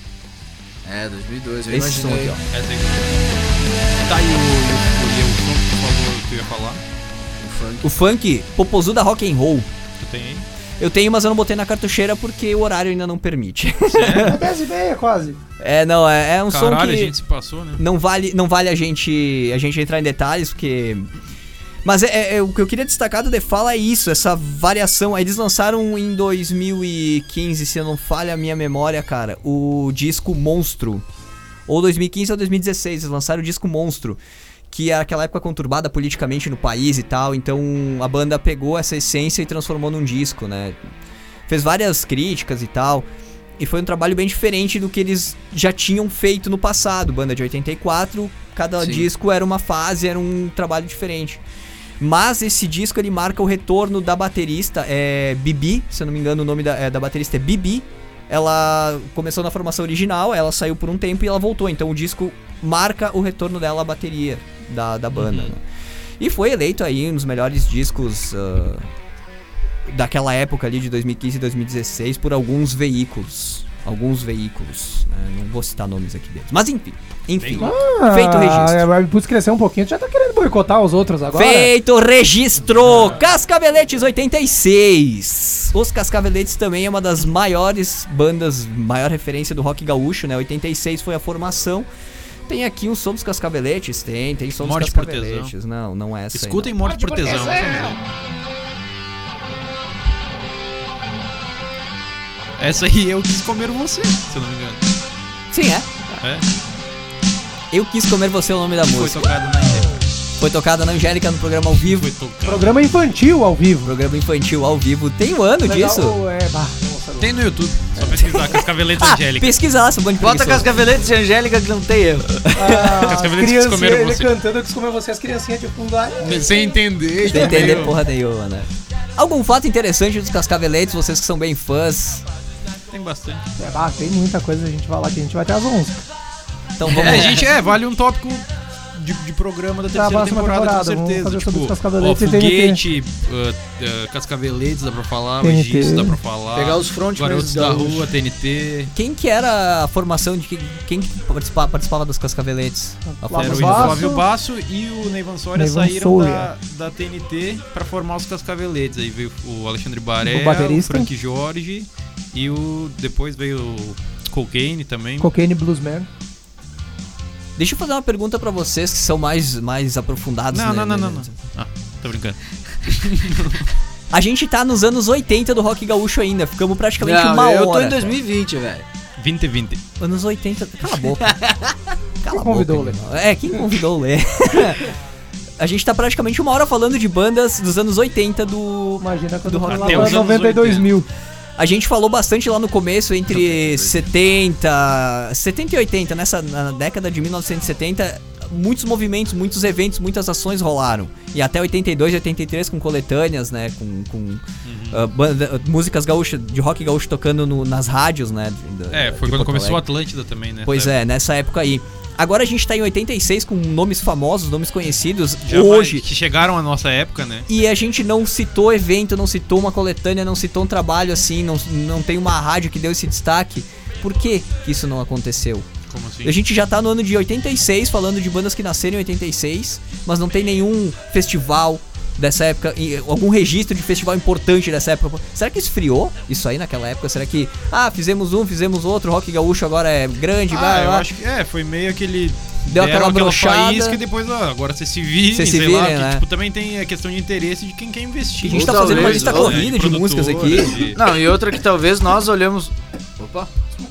É, dois mil e dois, eu Esse som imaginei. aqui, ó. Essa aí. Tá aí o, o, o, o som que tu falou que tu ia falar. O funk. O funk, Popozuda Rock and Roll. Tu tem aí? Eu tenho, mas eu não botei na cartucheira porque o horário ainda não permite. É dez e meia quase. É, não, é, é um som Caralho, que a gente se passou, né? não vale, não vale a gente a gente entrar em detalhes, porque... Mas é, é- é o que eu queria destacar do The Fala é isso, essa variação. Eles lançaram em dois mil e quinze, se eu não falha a minha memória, cara, o disco Monstro. Ou dois mil e quinze ou dois mil e dezesseis, eles lançaram o disco Monstro, que é aquela época conturbada politicamente no país e tal, então a banda pegou essa essência e transformou num disco, né? fez várias críticas e tal. E foi um trabalho bem diferente do que eles já tinham feito no passado. Banda de oitenta e quatro, cada Sim. disco era uma fase, era um trabalho diferente. Mas esse disco ele marca o retorno da baterista, é Bibi, se eu não me engano o nome da, é, da baterista é Bibi. Ela começou na formação original, ela saiu por um tempo e ela voltou. Então o disco marca o retorno dela à bateria da, da banda. Uhum. Né? E foi eleito aí um dos melhores discos uh, daquela época ali de dois mil e quinze e dois mil e dezesseis por alguns veículos. Alguns veículos, né? Não vou citar nomes aqui deles. Mas enfim, enfim. Ah, feito o registro. A Putz cresceu um pouquinho, já tá querendo boicotar os outros agora. Feito o registro! Cascaveletes oitenta e seis. Os Cascaveletes também é uma das maiores bandas, maior referência do rock gaúcho, né? oitenta e seis foi a formação. Tem aqui um som dos Cascaveletes? Tem, tem som dos Morte por Cascaveletes. Tesão. Não, não é essa. Escutem aí, Morte por Tesão. Essa aí eu quis comer você, se eu não me engano. Sim, é. É? Eu quis comer você, é o nome da Foi música. tocado na Angélica. Foi tocada na Angélica no programa ao vivo. Foi tocado. Programa infantil ao vivo. Programa infantil ao vivo. Tem um ano Legal, disso? É, bah, nossa, Tem no YouTube, só pesquisar Cascaveletes Ah, Angélica. pesquisa lá, seu bando de Bota preguiçoso. Cascaveletes e Angélica que não tem erro. Ah, Cascaveletes criancinha, comeram ele você. cantando, eu quis comer você, as criancinhas de fundo lá. Sem entender. Sem entender entendeu? porra nenhuma, né? Algum fato interessante dos Cascaveletes, vocês que são bem fãs. Tem bastante. É, bah, tem muita coisa, a gente vai lá que a gente vai ter as onze. Então vamos É, lá. gente, é, vale um tópico de, de programa da Da terceira próxima temporada, temporada, com vamos certeza. fazer sobre Tipo, os Cascaveletes ó, e T N T. Foguete, uh, uh, Cascaveletes, dá pra falar, T N T. Magis, dá pra falar. Pegar os frontmans Garotos da gaúchos. Rua, T N T. Quem que era a formação de quem, quem que participava, participava dos Cascaveletes? A Flávio Era o formação- Basso. Flávio Basso e o Neivan Soria Neivan saíram Soria. da, da T N T pra formar os Cascaveletes. Aí veio o Alexandre Baré, O o, baterista. Frank Jorge e o depois veio o Cocaine também. Cocaine Bluesman. Deixa eu fazer uma pergunta pra vocês que são mais, mais aprofundados. Não, né, não, não, né, não, né? não. Ah, tô brincando. A gente tá nos anos oitenta do rock gaúcho ainda. Ficamos praticamente Não, uma eu tô hora. em dois mil e vinte, velho. vinte vinte. Anos oitenta. Cala a boca. Cala Quem a convidou boca, o Lê? irmão. É, quem convidou o Lê? A gente tá praticamente uma hora falando de bandas dos anos oitenta do... Imagina quando Do foi rock lá até pra os anos noventa e dois mil. A gente falou bastante lá no começo, entre setenta, setenta e oitenta, nessa na década de mil novecentos e setenta, muitos movimentos, muitos eventos, muitas ações rolaram. E até oitenta e dois, oitenta e três com coletâneas, né, com, com Uhum. uh, banda, músicas gaúchas, de rock gaúcho tocando no- nas rádios, né. de- de- É, de foi quando Porto começou a Alegre. Atlântida também, né? Pois é, nessa época aí. Agora a gente tá em oitenta e seis com nomes famosos, nomes conhecidos, Já hoje. vai- que chegaram à nossa época, né? E a gente não citou evento, não citou uma coletânea, não citou um trabalho assim, não, não tem uma rádio que deu esse destaque. Por que que isso não aconteceu? Como assim? A gente já tá no ano de oitenta e seis, falando de bandas que nasceram em oitenta e seis, mas não tem nenhum festival dessa época, e algum registro de festival importante dessa época. Será que esfriou isso aí naquela época? Será que, ah, fizemos um, fizemos outro, Rock Gaúcho agora é grande, Ah, vai, eu vai. acho que é, foi meio aquele. Deu deram aquela brochada. faísca e depois, ó, agora você se vire, Cê se sei lá, virem, que, né? tipo, também tem a questão de interesse de quem quer investir. A gente Ou tá fazendo uma talvez, lista ou, corrida de, músicas aqui. produtoras, de- Não, e outra que talvez nós olhamos. Opa!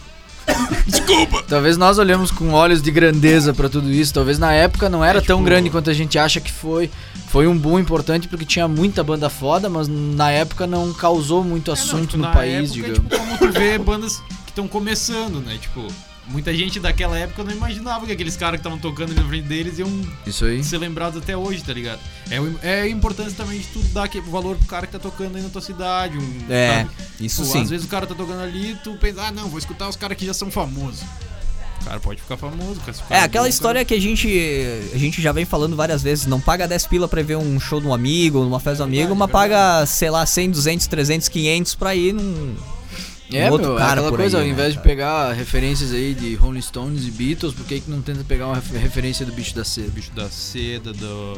Desculpa! Talvez nós olhamos com olhos de grandeza pra tudo isso. Talvez na época não era É, tão tipo- grande quanto a gente acha que foi. Foi um boom importante porque tinha muita banda foda, mas na época não causou muito É, não, assunto tipo, no na país, época, digamos. Tipo, como tu vê bandas que estão começando, né? Tipo, muita gente daquela época não imaginava que aqueles caras que estavam tocando ali na frente deles iam Isso aí. ser lembrados até hoje, tá ligado? É, o- é a importância também de tu dar aquele valor pro cara que tá tocando aí na tua cidade. Um, É, sabe? isso Tipo, sim. Às vezes o cara tá tocando ali e tu pensa, ah, não, vou escutar os caras que já são famosos. O cara pode ficar famoso. Cara, se o cara É, aquela bom, história que a gente, a gente já vem falando várias vezes, não paga dez pila pra ver um show de um amigo, numa festa do amigo, mas paga, sei lá, cem, duzentos, trezentos, quinhentos pra ir num... É, um outro meu, é cara aquela por coisa, aí, ao né, invés de cara? pegar referências aí de Rolling Stones e Beatles, por que que não tenta pegar uma refer- referência do Bicho da Seda? bicho da seda, do...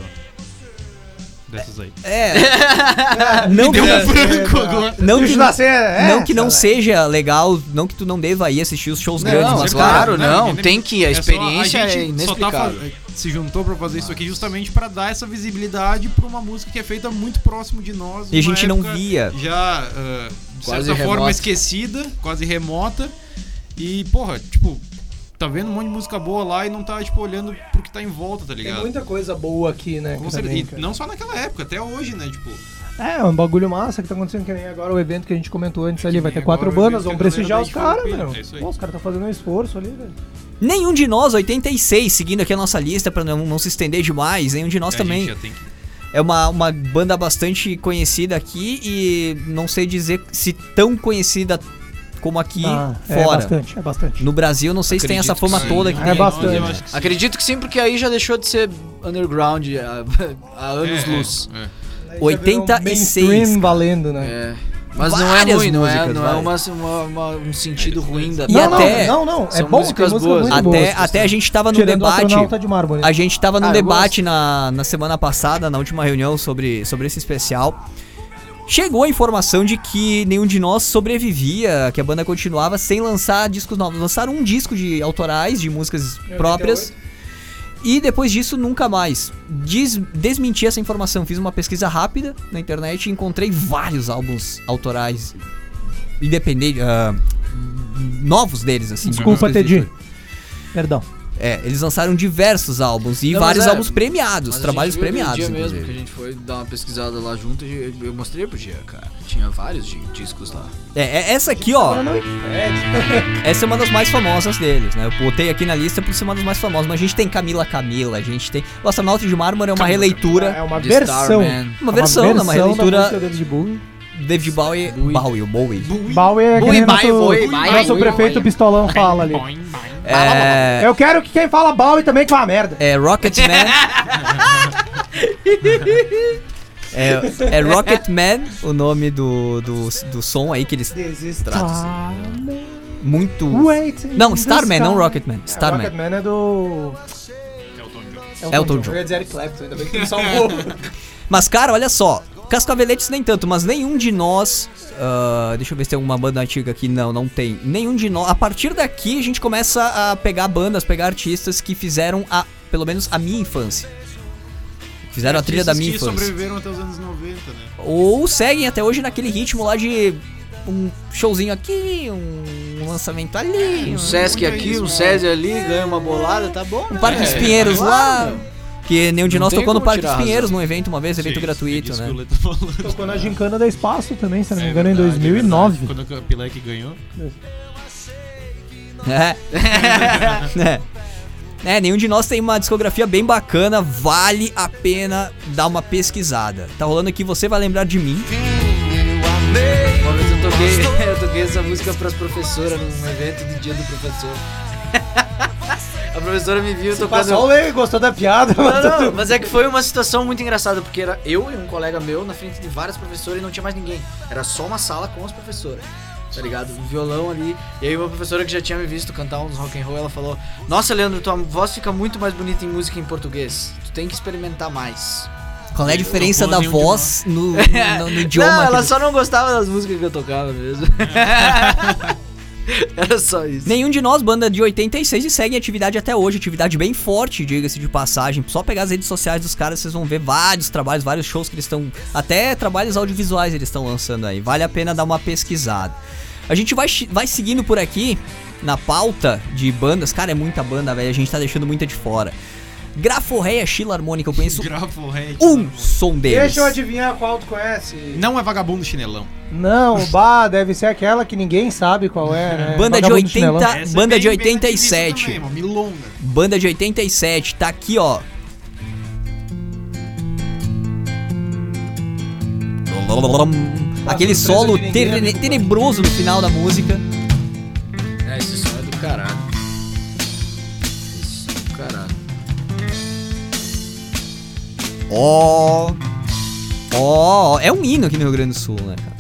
dessas aí. É, não que, Deu um branco agora. não que, Bicho da Seda, é, não, que não sabe? seja legal, não que tu não deva ir assistir os shows grandes, Não, mas mas claro, né, não, ninguém- tem que, a é só- experiência a é gente só tá inexplicável. faz- se juntou pra fazer isso aqui justamente pra dar essa visibilidade pra uma música que é feita muito próximo de nós. E a numa gente não época via. Já, ah, de Quase certa forma, remota. esquecida, quase remota. E, porra, tipo, tá vendo um monte de música boa lá e não tá, tipo, olhando pro que tá em volta, tá Tem ligado? muita coisa boa aqui, né? Com que certeza. também, E cara. não só naquela época, até hoje, né? Tipo, É, um bagulho massa que tá acontecendo, que nem agora o evento que a gente comentou antes ali, vai ter nem quatro agora o bandas, evento vão que a prestigiar galera os da caras, Icon meu. é isso aí. Pô, os caras estão fazendo um esforço ali, velho. Nenhum de nós, oitenta e seis, seguindo aqui a nossa lista pra não, não se estender demais, nenhum de nós A também. gente já tem que... É uma, uma banda bastante conhecida aqui e não sei dizer se tão conhecida como aqui Ah, é fora. bastante, é bastante. No Brasil, não sei se tem essa Acredito fama que toda sim. que É tem. bastante. Eu acho que sim. Acredito que sim, porque aí já deixou de ser underground há, há anos É, luz. é, é. oitenta e seis, Mainstream cara. valendo, né? É. Mas não é Várias ruim, não é, músicas, não é uma, várias. uma- uma- um sentido ruim da E não, até- não, não, não, é são bom, músicas tem músicas boas. muito Até, boas. até a gente tava no Tirando o debate. Astronauta de Mármore. A gente tava no Ah, eu debate na, na semana passada, na última reunião sobre, sobre esse especial. Chegou a informação de que nenhum de nós sobrevivia, que a banda continuava sem lançar discos novos. Lançaram um disco de autorais, de músicas próprias. E depois disso, nunca mais. Des, desmenti essa informação. Fiz uma pesquisa rápida na internet e encontrei vários álbuns autorais independentes, ah, novos deles, assim. de Desculpa, músicas Teddy. de- Perdão. É, eles lançaram diversos álbuns e Não, mas vários é, álbuns premiados, Mas a trabalhos gente viu premiados, aquele dia mesmo inclusive. que a gente foi dar uma pesquisada lá junto e eu mostrei pro Gia, cara. Tinha vários di- discos lá. É, é, essa aqui, ó, essa é uma das mais famosas deles, né? Eu botei aqui na lista por ser uma das mais famosas, mas a gente tem Camila Camila, a gente tem... O Astronauta de Mármore é uma releitura, É uma The versão. Starman. uma versão, né? Uma da releitura música do David Bowie. David Bowie, Bowie, o Bowie. Bowie é que Bowie, nem nosso, Bowie, Bowie, nosso Bowie, prefeito Bowie. Pistolão fala ali. É, Eu quero que quem fala Bowie também que vá a merda. é Rocketman. é, é Rocketman, o nome do, do, do som aí que eles Desestar. muito... Waiting Não, in the Starman, sky. não Rocketman. É, Starman. Rocketman é do... Elton John. Eu ia dizer Eric Clapton, ainda bem que ele salvou. Mas, cara, olha só. Cascaveletes nem tanto, mas nenhum de nós... ah, deixa eu ver se tem alguma banda antiga aqui. Não, não tem. Nenhum de nós... A partir daqui, a gente começa a pegar bandas, pegar artistas que fizeram, a, pelo menos, a minha infância. Fizeram a trilha da minha que infância. sobreviveram até os anos noventa, né? Ou seguem até hoje naquele ritmo lá de... Um showzinho aqui, um lançamento ali. Um Sesc aqui, um Sesc ali, ganha uma bolada, tá bom. Um né? Parque dos É, Pinheiros claro, lá. meu. Que nenhum de Não nós tem tocou no como Parque tirar dos a Pinheiros razão. num evento uma vez, evento Sim, gratuito, disso né? que o Lê tá falando. Tocou na Gincana da Espaço também, se não me É engano, em verdade, dois mil e é nove. verdade. Quando o Pilek ganhou. É. é. É, nenhum de nós tem uma discografia bem bacana, vale a pena dar uma pesquisada. Tá rolando aqui, você vai lembrar de mim. Uma vez eu toquei, eu toquei essa música pras professoras num evento do dia do professor. A professora me viu tocando. Passou o Lê, gostou da piada. mas Não, não, tudo- mas é que foi uma situação muito engraçada, porque era eu e um colega meu na frente de várias professoras e não tinha mais ninguém. Era só uma sala com as professoras, tá ligado? Um violão ali. E aí uma professora que já tinha me visto cantar uns rock and roll, ela falou: "Nossa, Leandro, tua voz fica muito mais bonita em música em português. Tu tem que experimentar mais." Qual é a diferença da tocou nenhum de voz no, no, no idioma? Não, ela que- só não gostava das músicas que eu tocava mesmo. Era só isso. Nenhum de nós, banda de oitenta e seis, e segue em atividade até hoje. Atividade bem forte, diga-se de passagem. Só pegar as redes sociais dos caras, vocês vão ver vários trabalhos, vários shows que eles estão... Até trabalhos audiovisuais eles estão lançando aí. Vale a pena dar uma pesquisada. A gente vai, vai seguindo por aqui, na pauta de bandas. Cara, é muita banda, velho. A gente tá deixando muita de fora. Graforreia Filarmônica, eu conheço Grafo Red. um som deles. Deixa eu adivinhar qual tu conhece. Não é vagabundo chinelão. Não, bah, deve ser aquela que ninguém sabe qual é, né? Banda de Vagabundo oitenta, Chinelão. Essa é banda bem- de bem oitenta e nativista sete. também, uma milonga. Banda de oitenta e sete, tá aqui, ó. Aquele solo tene- tenebroso no final da música. É, esse som é do caralho. Esse som é do caralho. Ó. Ó, é um hino aqui no Rio Grande do Sul, né, cara?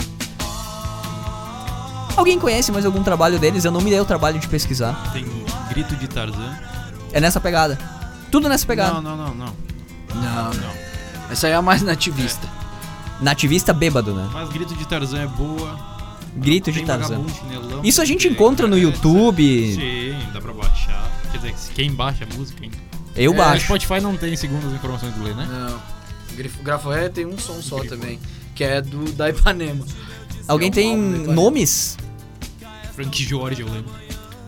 Alguém conhece mais algum trabalho deles? Eu não me dei o trabalho de pesquisar. Tem Grito de Tarzan. É nessa pegada. Tudo nessa pegada. Não, não, não, não. Não, não. Essa aí é a mais nativista. Nativista bêbado, né? Mas Grito de Tarzan é boa. Grito de Tem Tarzan. Vagabundo Chinelão. Isso a gente tem, encontra no cara, YouTube. Sim, dá pra baixar. Quer dizer, quem baixa a música, hein? Eu É, O baixo. Spotify não tem, segundo as informações do Lê, né? Não. Grifo, Graforé tem um som só também, que é do da Ipanema. Alguém É um tem álbum da Ipanema. nomes? Frank Jorge, eu lembro.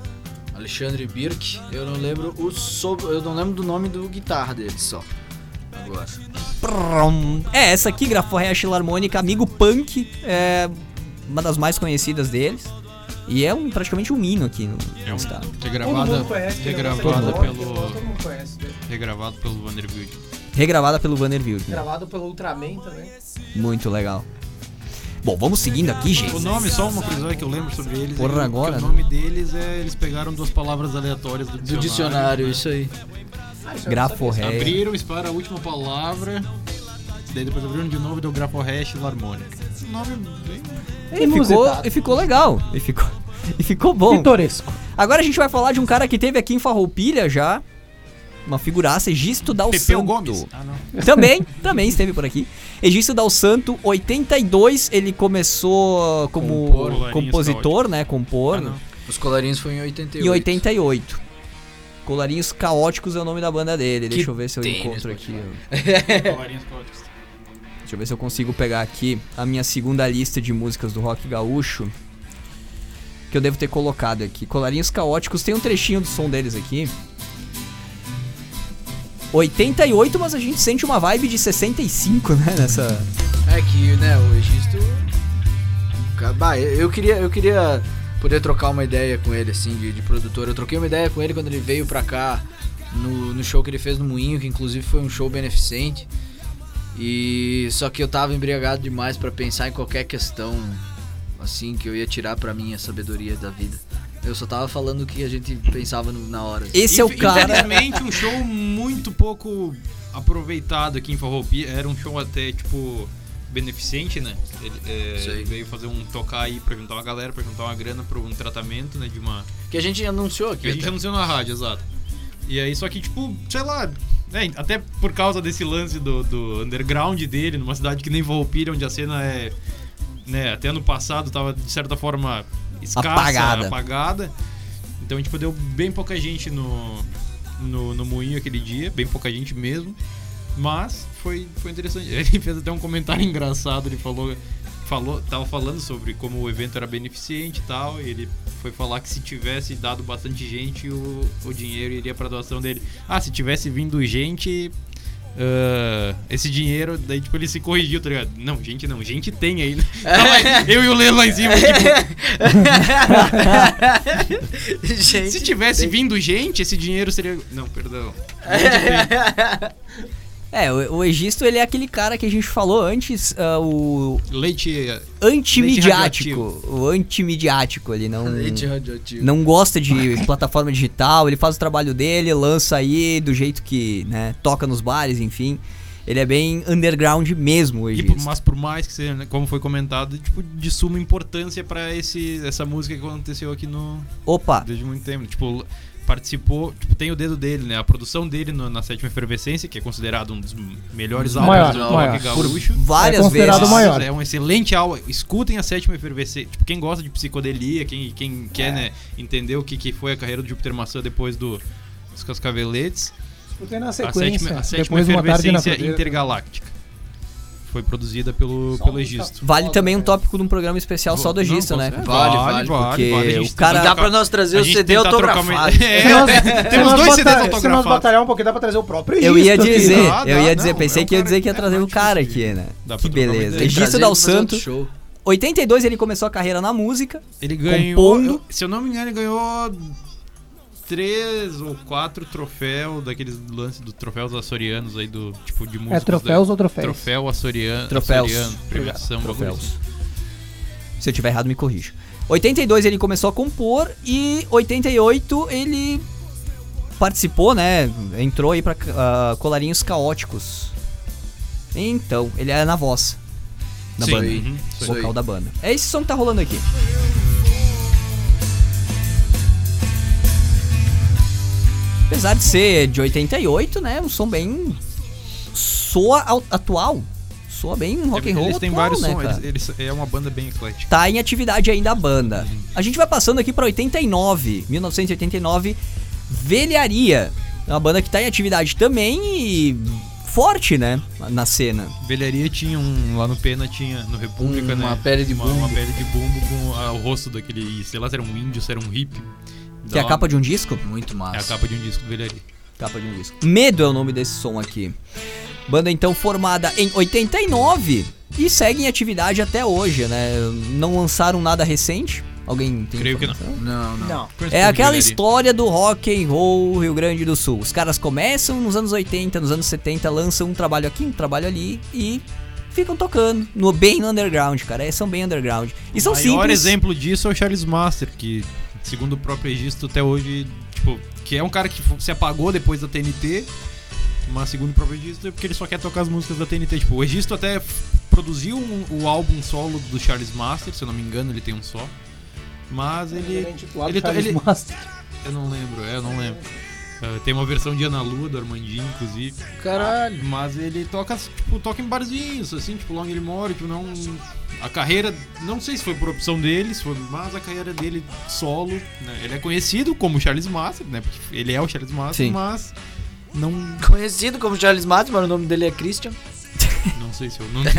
Alexandre Birk, eu não lembro o sob... eu não lembro do nome do guitarra dele só. agora. Prum. É, essa aqui, Graforreia Filarmônica, amigo punk, é uma das mais conhecidas deles. E é um, praticamente um hino aqui no É um, estado. Todo regravada, mundo conhece, que regravada não sei quem pelo, gosta, todo mundo conhece. Né? regravado pelo Vanderbilt. Regravada pelo Vanderbilt. Gravado pelo Ultraman também. Muito legal. Bom, vamos seguindo aqui, gente. O nome, só uma coisa que eu lembro sobre eles. Porra, é, agora, que né? o nome deles é. Eles pegaram duas palavras aleatórias do dicionário. Do dicionário, isso aí. Ah, isso eu Graforreia. Abriram para a última palavra. Daí depois abriram de novo e deu Graforreia Filarmônica. Esse nome é bem. E ficou, Inusitado. e ficou legal. E ficou, e ficou não bom. Pitoresco. Agora a gente vai falar de um cara que teve aqui em Farroupilha já. Uma figuraça, Egisto Dal Pepeu Santo. Gomes. Ah, não. Também, também esteve por aqui. Egisto Dal Santo, oitenta e dois, ele começou como Compor. compositor, né? Compor. Ah, não. Os colarinhos foi em oitenta e oito. Em oitenta e oito. Colarinhos Caóticos é o nome da banda dele. Que Deixa eu ver se eu tênis, encontro pode aqui. falar. Colarinhos caóticos. Deixa eu ver se eu consigo pegar aqui a minha segunda lista de músicas do rock gaúcho. Que eu devo ter colocado aqui. Colarinhos Caóticos, tem um trechinho do som deles aqui. oitenta e oito, mas a gente sente uma vibe de sessenta e cinco, né? Nessa. É que, né, o Egisto. Bah, eu eu queria, eu queria poder trocar uma ideia com ele, assim, de, de produtor. Eu troquei uma ideia com ele quando ele veio pra cá no, no show que ele fez no Moinho, que inclusive foi um show beneficente. E só que eu tava embriagado demais pra pensar em qualquer questão, assim, que eu ia tirar pra mim a sabedoria da vida. Eu só tava falando o que a gente pensava no- na hora. Esse é o Inf- cara. Infelizmente, um show muito pouco aproveitado aqui em Farroupilha. Era um show até, tipo, beneficente, né? Ele, é, Isso aí. ele veio fazer um tocar aí pra juntar uma galera, pra juntar uma grana pra um tratamento, né? De uma. Que a gente anunciou Que aqui. a gente até. anunciou na rádio, exato. E aí, só que, tipo, sei lá, né, até por causa desse lance do, do underground dele, numa cidade que nem Farroupilha, onde a cena é, né, até no passado tava, de certa forma, escassa, Apagada. apagada. Então, tipo, deu bem pouca gente no, no, no Moinho aquele dia, bem pouca gente mesmo. Mas foi, foi interessante. Ele fez até um comentário engraçado, ele falou... Falou, tava falando sobre como o evento era beneficente e tal, e ele foi falar que se tivesse dado bastante gente, o, o dinheiro iria pra doação dele. Ah, se tivesse vindo gente, ah, esse dinheiro, daí tipo ele se corrigiu, tá ligado? Não, gente não, gente tem aí, né? Tava eu e o Lelo lá em cima, tipo, Gente, se tivesse vindo gente, esse dinheiro seria... Não, perdão. Gente tem. É, o, o Egisto, ele é aquele cara que a gente falou antes, ah, o Leite... antimidiático. O antimidiático, ele não... Leite radioativo. Não gosta de plataforma digital, ele faz o trabalho dele, lança aí do jeito que, né, toca nos bares, enfim. Ele é bem underground mesmo, o E Egisto. por- mas por mais que seja, né, como foi comentado, tipo, de suma importância pra esse, essa música que aconteceu aqui no... Opa, Desde muito tempo. Tipo, participou... Tipo, tem o dedo dele, né? A produção dele no- na Sétima Efervescência, que é considerado um dos melhores Maior, álbuns do maior. rock gaúcho. várias É considerado vezes. o maior. É um excelente álbum. Escutem a Sétima Efervescência. Tipo, quem gosta de psicodelia, quem, quem quer, né, entender o que, que foi a carreira do Júpiter Maçã depois do, dos Cascaveletes. Escutei na A sequência, Sétima, a sétima depois de uma tarde na Efervescência Pedreira. Intergaláctica. Foi produzida pelo, Só pelo um Egisto. Vale também um tópico de um programa especial só do Não, Egisto, né? posso- é, Vale, vale, porque A gente o tenta cara- Dá trocar- pra nós trazer a o gente C D tenta trocar uma autografado. ideia. Se nós- É, se temos nós dois C Ds batalhar- Se nós autografados. batalhar um pouquinho, dá pra trazer o próprio Eu Egisto ia aqui. dizer, Dá, eu dá, ia dizer, não, pensei é um que ia cara dizer que ia que é trazer o muito cara difícil. aqui, né? Dá Que pra trocar uma beleza. ideia. Egisto Trazer Dal nos outros Santo, show. oitenta e dois ele começou a carreira na música. Ele ganhou, Compondo. eu- se eu não me engano, ele ganhou três ou quatro troféus daqueles lances do troféus açorianos aí do tipo de música. É troféus ou troféus? Troféu açoriano. Troféus. Açoriano, premiação, bagulho Troféus. assim. Se eu tiver errado, me corrija. oitenta e dois ele começou a compor e oitenta e oito ele participou, né? Entrou aí pra ah, Colarinhos Caóticos. Então, ele é na voz da Sim, banda. uhum, isso aí. Isso Vocal aí. da banda. É esse som que tá rolando aqui. Apesar de ser de oitenta e oito, né? Um som bem. Soa au- atual. Soa bem rock and roll. Eles têm atual, vários né, sons, cara? eles, eles- é uma banda bem eclética. Tá em atividade ainda a banda. A gente vai passando aqui pra oitenta e nove, mil novecentos e oitenta e nove, Velharia. É uma banda que tá em atividade também e forte, né, na cena. Velharia tinha um. Lá no Pena tinha, no República, Uma né? pele de uma, bumbo. uma pele de bumbo com ah, o rosto daquele. Sei lá se era um índio, se era um hippie. Que é a capa de um disco? Muito massa. É a capa de um disco do Velharia. Capa de um disco. Medo é o nome desse som aqui. Banda então formada em oitenta e nove e segue em atividade até hoje, né? Não lançaram nada recente. Alguém tem Creio que não. informação? Não, não. Não. É aquela história do rock and roll Rio Grande do Sul. Os caras começam nos anos oitenta, nos anos setenta, lançam um trabalho aqui, um trabalho ali e ficam tocando no bem no underground, cara. São bem underground. E são O maior simples. exemplo disso é o Charles Master, que segundo o próprio registro até hoje, tipo, que é um cara que se apagou depois da T N T, mas segundo o próprio registro é porque ele só quer tocar as músicas da T N T. Tipo, o registro até produziu um, o álbum solo do Charles Master, se eu não me engano ele tem um só. Mas ele... ele, to- ele eu não lembro, é, eu não lembro. Uh, tem uma versão de Ana Lua, do Armandinho, inclusive. Caralho. Mas ele toca, tipo, toca em barzinhos, assim, tipo, Long More, tipo, não... A carreira, não sei se foi por opção dele, se foi, mas a carreira dele solo, né? Ele é conhecido como Charles Master, né? Porque ele é o Charles Master, Sim. mas não... Conhecido como Charles Master, mas o nome dele é Christian. Não sei se eu... Não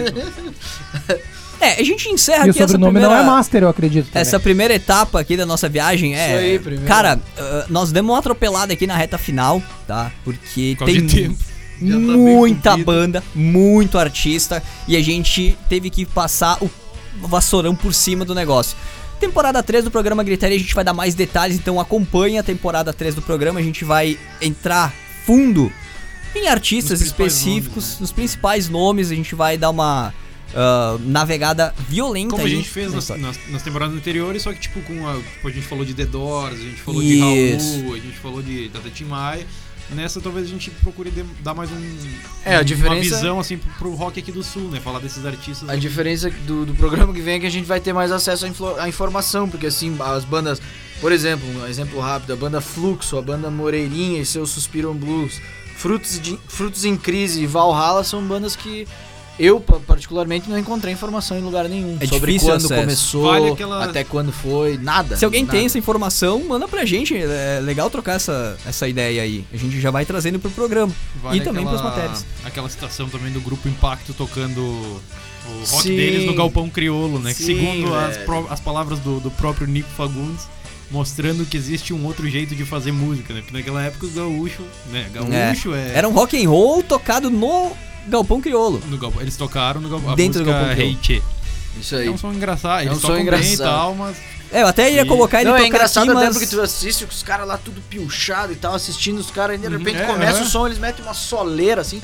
sei. É, a gente encerra E o aqui essa sobrenome primeira... não é Master, eu acredito. também. Essa primeira etapa aqui da nossa viagem é... Isso aí, primeiro. Cara, uh, nós demos uma atropelada aqui na reta final, tá? Porque Por causa tem de tempo. Já tá bem muita comprido. banda, muito artista, e a gente teve que passar o vassourão por cima do negócio. Temporada três do programa Gritaria, a gente vai dar mais detalhes, então acompanha a temporada três do programa, a gente vai entrar fundo em artistas Nos principais específicos, nomes, né? nos principais nomes, a gente vai dar uma... Uh, navegada violenta. Como a aí gente fez na nas, história. nas, nas temporadas anteriores, só que tipo, com a, tipo, a gente falou de The Doors, a gente falou Isso. de Raul, a gente falou de da Tim Maia. Nessa talvez a gente procure de- dar mais um, É, a uma diferença- visão assim pro, pro rock aqui do sul, né? Falar desses artistas. A aqui. diferença do, do programa que vem é que a gente vai ter mais acesso à, inflo- à informação, porque assim, as bandas, por exemplo, um exemplo rápido, a banda Fluxo, a banda Moreirinha e seu Suspiron Blues, Frutos, de, Frutos em Crise e Valhalla são bandas que eu, pa- particularmente, não encontrei informação em lugar nenhum. É sobre difícil o quando acesso. começou, Vale aquela- até quando foi, nada. Se alguém nada. tem essa informação, manda pra gente. É legal trocar essa, essa ideia aí. A gente já vai trazendo pro programa. Vale e também aquela- pras matérias. Aquela citação também do Grupo Impacto tocando o rock Sim. deles no Galpão Crioulo, né? Que Sim, segundo as, velho. pró- as palavras do, do próprio Nico Fagundes, mostrando que existe um outro jeito de fazer música, né? Porque naquela época o gaúcho, né? Gaúcho é... Era um rock and roll tocado no Galpão Crioulo. no Galpão. Eles tocaram no Galpão. A Dentro do música Galpão Crioulo. Hey Che. Isso aí. É um som engraçado. É Eles um som tocam bem e engraçado. tal, mas... É, eu até ia E- colocar ele Não, é tocar engraçado aqui, até mas... porque tu assiste os caras lá tudo piochado e tal, assistindo os caras, e de repente É, começa é. o som, eles metem uma soleira assim.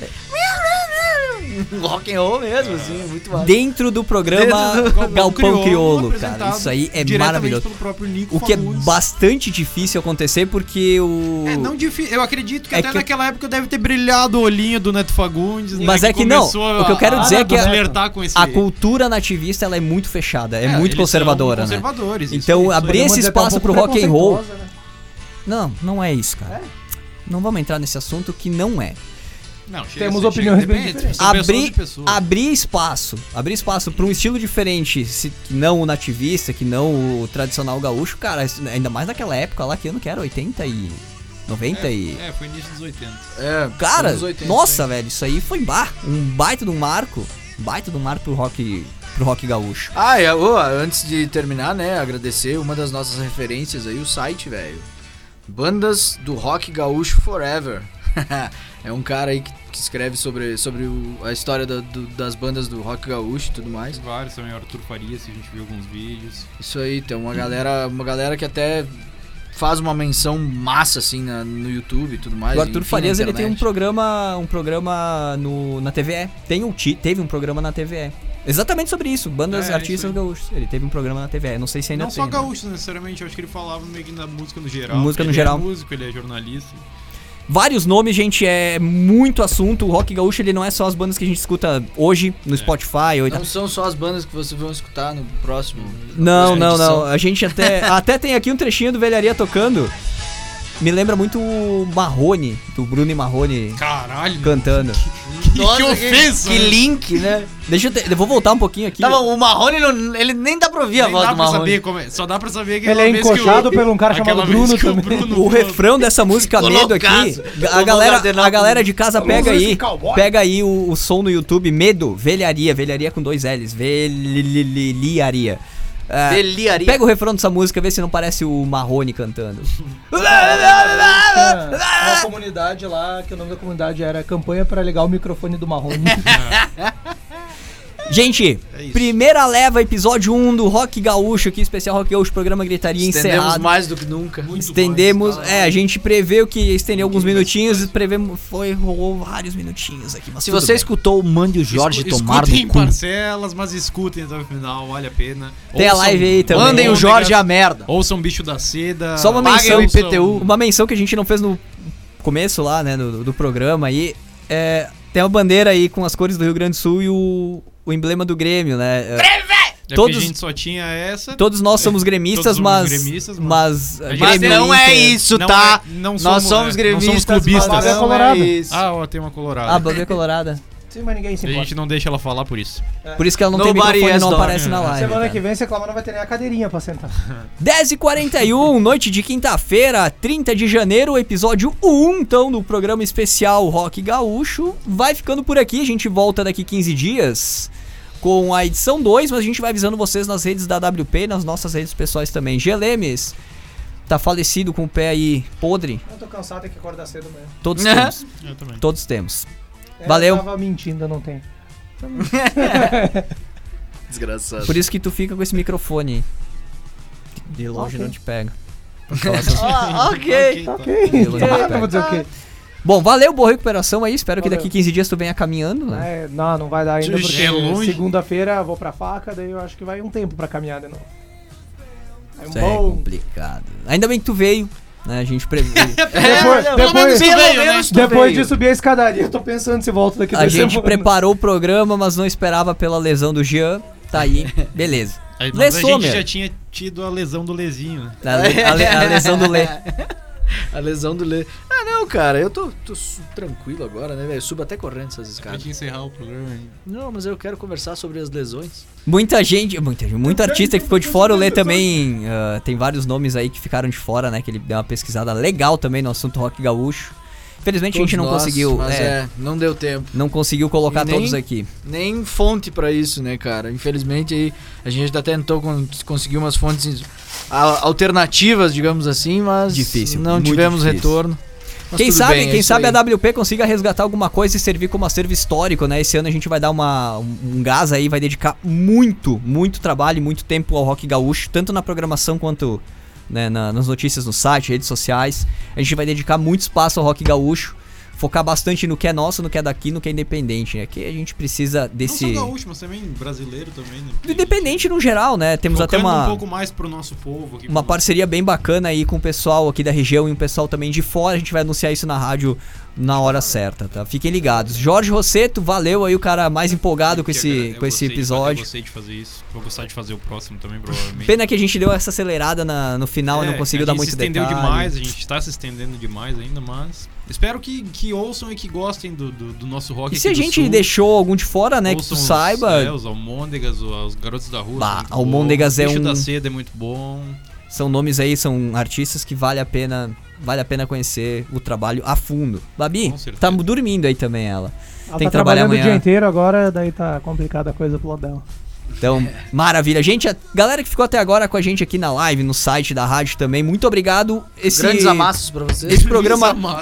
Um rock and roll mesmo, assim, muito massa. Dentro do programa Dentro do Galpão Crioulo, apresentado cara. Isso aí é diretamente maravilhoso. pelo próprio Nico O que é Fagundes. bastante difícil acontecer porque o... É, não difícil. Eu acredito que É até que- naquela época deve ter brilhado o olhinho do Neto Fagundes. né, Mas é que não. começou O que eu quero a- dizer a é que a- flertar com esse... A cultura nativista ela é muito fechada, é, É, muito eles conservadora, são né? conservadores, isso Então, aí, isso aí. abrir Podemos esse dizer até um espaço pouco pro rock and roll... preconceituosa, né? Não, não é isso, cara. Não vamos entrar nesse assunto que não é. Não, chega Temos a ser- opiniões chega- bem depende, diferentes. são pessoas Abrir, e pessoas. abrir espaço, abrir espaço para um estilo diferente, se- que não o nativista, que não o tradicional gaúcho, cara, isso- ainda mais naquela época lá, que ano que era? oitenta e... noventa e... É, foi início dos oitenta. É, Cara, anos oitenta, nossa, hein? velho, isso aí foi bar, um baita de um marco, um baita de um marco pro rock, pro rock gaúcho. Ah, e, ô, antes de terminar, né, agradecer uma das nossas referências aí, o site, velho. Bandas do Rock Gaúcho Forever. É um cara aí que, que escreve sobre, sobre o- a história da- do- das bandas do Rock Gaúcho e tudo mais. Vários também, o Arthur Farias, que a gente viu alguns vídeos. Isso aí, tem uma galera, uma galera que até faz uma menção massa assim na- no YouTube e tudo mais. O Arthur enfim, Farias, na ele tem um internet. programa, um programa no, na T V E. Tem um, ti- teve um programa na T V E. Exatamente sobre isso, bandas É, artistas isso aí. gaúchos. Ele teve um programa na T V E, não sei se ainda Não tem. só né? gaúchos necessariamente, eu acho que ele falava meio que da música no geral. Música no ele geral. é músico, ele é jornalista. Vários nomes, gente, é muito assunto. O rock gaúcho, ele não é só as bandas que a gente escuta hoje no Spotify. Ou... Não são só as bandas que vocês vão escutar no próximo. Não, próxima não, edição. não. A gente até até tem aqui um trechinho do Velharia tocando. Me lembra muito o Marrone, do Bruno e Marrone Caralho! cantando. Que, que ofensa! Que né? link, né? Deixa eu, te- eu vou voltar um pouquinho aqui. Tá bom, o Marrone, não- ele nem dá pra ouvir a Nem voz dá do pra Marrone. saber como é. Só dá pra saber que Ele aquela é vez que encoxado o- por um cara aquela chamado vez Bruno que o também. Bruno O falou- refrão dessa música Medo aqui, Loucaço. a Vou galera, ordenar a galera de casa Vamos pega ver aí, esse cowboy. pega aí o, o som no YouTube, Medo, Velharia, Velharia com dois L's, Velharia. É, Deliaria. pega o refrão dessa música, vê se não parece o Marrone cantando. É, uma comunidade lá, que o nome da comunidade era Campanha para Ligar o Microfone do Marrone. Gente, É isso. primeira leva, episódio um do Rock Gaúcho aqui, especial Rock Gaúcho, programa Gritaria Estendemos encerrado. mais do que nunca. Muito Estendemos, bom, é, a gente preveu que ia estender alguns vai minutinhos, ser prevemos, foi, rolou vários minutinhos aqui, mas Se tudo você bem. escutou, mande o Jorge Escu- tomar escutem em no cu. parcelas, mas escutem até o final, vale a pena. Tem a live aí também. Mandem o Jorge a merda. Ouçam Bicho da Seda. Só uma Paguem menção, o I P T U. uma menção que a gente não fez no começo lá, né, do, do programa aí, é, tem uma bandeira aí com as cores do Rio Grande do Sul e o, o emblema do Grêmio, né? É, É todos- porque a gente só tinha essa. todos nós somos gremistas, Todos somos mas, gremistas, mas, A gente Mas Grêmio não é Inter- isso, Não tá? é- não Nós somos- somos é, não gremistas, somos clubistas. mas É não colorado. é isso. Ah, ó, tem uma colorada. Ah, bandeira colorada. Sim, mas ninguém se a importa. gente não deixa ela falar por isso. Por isso que ela não Nobody tem microfone e has não done. aparece na live. Semana cara. que vem, você reclama, não vai ter nem a cadeirinha pra sentar. dez e quarenta e um, noite de quinta-feira, trinta de janeiro, episódio um, então, do programa especial Rock Gaúcho. Vai ficando por aqui, a gente volta daqui quinze dias com a edição dois, mas a gente vai avisando vocês nas redes da W P e nas nossas redes pessoais também. Gelemes, tá falecido com o pé aí podre? Eu tô cansado, tem que acordar cedo mesmo. Todos Né? temos, Eu também. todos temos. É, Valeu. Eu tava mentindo, eu não tenho. Desgraçado. Por isso que tu fica com esse microfone aí. De longe Ok. não te pega. Pra falar essas- Ah, ok. tá. Ok. Eu vou dar Eu vou dizer o quê? Bom, valeu, boa recuperação aí. Espero que Valeu. daqui quinze dias tu venha caminhando, né? É, não, não vai dar ainda, É porque longe. segunda-feira eu vou pra faca, daí eu acho que vai um tempo pra caminhar de novo. É um Isso é bom... complicado. Ainda bem que tu veio, né? A gente previu. Depois, pelo depois, menos tu veio, né? tu depois veio. de subir a escadaria, eu tô pensando se volto daqui A duas gente semanas. preparou o programa, mas não esperava pela lesão do Jean. Tá aí, beleza. Aí, Lê mas a gente Sommer. já tinha tido a lesão do Lezinho, né? A, le- a le- a lesão do Lê. A lesão do Lê. Ah, não, cara, eu tô, tô su- tranquilo agora, né, velho? Subo até correndo essas Pra escadas. gente encerrar o programa aí. Não, mas eu quero conversar sobre as lesões. Muita gente, muita, gente- muito artista que ficou de fora. O Lê também ah, tem vários nomes aí que ficaram de fora, né? Que ele deu uma pesquisada legal também no assunto rock gaúcho. Infelizmente a gente Todos não nós, conseguiu. Mas é, é, não deu tempo. Não conseguiu colocar E nem- todos aqui. Nem fonte pra isso, né, cara? Infelizmente aí a gente até tentou con- conseguir umas fontes a- alternativas, digamos assim, mas Difícil, não muito tivemos difícil. retorno. Mas Quem tudo sabe, bem, é quem isso sabe aí. a W P consiga resgatar alguma coisa e servir como acervo histórico, né? Esse ano a gente vai dar uma, um, um gás aí, vai dedicar muito, muito trabalho e muito tempo ao rock gaúcho, tanto na programação quanto né, na- nas notícias no site, redes sociais. A gente vai dedicar muito espaço ao rock gaúcho, focar bastante no que é nosso, no que é daqui, no que é independente, né? Que a gente precisa desse... Não só gaúcho, mas também brasileiro também, né? do independente no geral, né? Temos até Focando uma... um pouco mais pro nosso povo. Aqui Uma pro parceria bem bacana aí com o pessoal aqui da região e um pessoal também de fora. A gente vai anunciar isso na rádio na hora certa, tá? Fiquem ligados. Jorge Rosseto, valeu aí, o cara mais empolgado com Eu esse, agra- eu com esse gostei de fazer- episódio. Eu gostei de fazer isso. Vou gostar de fazer o próximo também, provavelmente. Pena que a gente deu essa acelerada na- no final e É, não conseguiu a dar gente muito se estendeu detalhe. demais, a gente tá se estendendo demais ainda, mas espero que, que ouçam e que gostem do, do, do nosso rock E se a aqui do gente Sul. deixou algum de fora, né, que tu Ouçam os- saiba, É, os Almôndegas, os, os Garotos da Rua. Bah, são muito Almôndegas bons. é Bicho um- da Seda é muito bom. são nomes aí, são artistas que vale a pena, vale a pena conhecer o trabalho a fundo. Babi, Com certeza. tá dormindo aí também ela. Ela Tem tá que trabalhar trabalhando o dia amanhã. inteiro agora, daí tá complicada a coisa pro lado dela. Então, maravilha. Gente, a galera que ficou até agora com a gente aqui na live, no site da rádio também, muito obrigado. Esse, Grandes amassos pra vocês. esse programa Amado.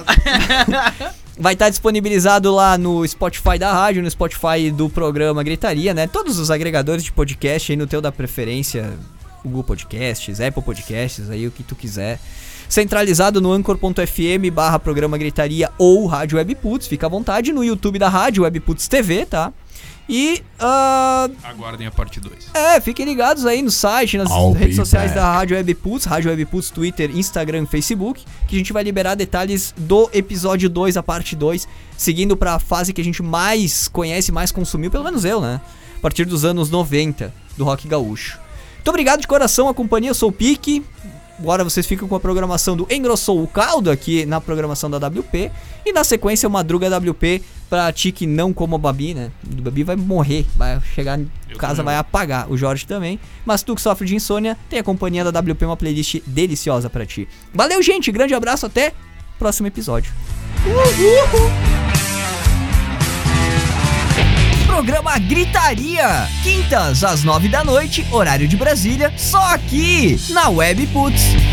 vai estar disponibilizado lá no Spotify da rádio, no Spotify do programa Gritaria, né? Todos os agregadores de podcast aí no teu da preferência, Google Podcasts, Apple Podcasts, aí o que tu quiser. Centralizado no anchor.fm barra programa Gritaria ou Rádio Webputs, fica à vontade, no YouTube da rádio Webputs T V, tá? E, ah, Aguardem a parte dois. é, fiquem ligados aí no site, nas I'll redes be sociais back. da Rádio Webputs, Rádio Webputs, Twitter, Instagram e Facebook, que a gente vai liberar detalhes do episódio dois, a parte dois, seguindo pra fase que a gente mais conhece, mais consumiu, pelo menos eu, né? A partir dos anos noventa, do rock gaúcho. Muito obrigado de coração a companhia, eu sou o Pique. Agora vocês ficam com a programação do Engrossou o Caldo aqui na programação da W P. E na sequência o Madruga W P pra ti que não como a Babi, né? O Babi vai morrer, vai chegar em Eu casa, também vai vou. apagar. O Jorge também. Mas tu que sofre de insônia, tem a companhia da W P, uma playlist deliciosa pra ti. Valeu, gente. Grande abraço. Até próximo episódio. programa Gritaria. Quintas às nove da noite, horário de Brasília, só aqui na Web Putz.